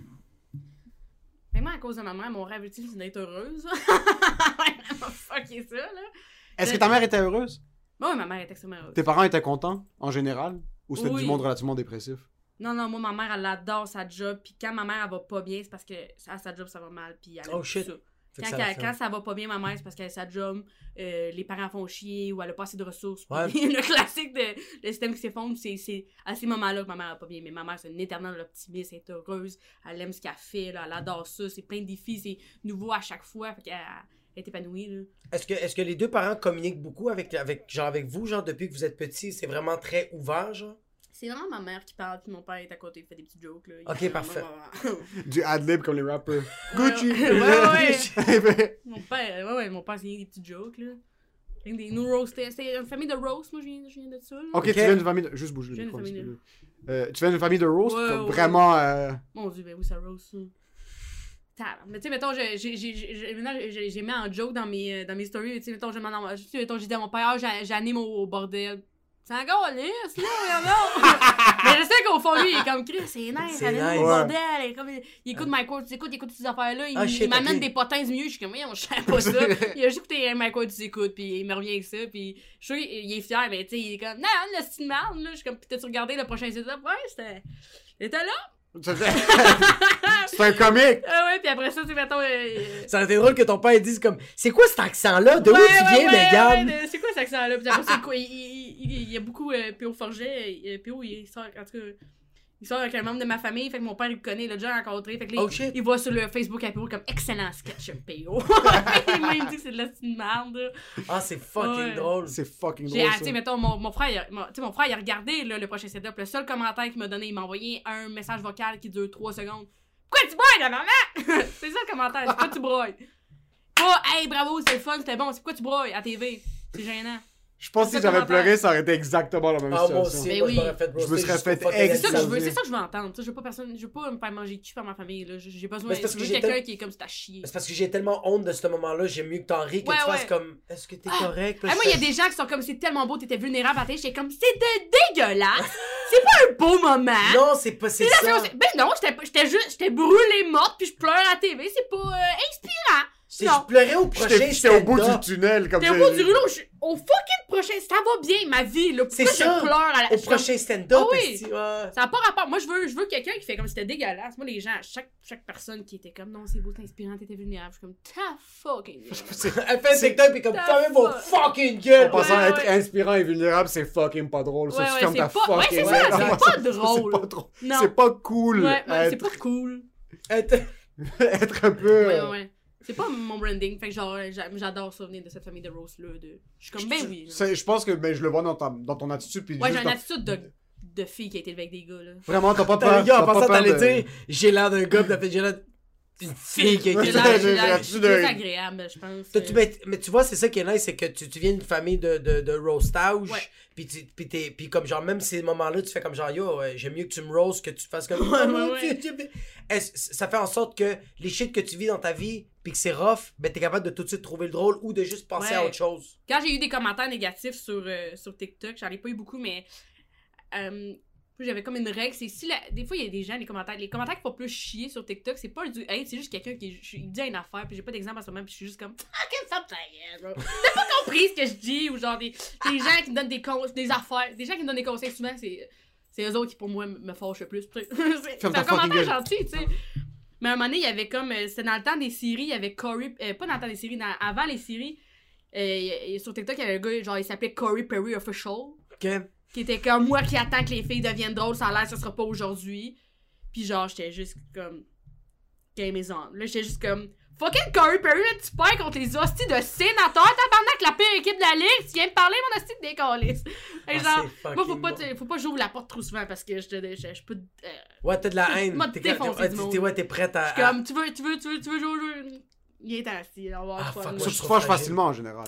[SPEAKER 7] Mais moi, à cause de ma mère, mon rêve ultime, c'est d'être heureuse. Ouais, fucker ça, là.
[SPEAKER 6] Est-ce que ta mère était heureuse?
[SPEAKER 7] Bon, oui, ma mère est extrêmement heureuse.
[SPEAKER 6] Tes parents étaient contents, en général? Ou c'était
[SPEAKER 7] Oui.
[SPEAKER 6] du monde relativement dépressif?
[SPEAKER 7] Non, non, moi, ma mère, elle adore sa job. Puis quand ma mère, elle va pas bien, c'est parce que à sa job, ça va mal. Puis elle aime
[SPEAKER 5] Oh, shit.
[SPEAKER 7] ça.
[SPEAKER 5] Fait que
[SPEAKER 7] Quand,
[SPEAKER 5] ça
[SPEAKER 7] quand,
[SPEAKER 5] la fait.
[SPEAKER 7] quand ça va pas bien, ma mère, c'est parce qu'elle a sa job, euh, les parents font chier ou elle a pas assez de ressources.
[SPEAKER 5] Ouais.
[SPEAKER 7] Puis le classique de le système qui s'effondre, c'est, c'est à ces moments-là que ma mère va pas bien. Mais ma mère, c'est une éternelle optimiste, elle est heureuse, elle aime ce qu'elle fait, là, elle adore ça, c'est plein de défis, c'est nouveau à chaque fois. Fait qu'elle elle est épanouie, là.
[SPEAKER 5] Est-ce que, est-ce que les deux parents communiquent beaucoup avec, avec, genre, avec vous, genre, depuis que vous êtes petits? C'est vraiment très ouvert, genre?
[SPEAKER 7] C'est vraiment ma mère qui parle, puis mon père est à côté, il fait des petits jokes, là. Il
[SPEAKER 5] Ok,
[SPEAKER 7] fait
[SPEAKER 5] parfait.
[SPEAKER 7] vraiment-
[SPEAKER 6] Du ad-lib comme les rappers.
[SPEAKER 7] Ouais,
[SPEAKER 6] Gucci!
[SPEAKER 7] ouais, ouais. Mon père, ouais, ouais, mon père, c'est rien des petits jokes, là. Rien Des, nous roastés. C'est une famille de roast, moi, je viens, je viens de ça, là.
[SPEAKER 6] Ok, tu viens d'une famille de... Juste bouge le
[SPEAKER 7] Je viens
[SPEAKER 6] micro un
[SPEAKER 7] d'une
[SPEAKER 6] petit
[SPEAKER 7] famille
[SPEAKER 6] peu. Euh, tu viens d'une famille de roast?
[SPEAKER 7] Ouais,
[SPEAKER 6] comme
[SPEAKER 7] ouais.
[SPEAKER 6] Vraiment... euh,
[SPEAKER 7] Mon dieu, ben oui, ça roast, ça. Tab. Mais tu sais, mettons, j'ai, j'ai, j'ai, j'ai, maintenant, j'ai, j'ai mis en joke dans mes, euh, dans mes stories, tu sais, mettons, je m'en tu sais, mettons, j'ai dit à mon père, ah, j'ai- j'anime au, au bordel. C'est encore lisse, là, regarde. Mais je sais qu'au fond, lui, il est comme Chris, c'est nice,
[SPEAKER 5] C'est
[SPEAKER 7] j'anime
[SPEAKER 5] nice.
[SPEAKER 7] au
[SPEAKER 6] Ouais.
[SPEAKER 7] bordel. Il, est comme, il écoute Mike Ward, tu écoutes, il écoute ces affaires-là, il,
[SPEAKER 5] Ah,
[SPEAKER 7] il
[SPEAKER 5] shit,
[SPEAKER 7] m'amène
[SPEAKER 5] ok.
[SPEAKER 7] des potins du mieux, je suis comme, oui, on savait pas ça. Il a juste écouté Mike Ward, tu écoutes, puis il me revient avec ça, puis je suis sûr qu'il est fier, mais tu sais, il est comme, non, le style merde, là. Je suis comme, pis t'as-tu regardé le prochain setup? Ouais, c'était. Il était là.
[SPEAKER 6] C'est un comique!
[SPEAKER 7] Ah ouais, puis après ça, tu sais, mettons. euh,
[SPEAKER 5] Ça aurait été drôle que ton père dise comme, c'est quoi cet accent-là? De où
[SPEAKER 7] ouais,
[SPEAKER 5] tu
[SPEAKER 7] ouais,
[SPEAKER 5] viens,
[SPEAKER 7] ouais,
[SPEAKER 5] Megan?
[SPEAKER 7] ouais, de- c'est quoi cet accent-là? Puis après, c'est quoi? Il, il, il, il y a beaucoup euh, P O Forget. euh, P O, il sort, en tout cas, il sort avec un membre de ma famille. Fait que mon père, il le connaît, il l'a déjà rencontré. Fait que là,
[SPEAKER 5] Oh,
[SPEAKER 7] il,
[SPEAKER 5] shit.
[SPEAKER 7] il voit sur le Facebook à P O comme excellent sketch P O. Il m'a dit que c'est de la petite merde. là.
[SPEAKER 5] Ah, c'est fucking
[SPEAKER 7] Ouais.
[SPEAKER 5] drôle.
[SPEAKER 6] C'est fucking
[SPEAKER 7] J'ai,
[SPEAKER 6] drôle,
[SPEAKER 7] ah, tu sais,
[SPEAKER 6] ça.
[SPEAKER 7] mettons, mon, mon frère, il a, mon, tu sais, mon frère, il a regardé là, le prochain setup. Le seul commentaire qu'il m'a donné, il m'a envoyé un message vocal qui dure trois secondes. Pourquoi tu broyes, la maman? C'est ça le commentaire. C'est pourquoi tu broyes? Pas, hey, bravo, c'était le fun, c'était bon. C'est pourquoi tu broyes à T V? C'est gênant.
[SPEAKER 6] Je pense que si
[SPEAKER 7] C'est
[SPEAKER 6] j'avais
[SPEAKER 7] commentaire.
[SPEAKER 6] pleuré, ça aurait été exactement la même
[SPEAKER 5] Ah, moi
[SPEAKER 6] situation.
[SPEAKER 5] aussi,
[SPEAKER 7] Ben
[SPEAKER 5] moi,
[SPEAKER 7] oui.
[SPEAKER 5] je m'aurais fait
[SPEAKER 6] Je me
[SPEAKER 5] roaster
[SPEAKER 6] serais
[SPEAKER 5] jusqu'au
[SPEAKER 6] fait
[SPEAKER 5] fucking
[SPEAKER 7] C'est ça que je veux,
[SPEAKER 6] Exagéré.
[SPEAKER 7] c'est ça que je veux entendre. Tu sais, je veux pas personne, je veux pas me faire manger le cul par ma famille, là. J'ai j'ai besoin
[SPEAKER 5] Mais c'est parce
[SPEAKER 7] je
[SPEAKER 5] que
[SPEAKER 7] veux
[SPEAKER 5] j'ai
[SPEAKER 7] quelqu'un
[SPEAKER 5] tel-
[SPEAKER 7] qui est comme c'est à chier.
[SPEAKER 5] C'est parce que j'ai tellement honte de ce moment-là, j'aime mieux que t'en ris, que
[SPEAKER 7] Ouais,
[SPEAKER 5] tu fasses
[SPEAKER 7] ouais.
[SPEAKER 5] comme, est-ce que t'es
[SPEAKER 7] Ah.
[SPEAKER 5] correct? Puis
[SPEAKER 7] Ah,
[SPEAKER 5] là,
[SPEAKER 7] moi,
[SPEAKER 5] je
[SPEAKER 7] il y a
[SPEAKER 5] fais-
[SPEAKER 7] des gens qui sont comme c'est tellement beau, t'étais vulnérable à télé, j'étais comme c'est de dégueulasse. C'est pas un beau moment.
[SPEAKER 5] Non, c'est pas, c'est
[SPEAKER 7] Puis là,
[SPEAKER 5] ça.
[SPEAKER 7] c'est- ben non, j'étais j'étais juste j'étais brûlée morte puis je pleure à la T V, c'est pas euh, inspirant.
[SPEAKER 5] C'est-
[SPEAKER 7] Non.
[SPEAKER 5] Je pleurais au prochain
[SPEAKER 6] J'étais j'étais au bout
[SPEAKER 5] stand-up.
[SPEAKER 6] du tunnel, comme
[SPEAKER 7] T'es au
[SPEAKER 6] j'ai-
[SPEAKER 7] bout du rouleau, je suis au fucking prochain, ça va bien ma vie là.
[SPEAKER 5] C'est
[SPEAKER 7] Pourquoi
[SPEAKER 5] ça.
[SPEAKER 7] je pleure à la
[SPEAKER 5] Au
[SPEAKER 7] je suis comme-
[SPEAKER 5] prochain stand-up,
[SPEAKER 7] Ah oui.
[SPEAKER 5] esti, ouais.
[SPEAKER 7] Ça n'a pas rapport. Moi, je veux, je veux quelqu'un qui fait comme c'était dégueulasse. Moi, les gens, chaque, chaque personne qui était comme non, c'est beau, t'es inspirant, t'étais vulnérable. Je suis comme ta fucking gueule.
[SPEAKER 5] Elle fait un TikTok pis comme,
[SPEAKER 7] Ta
[SPEAKER 5] fermez vos
[SPEAKER 7] fuck.
[SPEAKER 5] fucking gueules.
[SPEAKER 6] En passant à
[SPEAKER 7] Ouais,
[SPEAKER 6] être
[SPEAKER 7] ouais.
[SPEAKER 6] inspirant et vulnérable, c'est fucking pas drôle. Ça,
[SPEAKER 7] Ouais,
[SPEAKER 6] tu
[SPEAKER 7] ouais,
[SPEAKER 6] fermes
[SPEAKER 7] c'est
[SPEAKER 6] ta
[SPEAKER 7] pas- ouais,
[SPEAKER 6] fucking
[SPEAKER 7] c'est ça,
[SPEAKER 6] gueule.
[SPEAKER 7] c'est
[SPEAKER 6] Moi,
[SPEAKER 7] pas
[SPEAKER 6] ça,
[SPEAKER 7] drôle.
[SPEAKER 6] C'est pas drôle.
[SPEAKER 7] Non.
[SPEAKER 6] C'est pas cool.
[SPEAKER 7] Ouais, ouais, c'est
[SPEAKER 6] être,
[SPEAKER 7] pas cool.
[SPEAKER 5] Être-
[SPEAKER 6] être un peu...
[SPEAKER 7] Ouais,
[SPEAKER 6] euh,
[SPEAKER 7] ouais, ouais. C'est pas mon branding. Fait que genre, j'a- j'adore ça venir de cette famille de Rose là. De... Je suis comme, ben oui. là.
[SPEAKER 6] c'est- Je pense que ben, je le vois dans, ta, dans ton attitude. Puis
[SPEAKER 7] Ouais, j'ai
[SPEAKER 6] juste
[SPEAKER 7] une
[SPEAKER 6] dans-
[SPEAKER 7] attitude de, de fille qui a été élevée avec des gars, là.
[SPEAKER 6] Vraiment, t'as pas
[SPEAKER 5] Attends,
[SPEAKER 6] peur.
[SPEAKER 5] les gars, en
[SPEAKER 6] t'as pas
[SPEAKER 5] passant,
[SPEAKER 6] peur
[SPEAKER 5] t'allais
[SPEAKER 6] de-
[SPEAKER 5] dire, j'ai l'air d'un gars, pis t'as fait, j'ai l'air d'une fille qui a
[SPEAKER 6] Ouais,
[SPEAKER 7] J'ai
[SPEAKER 5] été
[SPEAKER 7] l'air-
[SPEAKER 6] j'ai-
[SPEAKER 7] j'ai l'air-
[SPEAKER 6] j'ai-
[SPEAKER 7] je suis
[SPEAKER 6] j'ai-
[SPEAKER 7] plus agréable, je pense.
[SPEAKER 5] T'as- tu- mais, mais tu vois, c'est ça qui est nice, c'est que tu, tu viens d'une famille de, de, de roastage,
[SPEAKER 7] Ouais.
[SPEAKER 5] pis, tu, pis, t'es- pis comme genre, même ces moments-là, tu fais comme genre, yo, ouais, j'aime mieux que tu me roastes que tu te fasses comme...
[SPEAKER 7] Ouais,
[SPEAKER 5] Oh,
[SPEAKER 7] ouais,
[SPEAKER 5] mon
[SPEAKER 7] ouais.
[SPEAKER 5] Dieu, Dieu. Est-ce- ça fait en sorte que les shit que tu vis dans ta vie, pis que c'est rough, ben t'es capable de tout de suite trouver le drôle ou de juste penser à
[SPEAKER 7] Ouais.
[SPEAKER 5] autre chose.
[SPEAKER 7] Quand j'ai eu des commentaires négatifs sur, euh, sur TikTok, j'en ai pas eu beaucoup, mais euh, Puis j'avais comme une règle, c'est si la... des fois il y a des gens les commentaires, les commentaires qui font plus chier sur TikTok, c'est pas du hate, c'est juste quelqu'un qui il dit une affaire puis j'ai pas d'exemple en ce moment puis je suis juste comme ah qu'est-ce que ça me fait, bro. T'as pas compris ce que je dis ou genre des, des gens qui me donnent des con... des affaires, des gens qui me donnent des conseils souvent c'est c'est eux autres qui pour moi me fâchent le plus. c'est c'est un commentaire gentil, tu sais. Mais à un moment donné, il y avait comme c'était dans le temps des séries, il y avait Corey euh, pas dans le temps des séries, dans... avant les séries euh, sur TikTok, il y avait un gars genre il s'appelait Corey Perry Official.
[SPEAKER 5] OK.
[SPEAKER 7] Qui était comme moi qui attends que les filles deviennent drôles, ça a l'air que ce sera pas aujourd'hui. Puis genre, j'étais juste comme. Game is on. Là, j'étais juste comme. Fucking Corey Perry, tu perds contre les hosties de sénateurs, tabarnak, la pire équipe de la ligue, tu viens me parler, mon hostie de décaliste. Et genre, ah, moi, faut pas, bon. faut pas que j'ouvre la porte trop souvent parce que je te. Je, je peux. Euh,
[SPEAKER 5] ouais, t'as de la haine.
[SPEAKER 7] Moi, t'es défoncé du monde.
[SPEAKER 5] T'es, ouais, t'es prête à.
[SPEAKER 7] Je suis comme, tu veux, tu veux, tu veux, tu veux jouer. Il est assis, on va
[SPEAKER 5] ah,
[SPEAKER 7] avoir
[SPEAKER 6] Ça, tu te fâches facilement en général.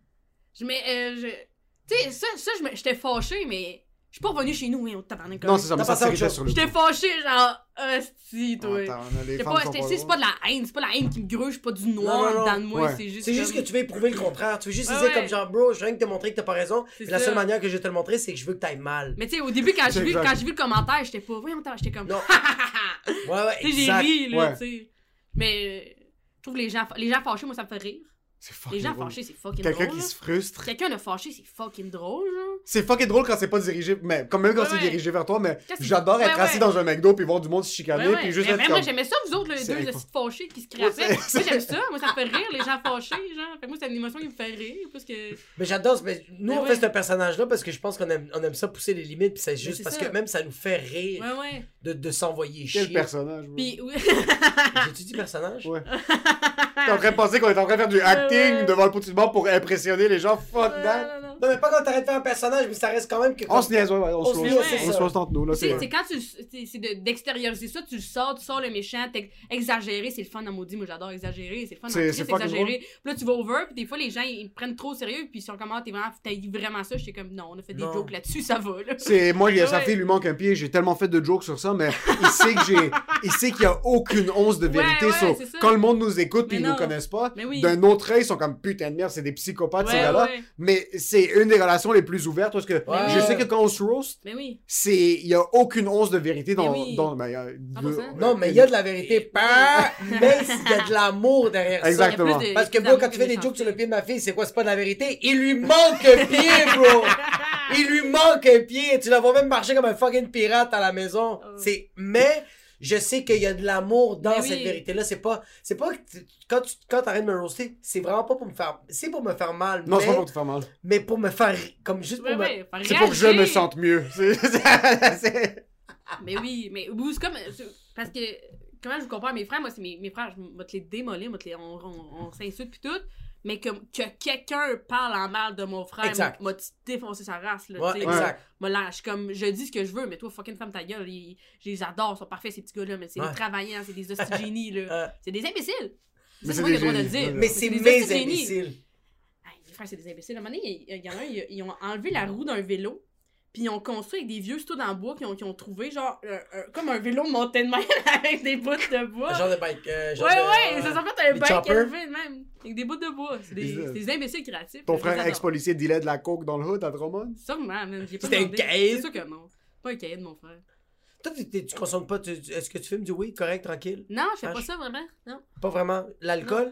[SPEAKER 7] Je mets. Euh, je... Tu sais, ça, ça j'étais fâchée, mais. Je suis pas revenu chez nous, hein, au tabarnak.
[SPEAKER 6] Non, c'est ça, mais ça s'irritait sur le
[SPEAKER 7] J'étais fâchée, genre, hostie, toi.
[SPEAKER 6] Attends, les
[SPEAKER 7] pas, pas c'est pas de la haine, c'est pas la haine qui me gruge, pas du noir non, non, non. dans moi, ouais. c'est juste.
[SPEAKER 5] C'est comme... juste que tu veux éprouver le contraire. Tu veux juste ouais, dire ouais. comme genre, bro, je viens de te montrer que t'as pas raison. Et la seule manière que je vais te le montrer, c'est que je veux que t'ailles mal.
[SPEAKER 7] Mais tu sais, au début, quand j'ai vu, quand j'ai vu le commentaire, j'étais pas, voyons, j'étais comme. Non.
[SPEAKER 5] ouais, ouais,
[SPEAKER 7] tu sais, j'ai ri, là, tu sais. Mais je trouve les gens, les gens fâchés, moi, ça me fait rire. Les gens drôle. Fâchés, c'est fucking
[SPEAKER 6] Quelqu'un
[SPEAKER 7] drôle.
[SPEAKER 6] Quelqu'un qui se frustre.
[SPEAKER 7] Quelqu'un de fâché, c'est fucking drôle, genre.
[SPEAKER 6] C'est fucking drôle quand c'est pas dirigé, mais comme même quand ouais, c'est ouais. dirigé vers toi, mais j'adore être ouais, assis ouais. dans un McDo puis voir du monde se chicaner
[SPEAKER 7] ouais, ouais.
[SPEAKER 6] puis juste
[SPEAKER 7] mais
[SPEAKER 6] être
[SPEAKER 7] même
[SPEAKER 6] comme...
[SPEAKER 7] moi, j'aimais ça, vous autres, les deux assis fâchés qui se crassaient. Moi, j'aime ça. Moi, ça me fait rire, les gens fâchés, genre. Fait que moi, c'est une émotion qui me fait rire, parce que...
[SPEAKER 5] Mais j'adore, mais nous, mais on ouais. fait ce personnage-là parce que je pense qu'on aime, on aime ça pousser les limites puis c'est juste c'est parce ça. que même ça nous fait rire
[SPEAKER 7] ouais, ouais.
[SPEAKER 5] De, de s'envoyer chier.
[SPEAKER 6] Quel personnage,
[SPEAKER 7] puis oui.
[SPEAKER 5] J'ai-tu dit personnage?
[SPEAKER 6] Ouais. T'es en train de penser qu'on est en train de faire du acting devant le petit banc pour impressionner les gens, fuck that.
[SPEAKER 5] Non, non, mais pas quand t'arrêtes de faire un personnage, mais ça reste quand même que...
[SPEAKER 6] On se niaise, ouais, ouais, on se niaise entre nous, là.
[SPEAKER 7] C'est quand tu... C'est d'extérioriser ça, tu le sors, tu sors le méchant, exagérer, c'est le fun à maudit, moi j'adore exagérer, c'est le fun à maudit, exagérer. Puis là, tu vas over, puis des fois, les gens, ils prennent trop au sérieux, puis ils sont comme, ah, t'es vraiment, t'as dit vraiment ça, j'étais comme, non, on a fait des non. jokes là-dessus, ça va, là.
[SPEAKER 6] C'est, moi, ouais. sa fille lui manque un pied, j'ai tellement fait de jokes sur ça, mais il sait que j'ai, il sait qu'il y a aucune once de vérité
[SPEAKER 7] ouais, ouais,
[SPEAKER 6] sur, quand le monde nous écoute, puis ils nous connaissent pas,
[SPEAKER 7] oui.
[SPEAKER 6] d'un autre œil, ils sont comme, putain de merde, c'est des psychopathes, ces gars-là, mais c'est une des relations les plus ouvertes, parce que ouais. je sais que quand on se roast,
[SPEAKER 7] oui.
[SPEAKER 6] c'est, il y a aucune once de vérité dans,
[SPEAKER 7] oui.
[SPEAKER 6] dans, ben, y a,
[SPEAKER 5] non, mais il y a de la vérité, mais il y a de l'amour derrière ça.
[SPEAKER 6] Exactement.
[SPEAKER 5] De, Parce que, bro, quand tu fais des jokes sur le pied de ma fille, c'est quoi, c'est pas de la vérité? Il lui manque un pied, bro! Il lui manque un pied! Tu la vois même marcher comme un fucking pirate à la maison. Oh. C'est, mais, je sais qu'il y a de l'amour dans mais cette oui. vérité-là. C'est pas, c'est pas, quand tu, quand t'arrêtes de me roaster, c'est vraiment pas pour me faire, c'est pour me faire mal.
[SPEAKER 6] Non,
[SPEAKER 5] mais,
[SPEAKER 6] c'est pas pour te faire mal.
[SPEAKER 5] Mais pour me faire, comme juste pour
[SPEAKER 7] ouais,
[SPEAKER 5] me...
[SPEAKER 7] Ouais,
[SPEAKER 6] c'est pour que je me sente mieux. C'est,
[SPEAKER 7] c'est... Mais oui, mais c'est comme, parce que, comment je vous compare à mes frères, moi, c'est mes, mes frères, je vais te les démolir, moi, les, on, on, on s'insulte pis tout, mais que, que quelqu'un parle en mal de mon frère, m'a défoncé sa race, là,
[SPEAKER 5] ouais, exact.
[SPEAKER 7] Moi, là, je suis comme, je dis ce que je veux, mais toi, fucking femme ta gueule, ils, je les adore, ils sont parfaits, ces petits gars-là, mais c'est ouais. des travaillants, c'est des hosties génies, là. C'est des imbéciles.
[SPEAKER 6] Mais
[SPEAKER 7] c'est moi qui ai le droit de le dire.
[SPEAKER 5] Mais c'est mes imbéciles.
[SPEAKER 7] Mes frères, c'est des imbéciles. À un moment donné, il y en a un, ils ont enlevé la roue d'un vélo. Puis ils ont construit avec des vieux studs en bois qui ont, qui ont trouvé genre euh, euh, comme un vélo monté de même avec des bouts de bois.
[SPEAKER 5] Un genre de bike. Euh, genre
[SPEAKER 7] ouais,
[SPEAKER 5] de,
[SPEAKER 7] ouais,
[SPEAKER 5] euh,
[SPEAKER 7] ça s'en fait un bike élevé de même. Avec des bouts de bois. C'est des, des, des imbéciles créatifs.
[SPEAKER 6] Ton frère ex-policier dealait de la coke dans le hood à Drummond?
[SPEAKER 7] Sûrement, man.
[SPEAKER 5] C'était un caïd.
[SPEAKER 7] C'est sûr que non. Pas un caïd, mon frère.
[SPEAKER 5] Toi, tu, tu consommes pas. Tu, est-ce que tu fumes du weed correct, tranquille?
[SPEAKER 7] Non, je fais ah, pas je... ça vraiment. Non.
[SPEAKER 5] Pas vraiment. L'alcool?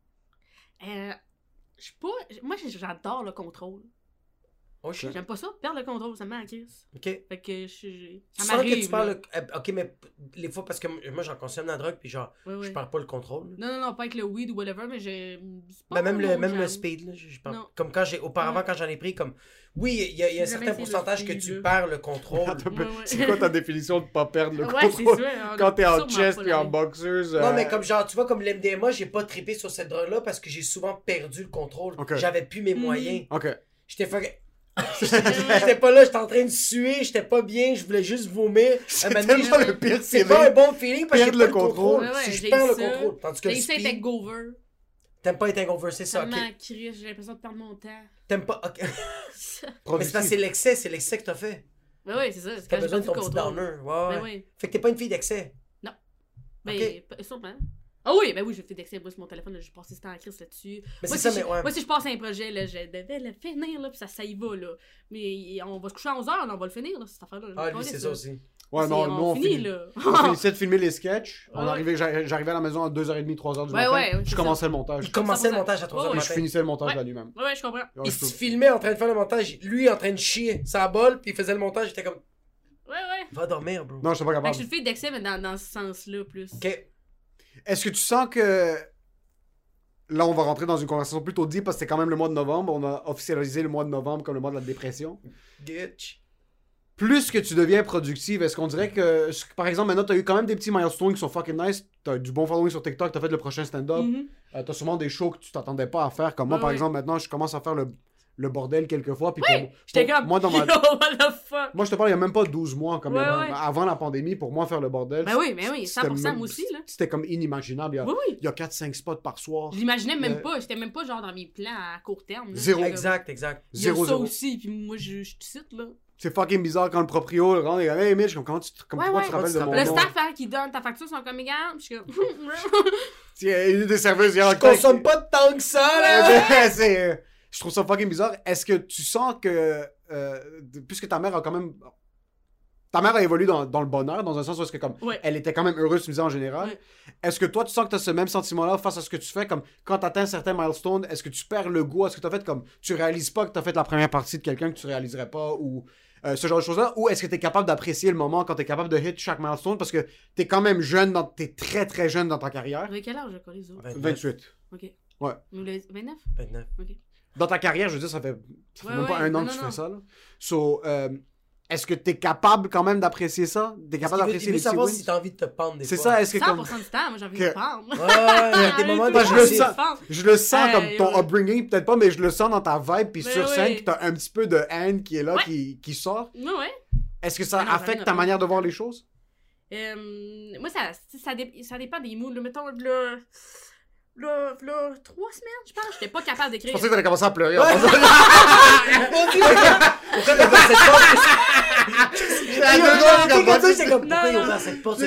[SPEAKER 7] Euh. Je suis pas. Moi, j'adore le contrôle.
[SPEAKER 5] Oh,
[SPEAKER 7] j'aime pas ça, perdre le contrôle, ça me met en crise.
[SPEAKER 5] Ok.
[SPEAKER 7] Fait que je suis.
[SPEAKER 5] Ça tu m'arrive. Que tu parles. Le... Ok, mais les fois, parce que moi j'en consomme de la drogue, puis genre, oui, oui. je parle pas le contrôle.
[SPEAKER 7] Non, non, non, pas avec le weed ou whatever, mais je.
[SPEAKER 5] Mais même le, même le speed, là, je parle. Non. Comme quand j'ai. Auparavant, ouais. quand j'en ai pris, comme. Oui, il y a, y a un certain pourcentage que tu perds le contrôle.
[SPEAKER 6] Ouais, ouais. C'est quoi ta définition de pas perdre le ouais, contrôle? Ouais, c'est quand t'es en chest puis en boxers. Euh...
[SPEAKER 5] Non, mais comme genre, tu vois, comme l'M D M A, j'ai pas trippé sur cette drogue-là parce que j'ai souvent perdu le contrôle. Okay. J'avais plus mes moyens.
[SPEAKER 6] Ok.
[SPEAKER 5] J'étais fucking. J'étais pas là, j'étais en train de suer, j'étais pas bien, je voulais juste vomir.
[SPEAKER 6] C'est tellement le pire,
[SPEAKER 5] c'est pas un bon feeling parce que j'ai
[SPEAKER 6] le contrôle.
[SPEAKER 5] Ouais, ouais, si je perds le contrôle. Tandis que
[SPEAKER 7] le speed... T'aimes pas être gover.
[SPEAKER 5] T'aimes pas être un gover, c'est ça, ok.
[SPEAKER 7] J'ai l'impression de perdre mon temps.
[SPEAKER 5] T'aimes pas, ok. Mais c'est parce que c'est l'excès, c'est l'excès que t'as fait.
[SPEAKER 7] Ben oui, c'est ça.
[SPEAKER 5] T'as besoin de ton petit downer. Ouais, ouais. Ben oui. Fait que t'es pas une fille d'excès.
[SPEAKER 7] Non. Ben, okay. Sûrement. Ah oui, ben oui, j'ai fait d'excès. Moi, sur mon téléphone, j'ai passé ce temps en crise là-dessus.
[SPEAKER 5] Mais
[SPEAKER 7] moi,
[SPEAKER 5] c'est
[SPEAKER 7] si
[SPEAKER 5] ça,
[SPEAKER 7] je,
[SPEAKER 5] mais ouais.
[SPEAKER 7] moi, si je passe un projet, là, je devais le finir, là, puis ça, ça y va, là. Mais on va se coucher à onze heures, là, on va le finir, là, cette affaire-là.
[SPEAKER 5] Ah, lui, c'est ça aussi.
[SPEAKER 6] Ouais, non,
[SPEAKER 7] on
[SPEAKER 6] nous, on
[SPEAKER 7] finit,
[SPEAKER 6] finit.
[SPEAKER 7] là.
[SPEAKER 6] On finissait de filmer les sketchs. On
[SPEAKER 7] Ouais,
[SPEAKER 6] arrivait, j'a- j'arrivais à la maison à deux heures trente, trois heures du
[SPEAKER 7] Ouais,
[SPEAKER 6] matin.
[SPEAKER 7] ouais, ouais,
[SPEAKER 6] je
[SPEAKER 7] c'est
[SPEAKER 6] commençais
[SPEAKER 7] ça.
[SPEAKER 6] le montage.
[SPEAKER 5] Il commençait le
[SPEAKER 7] cent pour cent.
[SPEAKER 5] montage à trois heures
[SPEAKER 7] Ouais,
[SPEAKER 5] du
[SPEAKER 6] Et je
[SPEAKER 5] matin.
[SPEAKER 6] finissais le montage
[SPEAKER 7] Ouais.
[SPEAKER 6] la nuit même.
[SPEAKER 7] Ouais, ouais, je comprends.
[SPEAKER 6] Ouais,
[SPEAKER 5] Il
[SPEAKER 6] je
[SPEAKER 5] se
[SPEAKER 6] peux-
[SPEAKER 5] filmait en train de faire le montage, lui en train de chier sa bol, puis il faisait le montage, j'étais comme,
[SPEAKER 7] Ouais, ouais.
[SPEAKER 5] va dormir, bro.
[SPEAKER 6] Non, je suis pas
[SPEAKER 7] Fait que
[SPEAKER 6] capable.
[SPEAKER 7] je suis une fille d'excès, mais dans, dans ce sens-là, plus.
[SPEAKER 5] Ok.
[SPEAKER 6] Est-ce que tu sens que... Là, on va rentrer dans une conversation plutôt deep parce que c'était quand même le mois de novembre. On a officialisé le mois de novembre comme le mois de la dépression.
[SPEAKER 5] Bitch.
[SPEAKER 6] Plus que tu deviens productive, est-ce qu'on dirait que... Par exemple, maintenant, t'as eu quand même des petits milestones qui sont fucking nice. T'as du bon following sur TikTok, t'as fait le prochain stand-up.
[SPEAKER 7] Mhm.
[SPEAKER 6] Euh, t'as sûrement des shows que tu t'attendais pas à faire. Comme moi,
[SPEAKER 7] Ouais,
[SPEAKER 6] par
[SPEAKER 7] ouais.
[SPEAKER 6] exemple, maintenant, je commence à faire le, le bordel quelques fois. Puis
[SPEAKER 7] Ouais,
[SPEAKER 6] pour-
[SPEAKER 7] J'étais
[SPEAKER 6] pour-
[SPEAKER 7] comme,
[SPEAKER 6] Moi, dans ma...
[SPEAKER 7] yo, what the fuck?
[SPEAKER 6] moi, je te parle, il y a même pas douze mois. Comme
[SPEAKER 7] Ouais,
[SPEAKER 6] il y a-
[SPEAKER 7] ouais.
[SPEAKER 6] Avant la pandémie, pour moi, faire le bordel...
[SPEAKER 7] Ben oui, ben oui,
[SPEAKER 6] c'était
[SPEAKER 7] cent pour cent
[SPEAKER 6] même-
[SPEAKER 7] moi aussi, là.
[SPEAKER 6] C'était comme inimaginable. Il y a,
[SPEAKER 7] Oui, oui.
[SPEAKER 6] il y a quatre cinq spots par soir.
[SPEAKER 7] Je l'imaginais même
[SPEAKER 6] Euh,
[SPEAKER 7] pas. J'étais même pas genre dans mes plans à court terme. là.
[SPEAKER 6] Zéro.
[SPEAKER 7] J'étais comme,
[SPEAKER 5] Exact, exact.
[SPEAKER 7] Il y a
[SPEAKER 6] Zéro,
[SPEAKER 7] ça
[SPEAKER 6] zéro.
[SPEAKER 7] aussi, puis moi, je, je te cite, là.
[SPEAKER 6] C'est fucking bizarre quand le proprio le rentre et hey Mitch, comme, comment tu, te- comme,
[SPEAKER 7] Ouais,
[SPEAKER 6] pourquoi
[SPEAKER 7] ouais.
[SPEAKER 6] tu te rappelles
[SPEAKER 5] Tu te
[SPEAKER 6] de mon
[SPEAKER 5] rappelles
[SPEAKER 7] Le
[SPEAKER 6] nom?
[SPEAKER 7] staff hein, qui donne ta facture sont comme regarde, puis je suis comme.
[SPEAKER 6] Tiens, une des serveuses, il y a
[SPEAKER 5] Je consomme pas tant que ça, là!
[SPEAKER 6] c'est, euh, je trouve ça fucking bizarre. Est-ce que tu sens que, euh, de- puisque ta mère a quand même... Ta mère a évolué dans, dans le bonheur, dans un sens où est-ce que comme,
[SPEAKER 7] Ouais.
[SPEAKER 6] elle était quand même heureuse, tu me disais en général.
[SPEAKER 7] Ouais.
[SPEAKER 6] Est-ce que toi, tu sens que tu as ce même sentiment-là face à ce que tu fais, comme quand tu atteins certains milestones, est-ce que tu perds le goût? Est-ce que tu as fait comme, tu réalises pas que tu as fait la première partie de quelqu'un que tu réaliserais pas, ou euh, ce genre de choses-là? Ou est-ce que tu es capable d'apprécier le moment quand tu es capable de hit chaque milestone, parce que tu es quand même jeune, dans, tu es très très jeune dans ta carrière?
[SPEAKER 7] Avec quel âge, quoi, les autres?
[SPEAKER 5] vingt-neuf.
[SPEAKER 6] vingt-huit.
[SPEAKER 7] Ok.
[SPEAKER 6] Ouais.
[SPEAKER 7] Vous l'avez- vingt-neuf?
[SPEAKER 5] vingt-neuf.
[SPEAKER 7] Ok.
[SPEAKER 6] Dans ta carrière, je veux dire, ça fait, ça fait
[SPEAKER 7] Ouais,
[SPEAKER 6] même pas
[SPEAKER 7] ouais.
[SPEAKER 6] un an
[SPEAKER 7] Non,
[SPEAKER 6] que tu
[SPEAKER 7] non,
[SPEAKER 6] fais
[SPEAKER 7] non.
[SPEAKER 6] ça. Là. So, euh, est-ce que tu es capable quand même d'apprécier ça? Tu es capable
[SPEAKER 5] Il veut, il
[SPEAKER 6] d'apprécier
[SPEAKER 5] veut
[SPEAKER 6] les petits
[SPEAKER 5] savoir
[SPEAKER 6] wins?
[SPEAKER 5] si t'as envie de te pendre des
[SPEAKER 6] C'est
[SPEAKER 5] fois.
[SPEAKER 6] ça, est-ce que
[SPEAKER 7] cent
[SPEAKER 6] comme...
[SPEAKER 7] pour cent du temps, moi, j'ai envie
[SPEAKER 6] Que-
[SPEAKER 7] de prendre.
[SPEAKER 5] Ouais, ouais, il y a des moments
[SPEAKER 6] Moi, je le
[SPEAKER 5] difficiles.
[SPEAKER 6] sens. Je le sens
[SPEAKER 7] Hey,
[SPEAKER 6] comme ton
[SPEAKER 7] ouais.
[SPEAKER 6] upbringing, peut-être pas, mais je le sens dans ta vibe, puis
[SPEAKER 7] Mais
[SPEAKER 6] sur
[SPEAKER 7] oui.
[SPEAKER 6] scène, que t'as un petit peu de haine qui est là,
[SPEAKER 7] Ouais.
[SPEAKER 6] qui, qui sort.
[SPEAKER 7] Ouais, ouais.
[SPEAKER 6] Est-ce que ça
[SPEAKER 7] Mais non, j'en
[SPEAKER 6] affecte
[SPEAKER 7] ai
[SPEAKER 6] ta
[SPEAKER 7] pas.
[SPEAKER 6] manière de voir les choses?
[SPEAKER 7] Euh, moi, ça, ça, dé- ça dépend des moods. Là. Mettons, là, là, là, trois semaines, je pense, j'étais pas capable
[SPEAKER 6] Je
[SPEAKER 7] d'écrire.
[SPEAKER 6] pensais que t'allais commencer à pleurer.
[SPEAKER 5] Ouais.
[SPEAKER 6] en passant.
[SPEAKER 5] Mon Dieu! Pourquoi t'as ouvert cette porte?
[SPEAKER 6] La deux secondes,
[SPEAKER 5] T'es
[SPEAKER 6] comme
[SPEAKER 5] comme ça,
[SPEAKER 6] ça.
[SPEAKER 5] j'étais comme,
[SPEAKER 7] Non,
[SPEAKER 5] pourquoi il a
[SPEAKER 7] non.
[SPEAKER 5] ouvert cette porte?
[SPEAKER 7] Non,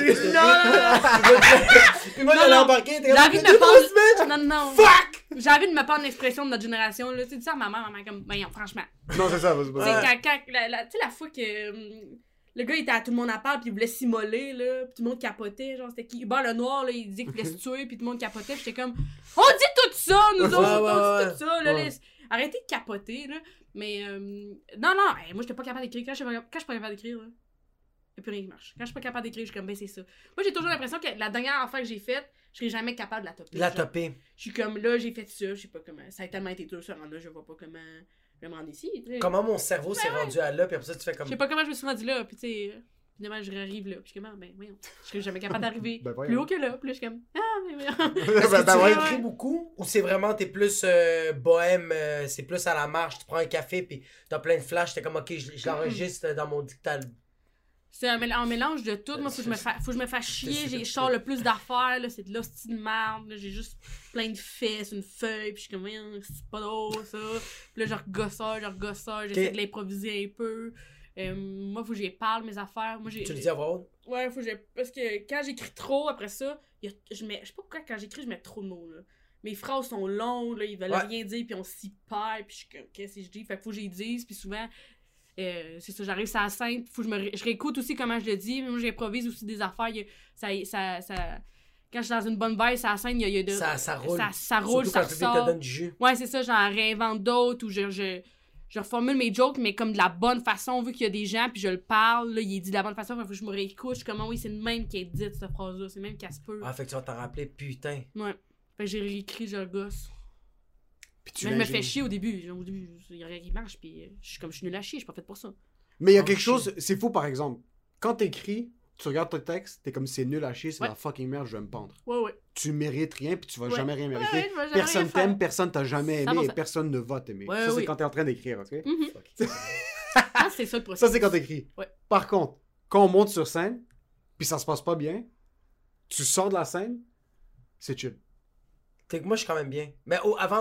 [SPEAKER 7] non,
[SPEAKER 5] Puis moi,
[SPEAKER 7] Non,
[SPEAKER 5] j'allais
[SPEAKER 7] non.
[SPEAKER 5] embarquer, t'es
[SPEAKER 7] J'ai
[SPEAKER 5] comme,
[SPEAKER 7] envie de
[SPEAKER 5] deux,
[SPEAKER 7] me
[SPEAKER 5] trois
[SPEAKER 7] prendre.
[SPEAKER 5] semaines?
[SPEAKER 7] Non, non.
[SPEAKER 6] Fuck!
[SPEAKER 7] J'ai envie de me prendre l'expression de notre génération. Là. Tu sais, dis ça à ma mère, ma mère, comme, voyons, franchement.
[SPEAKER 6] Non, c'est ça. c'est
[SPEAKER 7] Tu
[SPEAKER 6] pas
[SPEAKER 7] sais,
[SPEAKER 6] ça.
[SPEAKER 7] quand, quand, la, la- tu sais, la fois que hum, le gars il était à tout le monde à part, puis il voulait s'immoler, là, puis tout le monde capotait. Genre, c'était qui? Hubert le Noir, là, il disait qu'il voulait se tuer, puis tout le monde capotait, puis j'étais comme, on dit tout ça, nous
[SPEAKER 5] Ouais,
[SPEAKER 7] autres,
[SPEAKER 5] ouais,
[SPEAKER 7] on dit
[SPEAKER 5] ouais.
[SPEAKER 7] tout ça, là.
[SPEAKER 5] Ouais.
[SPEAKER 7] laisse- Arrêtez de capoter, là. Mais, euh, non, non, hey, moi, j'étais pas capable d'écrire. Quand je suis pas quand je suis pas capable d'écrire, là, y'a plus rien qui marche. Quand je suis pas capable d'écrire, je suis comme, ben, c'est ça. Moi, j'ai toujours l'impression que la dernière affaire que j'ai faite, je serais jamais capable de la topper.
[SPEAKER 5] La
[SPEAKER 7] genre.
[SPEAKER 5] topée.
[SPEAKER 7] Je suis comme, là, j'ai fait ça, je sais pas comment. Ça a tellement été dur, ce rendre-là, je vois pas comment je vais me rendre ici. tu sais.
[SPEAKER 5] Comment mon cerveau s'est rendu à là, puis après ça, tu fais comme.
[SPEAKER 7] Je sais pas comment je me suis rendu là, puis tu sais, euh, finalement, je arrive là, puis je suis comme, ah, ben, voyons, je serais jamais capable d'arriver
[SPEAKER 6] Ben, voyons.
[SPEAKER 7] plus haut que là, puis là, je suis comme, ah, mais voyons.
[SPEAKER 5] Est-ce
[SPEAKER 6] Ben,
[SPEAKER 5] que
[SPEAKER 6] ben,
[SPEAKER 5] tu
[SPEAKER 6] ouais.
[SPEAKER 5] réécris beaucoup ou c'est vraiment t'es plus euh, bohème, euh, c'est plus à la marche, tu prends un café puis t'as plein de flashs, t'es comme ok, je, je l'enregistre dans mon dictal.
[SPEAKER 7] C'est un, mél- un mélange de tout. Moi, faut que je me, fa- faut que je me fasse chier. J'ai- Je sors le plus d'affaires, là. C'est de l'hostie de merde. là. J'ai juste plein de fesses, une feuille. Puis je suis comme, voyons, c'est pas drôle, ça. Puis là, genre gosseur, genre gosseur. J'essaie
[SPEAKER 5] Ok.
[SPEAKER 7] de l'improviser un peu. Euh, moi, faut que j'y parle, mes affaires. Moi, j'ai.
[SPEAKER 5] Tu le dis à voix haute?
[SPEAKER 7] Ouais, faut que j'ai. Parce que quand j'écris trop après ça, y a... je mets. Je sais pas pourquoi quand j'écris, je mets trop de mots, là. Mes phrases sont longues, là, ils veulent
[SPEAKER 5] Ouais.
[SPEAKER 7] rien dire, puis on s'y perd, puis je suis comme, qu'est-ce que je dis? Fait que faut que j'y dise, puis souvent, euh, c'est ça, j'arrive sur la scène, faut que je me ré- je réécoute aussi comment je le dis, moi j'improvise aussi des affaires, y a- ça, ça, ça, quand je suis dans une bonne vibe, sur la scène, il y a, il y a de...
[SPEAKER 5] Ça, ça roule.
[SPEAKER 7] Ça, ça roule,
[SPEAKER 5] Surtout
[SPEAKER 7] ça
[SPEAKER 5] quand le public
[SPEAKER 7] ressort.
[SPEAKER 5] te donne du jus.
[SPEAKER 7] Ouais, c'est ça, j'en réinvente d'autres, ou je, je, je reformule mes jokes, mais comme de la bonne façon, vu qu'il y a des gens, puis je le parle, là, il est dit de la bonne façon, faut que je me réécoute, je suis comme, ah oui, c'est le même qui est dit, cette phrase-là, c'est le même qu'elle se peut.
[SPEAKER 5] Ah, fait que tu vas t'en rappeler, putain.
[SPEAKER 7] Ouais. Fait que j'ai réécrit, je le gosse.
[SPEAKER 6] Puis tu
[SPEAKER 7] Mais je me
[SPEAKER 6] l'ingénies.
[SPEAKER 7] fais chier au début. Genre, au début, il y a rien qui marche, puis euh, je suis comme, je suis nul à chier, je suis pas faite pour ça.
[SPEAKER 6] Mais il y a
[SPEAKER 5] Oh,
[SPEAKER 6] quelque
[SPEAKER 5] shit.
[SPEAKER 6] chose, c'est fou par exemple. Quand t'écris, tu regardes ton texte, t'es comme c'est nul à chier, c'est
[SPEAKER 7] Ouais.
[SPEAKER 6] la fucking merde, je vais me pendre.
[SPEAKER 7] Ouais, ouais.
[SPEAKER 6] Tu mérites rien, puis tu vas
[SPEAKER 7] Ouais.
[SPEAKER 6] jamais rien
[SPEAKER 7] Ouais,
[SPEAKER 6] mériter.
[SPEAKER 7] ouais, je vais jamais
[SPEAKER 6] Personne
[SPEAKER 7] rien faire.
[SPEAKER 6] t'aime, personne t'a jamais
[SPEAKER 7] cent
[SPEAKER 6] aimé
[SPEAKER 7] pour
[SPEAKER 6] et
[SPEAKER 7] cent.
[SPEAKER 6] personne ne va t'aimer.
[SPEAKER 7] Ouais,
[SPEAKER 6] ça, c'est
[SPEAKER 7] oui.
[SPEAKER 6] quand t'es en train d'écrire, ok?
[SPEAKER 7] Mhm. Ah, c'est ça le processus.
[SPEAKER 6] Ça, c'est quand t'écris.
[SPEAKER 7] Ouais.
[SPEAKER 6] Par contre, quand on monte sur scène, puis ça se passe pas bien, tu sors de la scène, c'est chill.
[SPEAKER 5] T'es que moi, je suis quand même bien. Mais oh, avant, non.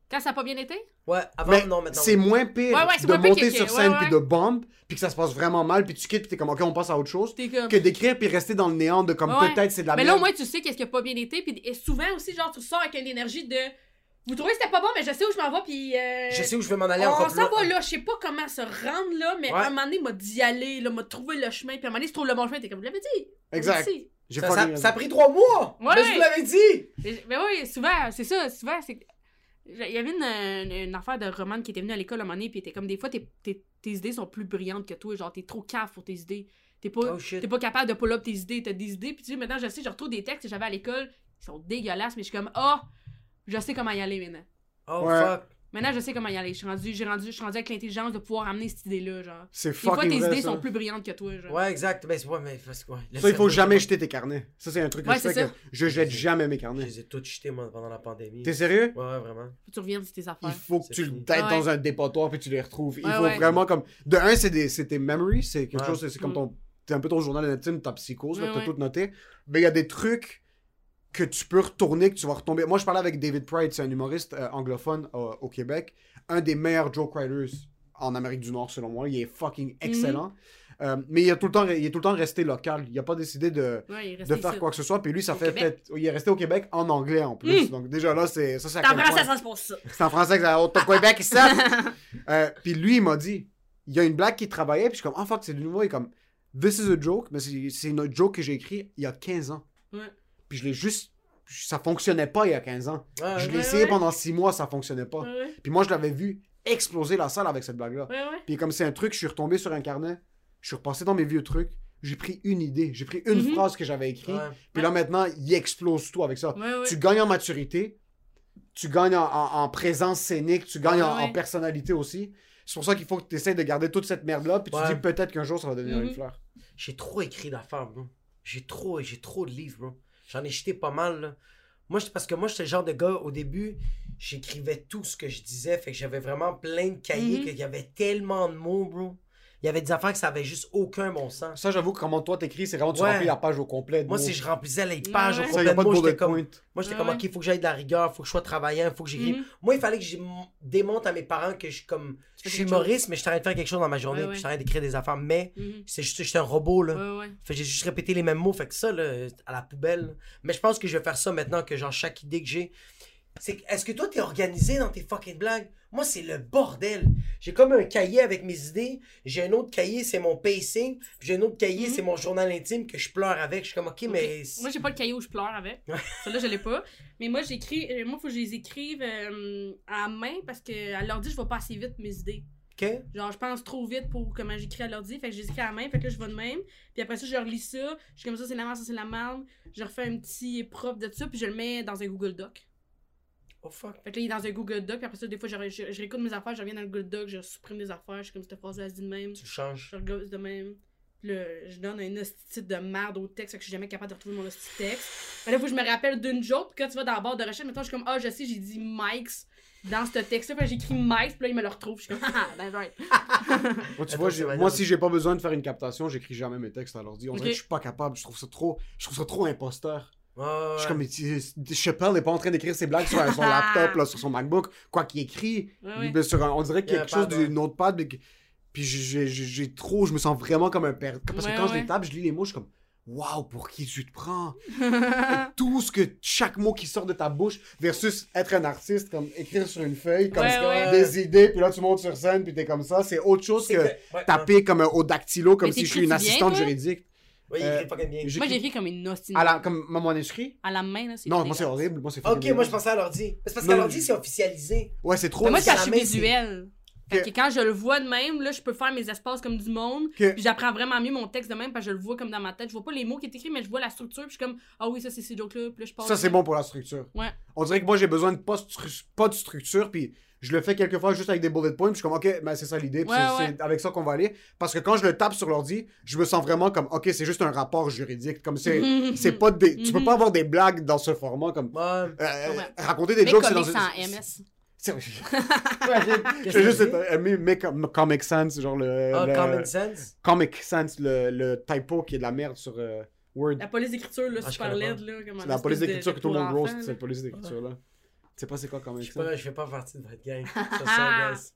[SPEAKER 7] Quand ça a pas bien été?
[SPEAKER 5] Ouais, avant,
[SPEAKER 6] Mais
[SPEAKER 5] non, maintenant.
[SPEAKER 6] c'est moins pire
[SPEAKER 7] Ouais, ouais, c'est
[SPEAKER 6] de
[SPEAKER 7] moins pire
[SPEAKER 6] monter
[SPEAKER 7] que-
[SPEAKER 6] sur
[SPEAKER 7] que-
[SPEAKER 6] scène
[SPEAKER 7] ouais,
[SPEAKER 6] puis
[SPEAKER 7] ouais.
[SPEAKER 6] de bombe, puis que ça se passe vraiment mal, puis tu quittes, puis t'es comme, ok, on passe à autre chose,
[SPEAKER 7] T'es comme...
[SPEAKER 6] que d'écrire puis rester dans le néant de comme
[SPEAKER 7] Ouais.
[SPEAKER 6] peut-être c'est de la
[SPEAKER 7] Mais
[SPEAKER 6] merde.
[SPEAKER 7] là, au moins, tu sais qu'est-ce qui a pas bien été. Puis et souvent aussi, genre, tu sors avec une énergie de. Vous trouvez que c'était pas bon, mais je sais où je m'en vais. Puis. Euh...
[SPEAKER 5] Je sais où je vais m'en aller
[SPEAKER 7] On
[SPEAKER 5] encore plus
[SPEAKER 7] s'en
[SPEAKER 5] loin.
[SPEAKER 7] va là. Je sais pas comment se rendre là, mais
[SPEAKER 5] Ouais.
[SPEAKER 7] à un moment donné, m'a d'y aller, là, m'a trouvé le chemin. Puis à un moment donné, se trouve le bon chemin. T'es comme, je l'avais dit.
[SPEAKER 6] Exact.
[SPEAKER 7] Ici.
[SPEAKER 6] J'ai
[SPEAKER 5] Ça,
[SPEAKER 6] pas
[SPEAKER 5] ça,
[SPEAKER 6] dit-
[SPEAKER 5] ça a pris trois mois!
[SPEAKER 7] Ouais.
[SPEAKER 5] Mais je vous l'avais dit!
[SPEAKER 7] Mais, mais oui, souvent, c'est ça. Souvent, c'est. Il y avait une, une, une affaire de romane qui était venue à l'école à un moment donné, puis était comme des fois, tes, tes, tes idées sont plus brillantes que toi. Genre, t'es trop cave pour tes idées. T'es pas,
[SPEAKER 5] Oh, shit.
[SPEAKER 7] t'es pas capable de pull up tes idées. T'as des idées, puis tu sais, maintenant, je sais, je retrouve des textes que j'avais à l'école, ils sont dégueulasses, mais je suis comme, ah, oh, je sais comment y aller maintenant.
[SPEAKER 5] Oh,
[SPEAKER 6] Ouais.
[SPEAKER 5] fuck.
[SPEAKER 7] Maintenant, je sais comment y aller. Je suis rendu, j'ai rendu, je suis rendu avec l'intelligence de pouvoir amener cette idée-là, genre.
[SPEAKER 6] C'est
[SPEAKER 7] Des fois,
[SPEAKER 6] fucking
[SPEAKER 7] tes
[SPEAKER 6] vrai,
[SPEAKER 7] idées
[SPEAKER 6] ça.
[SPEAKER 7] sont plus brillantes que toi, genre.
[SPEAKER 5] Ouais, exact. Ben, c'est ouais, mais parce que, ouais. le
[SPEAKER 6] Ça, il faut
[SPEAKER 5] cerveau,
[SPEAKER 6] jamais
[SPEAKER 5] c'est
[SPEAKER 6] jeter tes carnets. Ça, c'est un truc que
[SPEAKER 7] Ouais,
[SPEAKER 6] je fais
[SPEAKER 7] c'est
[SPEAKER 6] que
[SPEAKER 7] ça.
[SPEAKER 6] je jette jamais mes
[SPEAKER 5] pas- Je
[SPEAKER 6] carnets.
[SPEAKER 5] les ai tous jetés, moi, pendant la pandémie.
[SPEAKER 6] T'es sérieux?
[SPEAKER 5] Ouais, ouais, vraiment.
[SPEAKER 7] Faut que tu reviennes sur tes affaires.
[SPEAKER 6] Il faut que
[SPEAKER 5] C'est
[SPEAKER 6] tu
[SPEAKER 5] fini.
[SPEAKER 6] le têtes
[SPEAKER 7] Ouais.
[SPEAKER 6] dans un dépotoir puis tu les retrouves. Il
[SPEAKER 7] Ouais,
[SPEAKER 6] faut
[SPEAKER 7] ouais.
[SPEAKER 6] vraiment comme. De un, c'est des, c'est tes memories, c'est quelque
[SPEAKER 5] Ouais.
[SPEAKER 6] chose, c'est c'est comme
[SPEAKER 7] Mm.
[SPEAKER 6] ton. C'est un peu ton journal intime, ta psychose, là,
[SPEAKER 7] Ouais,
[SPEAKER 6] que t'as
[SPEAKER 7] ouais.
[SPEAKER 6] tout noté. Mais il y a des trucs que tu peux retourner, que tu vas retomber. Moi, je parlais avec David Pride, c'est un humoriste euh, anglophone euh, au Québec, un des meilleurs joke writers en Amérique du Nord, selon moi. Il est fucking excellent. Euh, mais il, a tout le temps, il est tout le temps resté local. Il a pas décidé de,
[SPEAKER 7] Ouais, il est
[SPEAKER 6] de
[SPEAKER 7] resté
[SPEAKER 6] faire
[SPEAKER 7] ici.
[SPEAKER 6] quoi que ce soit. Puis lui, ça
[SPEAKER 7] Au
[SPEAKER 6] fait
[SPEAKER 7] Québec.
[SPEAKER 6] peut-être. Il est resté au Québec en anglais en plus.
[SPEAKER 7] Mm.
[SPEAKER 6] Donc déjà là, c'est ça, c'est à
[SPEAKER 7] T'en
[SPEAKER 6] quel
[SPEAKER 7] prends
[SPEAKER 6] point-
[SPEAKER 7] ça, ça se passe ça.
[SPEAKER 6] c'est en français que ça au Québec, ça. euh, puis lui, il m'a dit, il y a une blague qui travaillait, puis je suis comme, ah fuck, c'est du nouveau. Il est comme, this is a joke, mais c'est c'est une joke que j'ai écrit il y a quinze ans.
[SPEAKER 7] Ouais.
[SPEAKER 6] Puis je l'ai juste, ça fonctionnait pas il y a quinze ans.
[SPEAKER 5] Ouais,
[SPEAKER 6] je
[SPEAKER 5] ouais.
[SPEAKER 6] l'ai
[SPEAKER 7] ouais,
[SPEAKER 6] essayé
[SPEAKER 7] ouais.
[SPEAKER 6] pendant six mois, ça fonctionnait pas.
[SPEAKER 7] Ouais, ouais.
[SPEAKER 6] Puis moi, je l'avais vu exploser la salle avec cette blague-là.
[SPEAKER 7] Ouais, ouais.
[SPEAKER 6] Puis comme c'est un truc, je suis retombé sur un carnet, je suis repassé dans mes vieux trucs, j'ai pris une idée, j'ai pris une
[SPEAKER 7] Mhm.
[SPEAKER 6] phrase que j'avais écrite,
[SPEAKER 5] Ouais.
[SPEAKER 6] puis là maintenant, il explose tout avec ça.
[SPEAKER 7] Ouais, ouais.
[SPEAKER 6] Tu gagnes en maturité, tu gagnes en, en- en présence scénique, tu gagnes en,
[SPEAKER 7] Ouais,
[SPEAKER 6] en
[SPEAKER 7] ouais.
[SPEAKER 6] personnalité aussi. C'est pour ça qu'il faut que tu essaies de garder toute cette merde-là, puis tu
[SPEAKER 5] Ouais.
[SPEAKER 6] dis peut-être qu'un jour ça va devenir
[SPEAKER 7] Mhm.
[SPEAKER 6] une fleur.
[SPEAKER 5] J'ai trop écrit d'affaires, bro. J'ai trop, j'ai trop de livres, bro. J'en ai jeté pas mal, là. Moi, c'est parce que moi, j'étais le genre de gars, au début, j'écrivais tout ce que je disais, fait que j'avais vraiment plein de cahiers,
[SPEAKER 7] Mhm.
[SPEAKER 5] qu'il y avait tellement de mots, bro. Il y avait des affaires que ça avait juste aucun bon sens.
[SPEAKER 6] Ça, j'avoue que comment toi t'écris, c'est vraiment tu
[SPEAKER 5] Ouais.
[SPEAKER 6] remplis la page au complet. de
[SPEAKER 5] Moi,
[SPEAKER 6] mots.
[SPEAKER 5] si je remplissais les pages
[SPEAKER 7] Ouais,
[SPEAKER 5] au
[SPEAKER 7] ouais.
[SPEAKER 6] Ça, y a
[SPEAKER 5] complet
[SPEAKER 6] pas
[SPEAKER 5] de
[SPEAKER 6] de
[SPEAKER 5] mots,
[SPEAKER 6] bullet
[SPEAKER 5] j'étais comme...
[SPEAKER 6] point.
[SPEAKER 5] Moi, j'étais
[SPEAKER 7] Ouais,
[SPEAKER 5] comme,
[SPEAKER 7] ouais.
[SPEAKER 5] OK, il faut que j'aille de la rigueur, faut que je sois travaillant, faut que j'écrive.
[SPEAKER 7] Mhm.
[SPEAKER 5] Moi, il fallait que je m- démontre à mes parents que je, comme,
[SPEAKER 7] Tu
[SPEAKER 5] je
[SPEAKER 7] fais
[SPEAKER 5] suis
[SPEAKER 7] quelque
[SPEAKER 5] humoriste, mais je t'arrête de faire quelque chose dans ma journée,
[SPEAKER 7] Ouais,
[SPEAKER 5] puis
[SPEAKER 7] ouais.
[SPEAKER 5] je t'arrête d'écrire des affaires. Mais
[SPEAKER 7] Mhm.
[SPEAKER 5] c'est juste, j'étais un robot, là.
[SPEAKER 7] Ouais, ouais.
[SPEAKER 5] Fait que j'ai juste répété les mêmes mots, fait que ça, là, à la poubelle. là. Mais je pense que je vais faire ça maintenant que, genre, chaque idée que j'ai. C'est que- est-ce que toi, t'es organisé dans tes fucking blagues? Moi, c'est le bordel. J'ai comme un cahier avec mes idées. J'ai un autre cahier, c'est mon pacing. Puis j'ai un autre cahier,
[SPEAKER 7] Mhm.
[SPEAKER 5] c'est mon journal intime que je pleure avec. Je suis comme, OK, mais.
[SPEAKER 7] Ok. Moi, j'ai pas le cahier où je pleure avec. Celle-là, je l'ai pas. Mais moi, j'écris. euh, moi, faut que je les écrive euh, à main parce que à l'ordi, je vais pas assez vite mes idées.
[SPEAKER 5] OK?
[SPEAKER 7] Genre, je pense trop vite pour comment j'écris à l'ordi. Fait que je les écris à la main. Fait que là, je vais de même. Puis après ça, je relis ça. Je suis comme ça, c'est la merde, ça, c'est la merde. Je refais un petit propre de ça. Puis je le mets dans un Google Doc.
[SPEAKER 5] Oh fuck.
[SPEAKER 7] Fait que là, il est dans un Google Doc. Puis après ça, des fois, je, je, je réécoute mes affaires. Je reviens dans le Google Doc. Je supprime des affaires. Je suis comme cette phrase-là, elle se dit de même.
[SPEAKER 5] Tu le changes.
[SPEAKER 7] Je regosse de même. Puis là, je donne un hostie de titre de merde au texte, fait que je suis jamais capable de retrouver mon hostie de texte. Mais là, faut que je me rappelle d'une joke. Puis quand tu vas dans la barre de recherche, maintenant, je suis comme, ah, je sais, j'ai dit Mike's dans ce texte-là. Puis là, j'écris Mike's, puis là, il me le retrouve. Je suis comme, ah, ben, right.
[SPEAKER 6] Moi, tu
[SPEAKER 5] Attends,
[SPEAKER 6] vois,
[SPEAKER 5] c'est
[SPEAKER 6] j'ai-
[SPEAKER 5] malade.
[SPEAKER 6] moi, si j'ai pas besoin de faire une captation, j'écris jamais mes textes à l'ordi. On dirait
[SPEAKER 7] Ok.
[SPEAKER 6] que je suis pas capable. Je trouve ça trop, je trouve ça trop imposteur.
[SPEAKER 5] Ouais, ouais, ouais.
[SPEAKER 6] Je suis comme, mais tu- Chappelle n'est pas en train d'écrire ses blagues sur un- son laptop, là, sur son MacBook. Quoi qu'il écrit,
[SPEAKER 7] Ouais, ouais.
[SPEAKER 6] mais sur un- on dirait qu'il y a
[SPEAKER 5] Il y a
[SPEAKER 6] quelque
[SPEAKER 5] un
[SPEAKER 6] chose
[SPEAKER 5] pad, ouais.
[SPEAKER 6] du notepad. mais que- Puis j'ai- j'ai j'ai trop, je me sens vraiment comme un père. Parce
[SPEAKER 7] Ouais,
[SPEAKER 6] que quand je
[SPEAKER 7] ouais.
[SPEAKER 6] les tape, je lis les mots, je suis comme, waouh, pour qui tu te prends? Et tout ce que, chaque mot qui sort de ta bouche versus être un artiste, comme écrire sur une feuille, comme
[SPEAKER 7] Ouais,
[SPEAKER 6] ça,
[SPEAKER 7] ouais.
[SPEAKER 6] des idées, puis là tu montes sur scène, puis t'es comme ça. C'est autre chose
[SPEAKER 5] C'est
[SPEAKER 6] que
[SPEAKER 5] ouais,
[SPEAKER 6] taper comme un, au dactylo, comme
[SPEAKER 7] Mais
[SPEAKER 6] si je suis une
[SPEAKER 7] t'écris-tu bien,
[SPEAKER 6] assistante
[SPEAKER 7] toi?
[SPEAKER 6] juridique.
[SPEAKER 5] Ouais, il
[SPEAKER 6] Euh,
[SPEAKER 5] écrit fucking bien.
[SPEAKER 6] J'écris-
[SPEAKER 7] Moi, j'écris comme une hostie.
[SPEAKER 6] À la, comme mon écrit?
[SPEAKER 7] À la main, là, c'est
[SPEAKER 6] Non, moi c'est
[SPEAKER 7] dégueulasse.
[SPEAKER 6] horrible. Moi, c'est
[SPEAKER 5] Ok,
[SPEAKER 6] fucking
[SPEAKER 5] moi je
[SPEAKER 6] dégueulasse.
[SPEAKER 5] pensais à l'ordi. C'est parce
[SPEAKER 6] Non,
[SPEAKER 5] qu'à l'ordi,
[SPEAKER 6] je-
[SPEAKER 5] c'est officialisé.
[SPEAKER 6] Ouais, c'est trop.
[SPEAKER 7] Mais moi,
[SPEAKER 5] c'est
[SPEAKER 7] quand
[SPEAKER 5] à
[SPEAKER 7] je
[SPEAKER 5] la
[SPEAKER 7] suis
[SPEAKER 5] main, c'est-
[SPEAKER 7] visuel. Fait que
[SPEAKER 6] Ok.
[SPEAKER 7] quand je le vois de même, là, je peux faire mes espaces comme du monde.
[SPEAKER 6] Ok.
[SPEAKER 7] Puis j'apprends vraiment mieux mon texte de même parce que je le vois comme dans ma tête. Je vois pas les mots qui est écrit, mais je vois la structure. Puis je suis comme, ah oui, ça c'est ces jokes-là. Puis là, je passe.
[SPEAKER 6] Ça, c'est bon pour la structure.
[SPEAKER 7] Ouais.
[SPEAKER 6] On dirait que moi, j'ai besoin de pas, stru- pas de structure, puis je le fais quelquefois juste avec des bullet points, puis je suis comme, ok, ben c'est ça l'idée, puis
[SPEAKER 7] Ouais,
[SPEAKER 6] c'est
[SPEAKER 7] ouais.
[SPEAKER 6] c'est avec ça qu'on va aller. Parce que quand je le tape sur l'ordi, je me sens vraiment comme, ok, c'est juste un rapport juridique. Comme c'est, c'est pas des. Tu peux pas avoir des blagues dans ce format, comme.
[SPEAKER 5] Ouais.
[SPEAKER 6] euh,
[SPEAKER 7] Ouais.
[SPEAKER 6] Raconter des
[SPEAKER 7] Mais
[SPEAKER 6] jokes, c'est
[SPEAKER 7] comics
[SPEAKER 6] dans
[SPEAKER 7] sans
[SPEAKER 6] une-
[SPEAKER 7] M S.
[SPEAKER 6] C'est-
[SPEAKER 5] Qu'est-ce
[SPEAKER 6] Je
[SPEAKER 5] que
[SPEAKER 6] veux juste
[SPEAKER 5] tu dis?
[SPEAKER 6] aimer mais comme Comic Sans, genre le.
[SPEAKER 5] Ah,
[SPEAKER 6] le-
[SPEAKER 5] Common Sense.
[SPEAKER 6] Comic Sans, le, le typo qui est de la merde sur euh, Word.
[SPEAKER 7] La police d'écriture, là,
[SPEAKER 5] Ah, je
[SPEAKER 7] super
[SPEAKER 5] connais
[SPEAKER 7] laide,
[SPEAKER 5] pas.
[SPEAKER 7] là. Comme
[SPEAKER 6] C'est
[SPEAKER 7] un
[SPEAKER 6] la police
[SPEAKER 7] espèce de-
[SPEAKER 6] d'écriture
[SPEAKER 7] de
[SPEAKER 6] que tout le monde
[SPEAKER 7] cours
[SPEAKER 6] roast,
[SPEAKER 7] enfant,
[SPEAKER 6] cette
[SPEAKER 7] là.
[SPEAKER 6] police d'écriture-là. sais pas c'est quoi comme
[SPEAKER 5] Je sais
[SPEAKER 6] ça.
[SPEAKER 5] pas, je fais pas partie de votre gang. C'est ça, guys.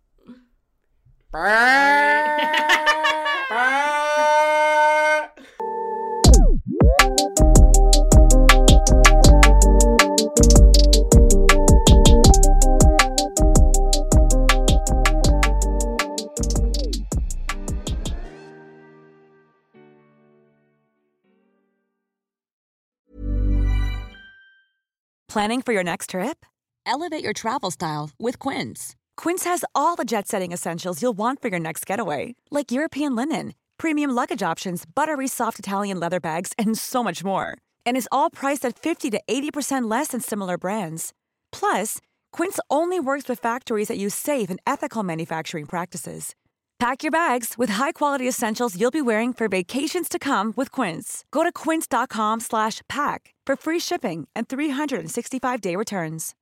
[SPEAKER 2] Planning for your next trip?
[SPEAKER 3] Elevate your travel style with Quince.
[SPEAKER 2] Quince has all the jet-setting essentials you'll want for your next getaway, like European linen, premium luggage options, buttery soft Italian leather bags, and so much more. And is all priced at fifty to eighty percent less than similar brands. Plus, Quince only works with factories that use safe and ethical manufacturing practices. Pack your bags with high-quality essentials you'll be wearing for vacations to come with Quince. Go to quince.com slash pack for free shipping and three sixty-five day returns.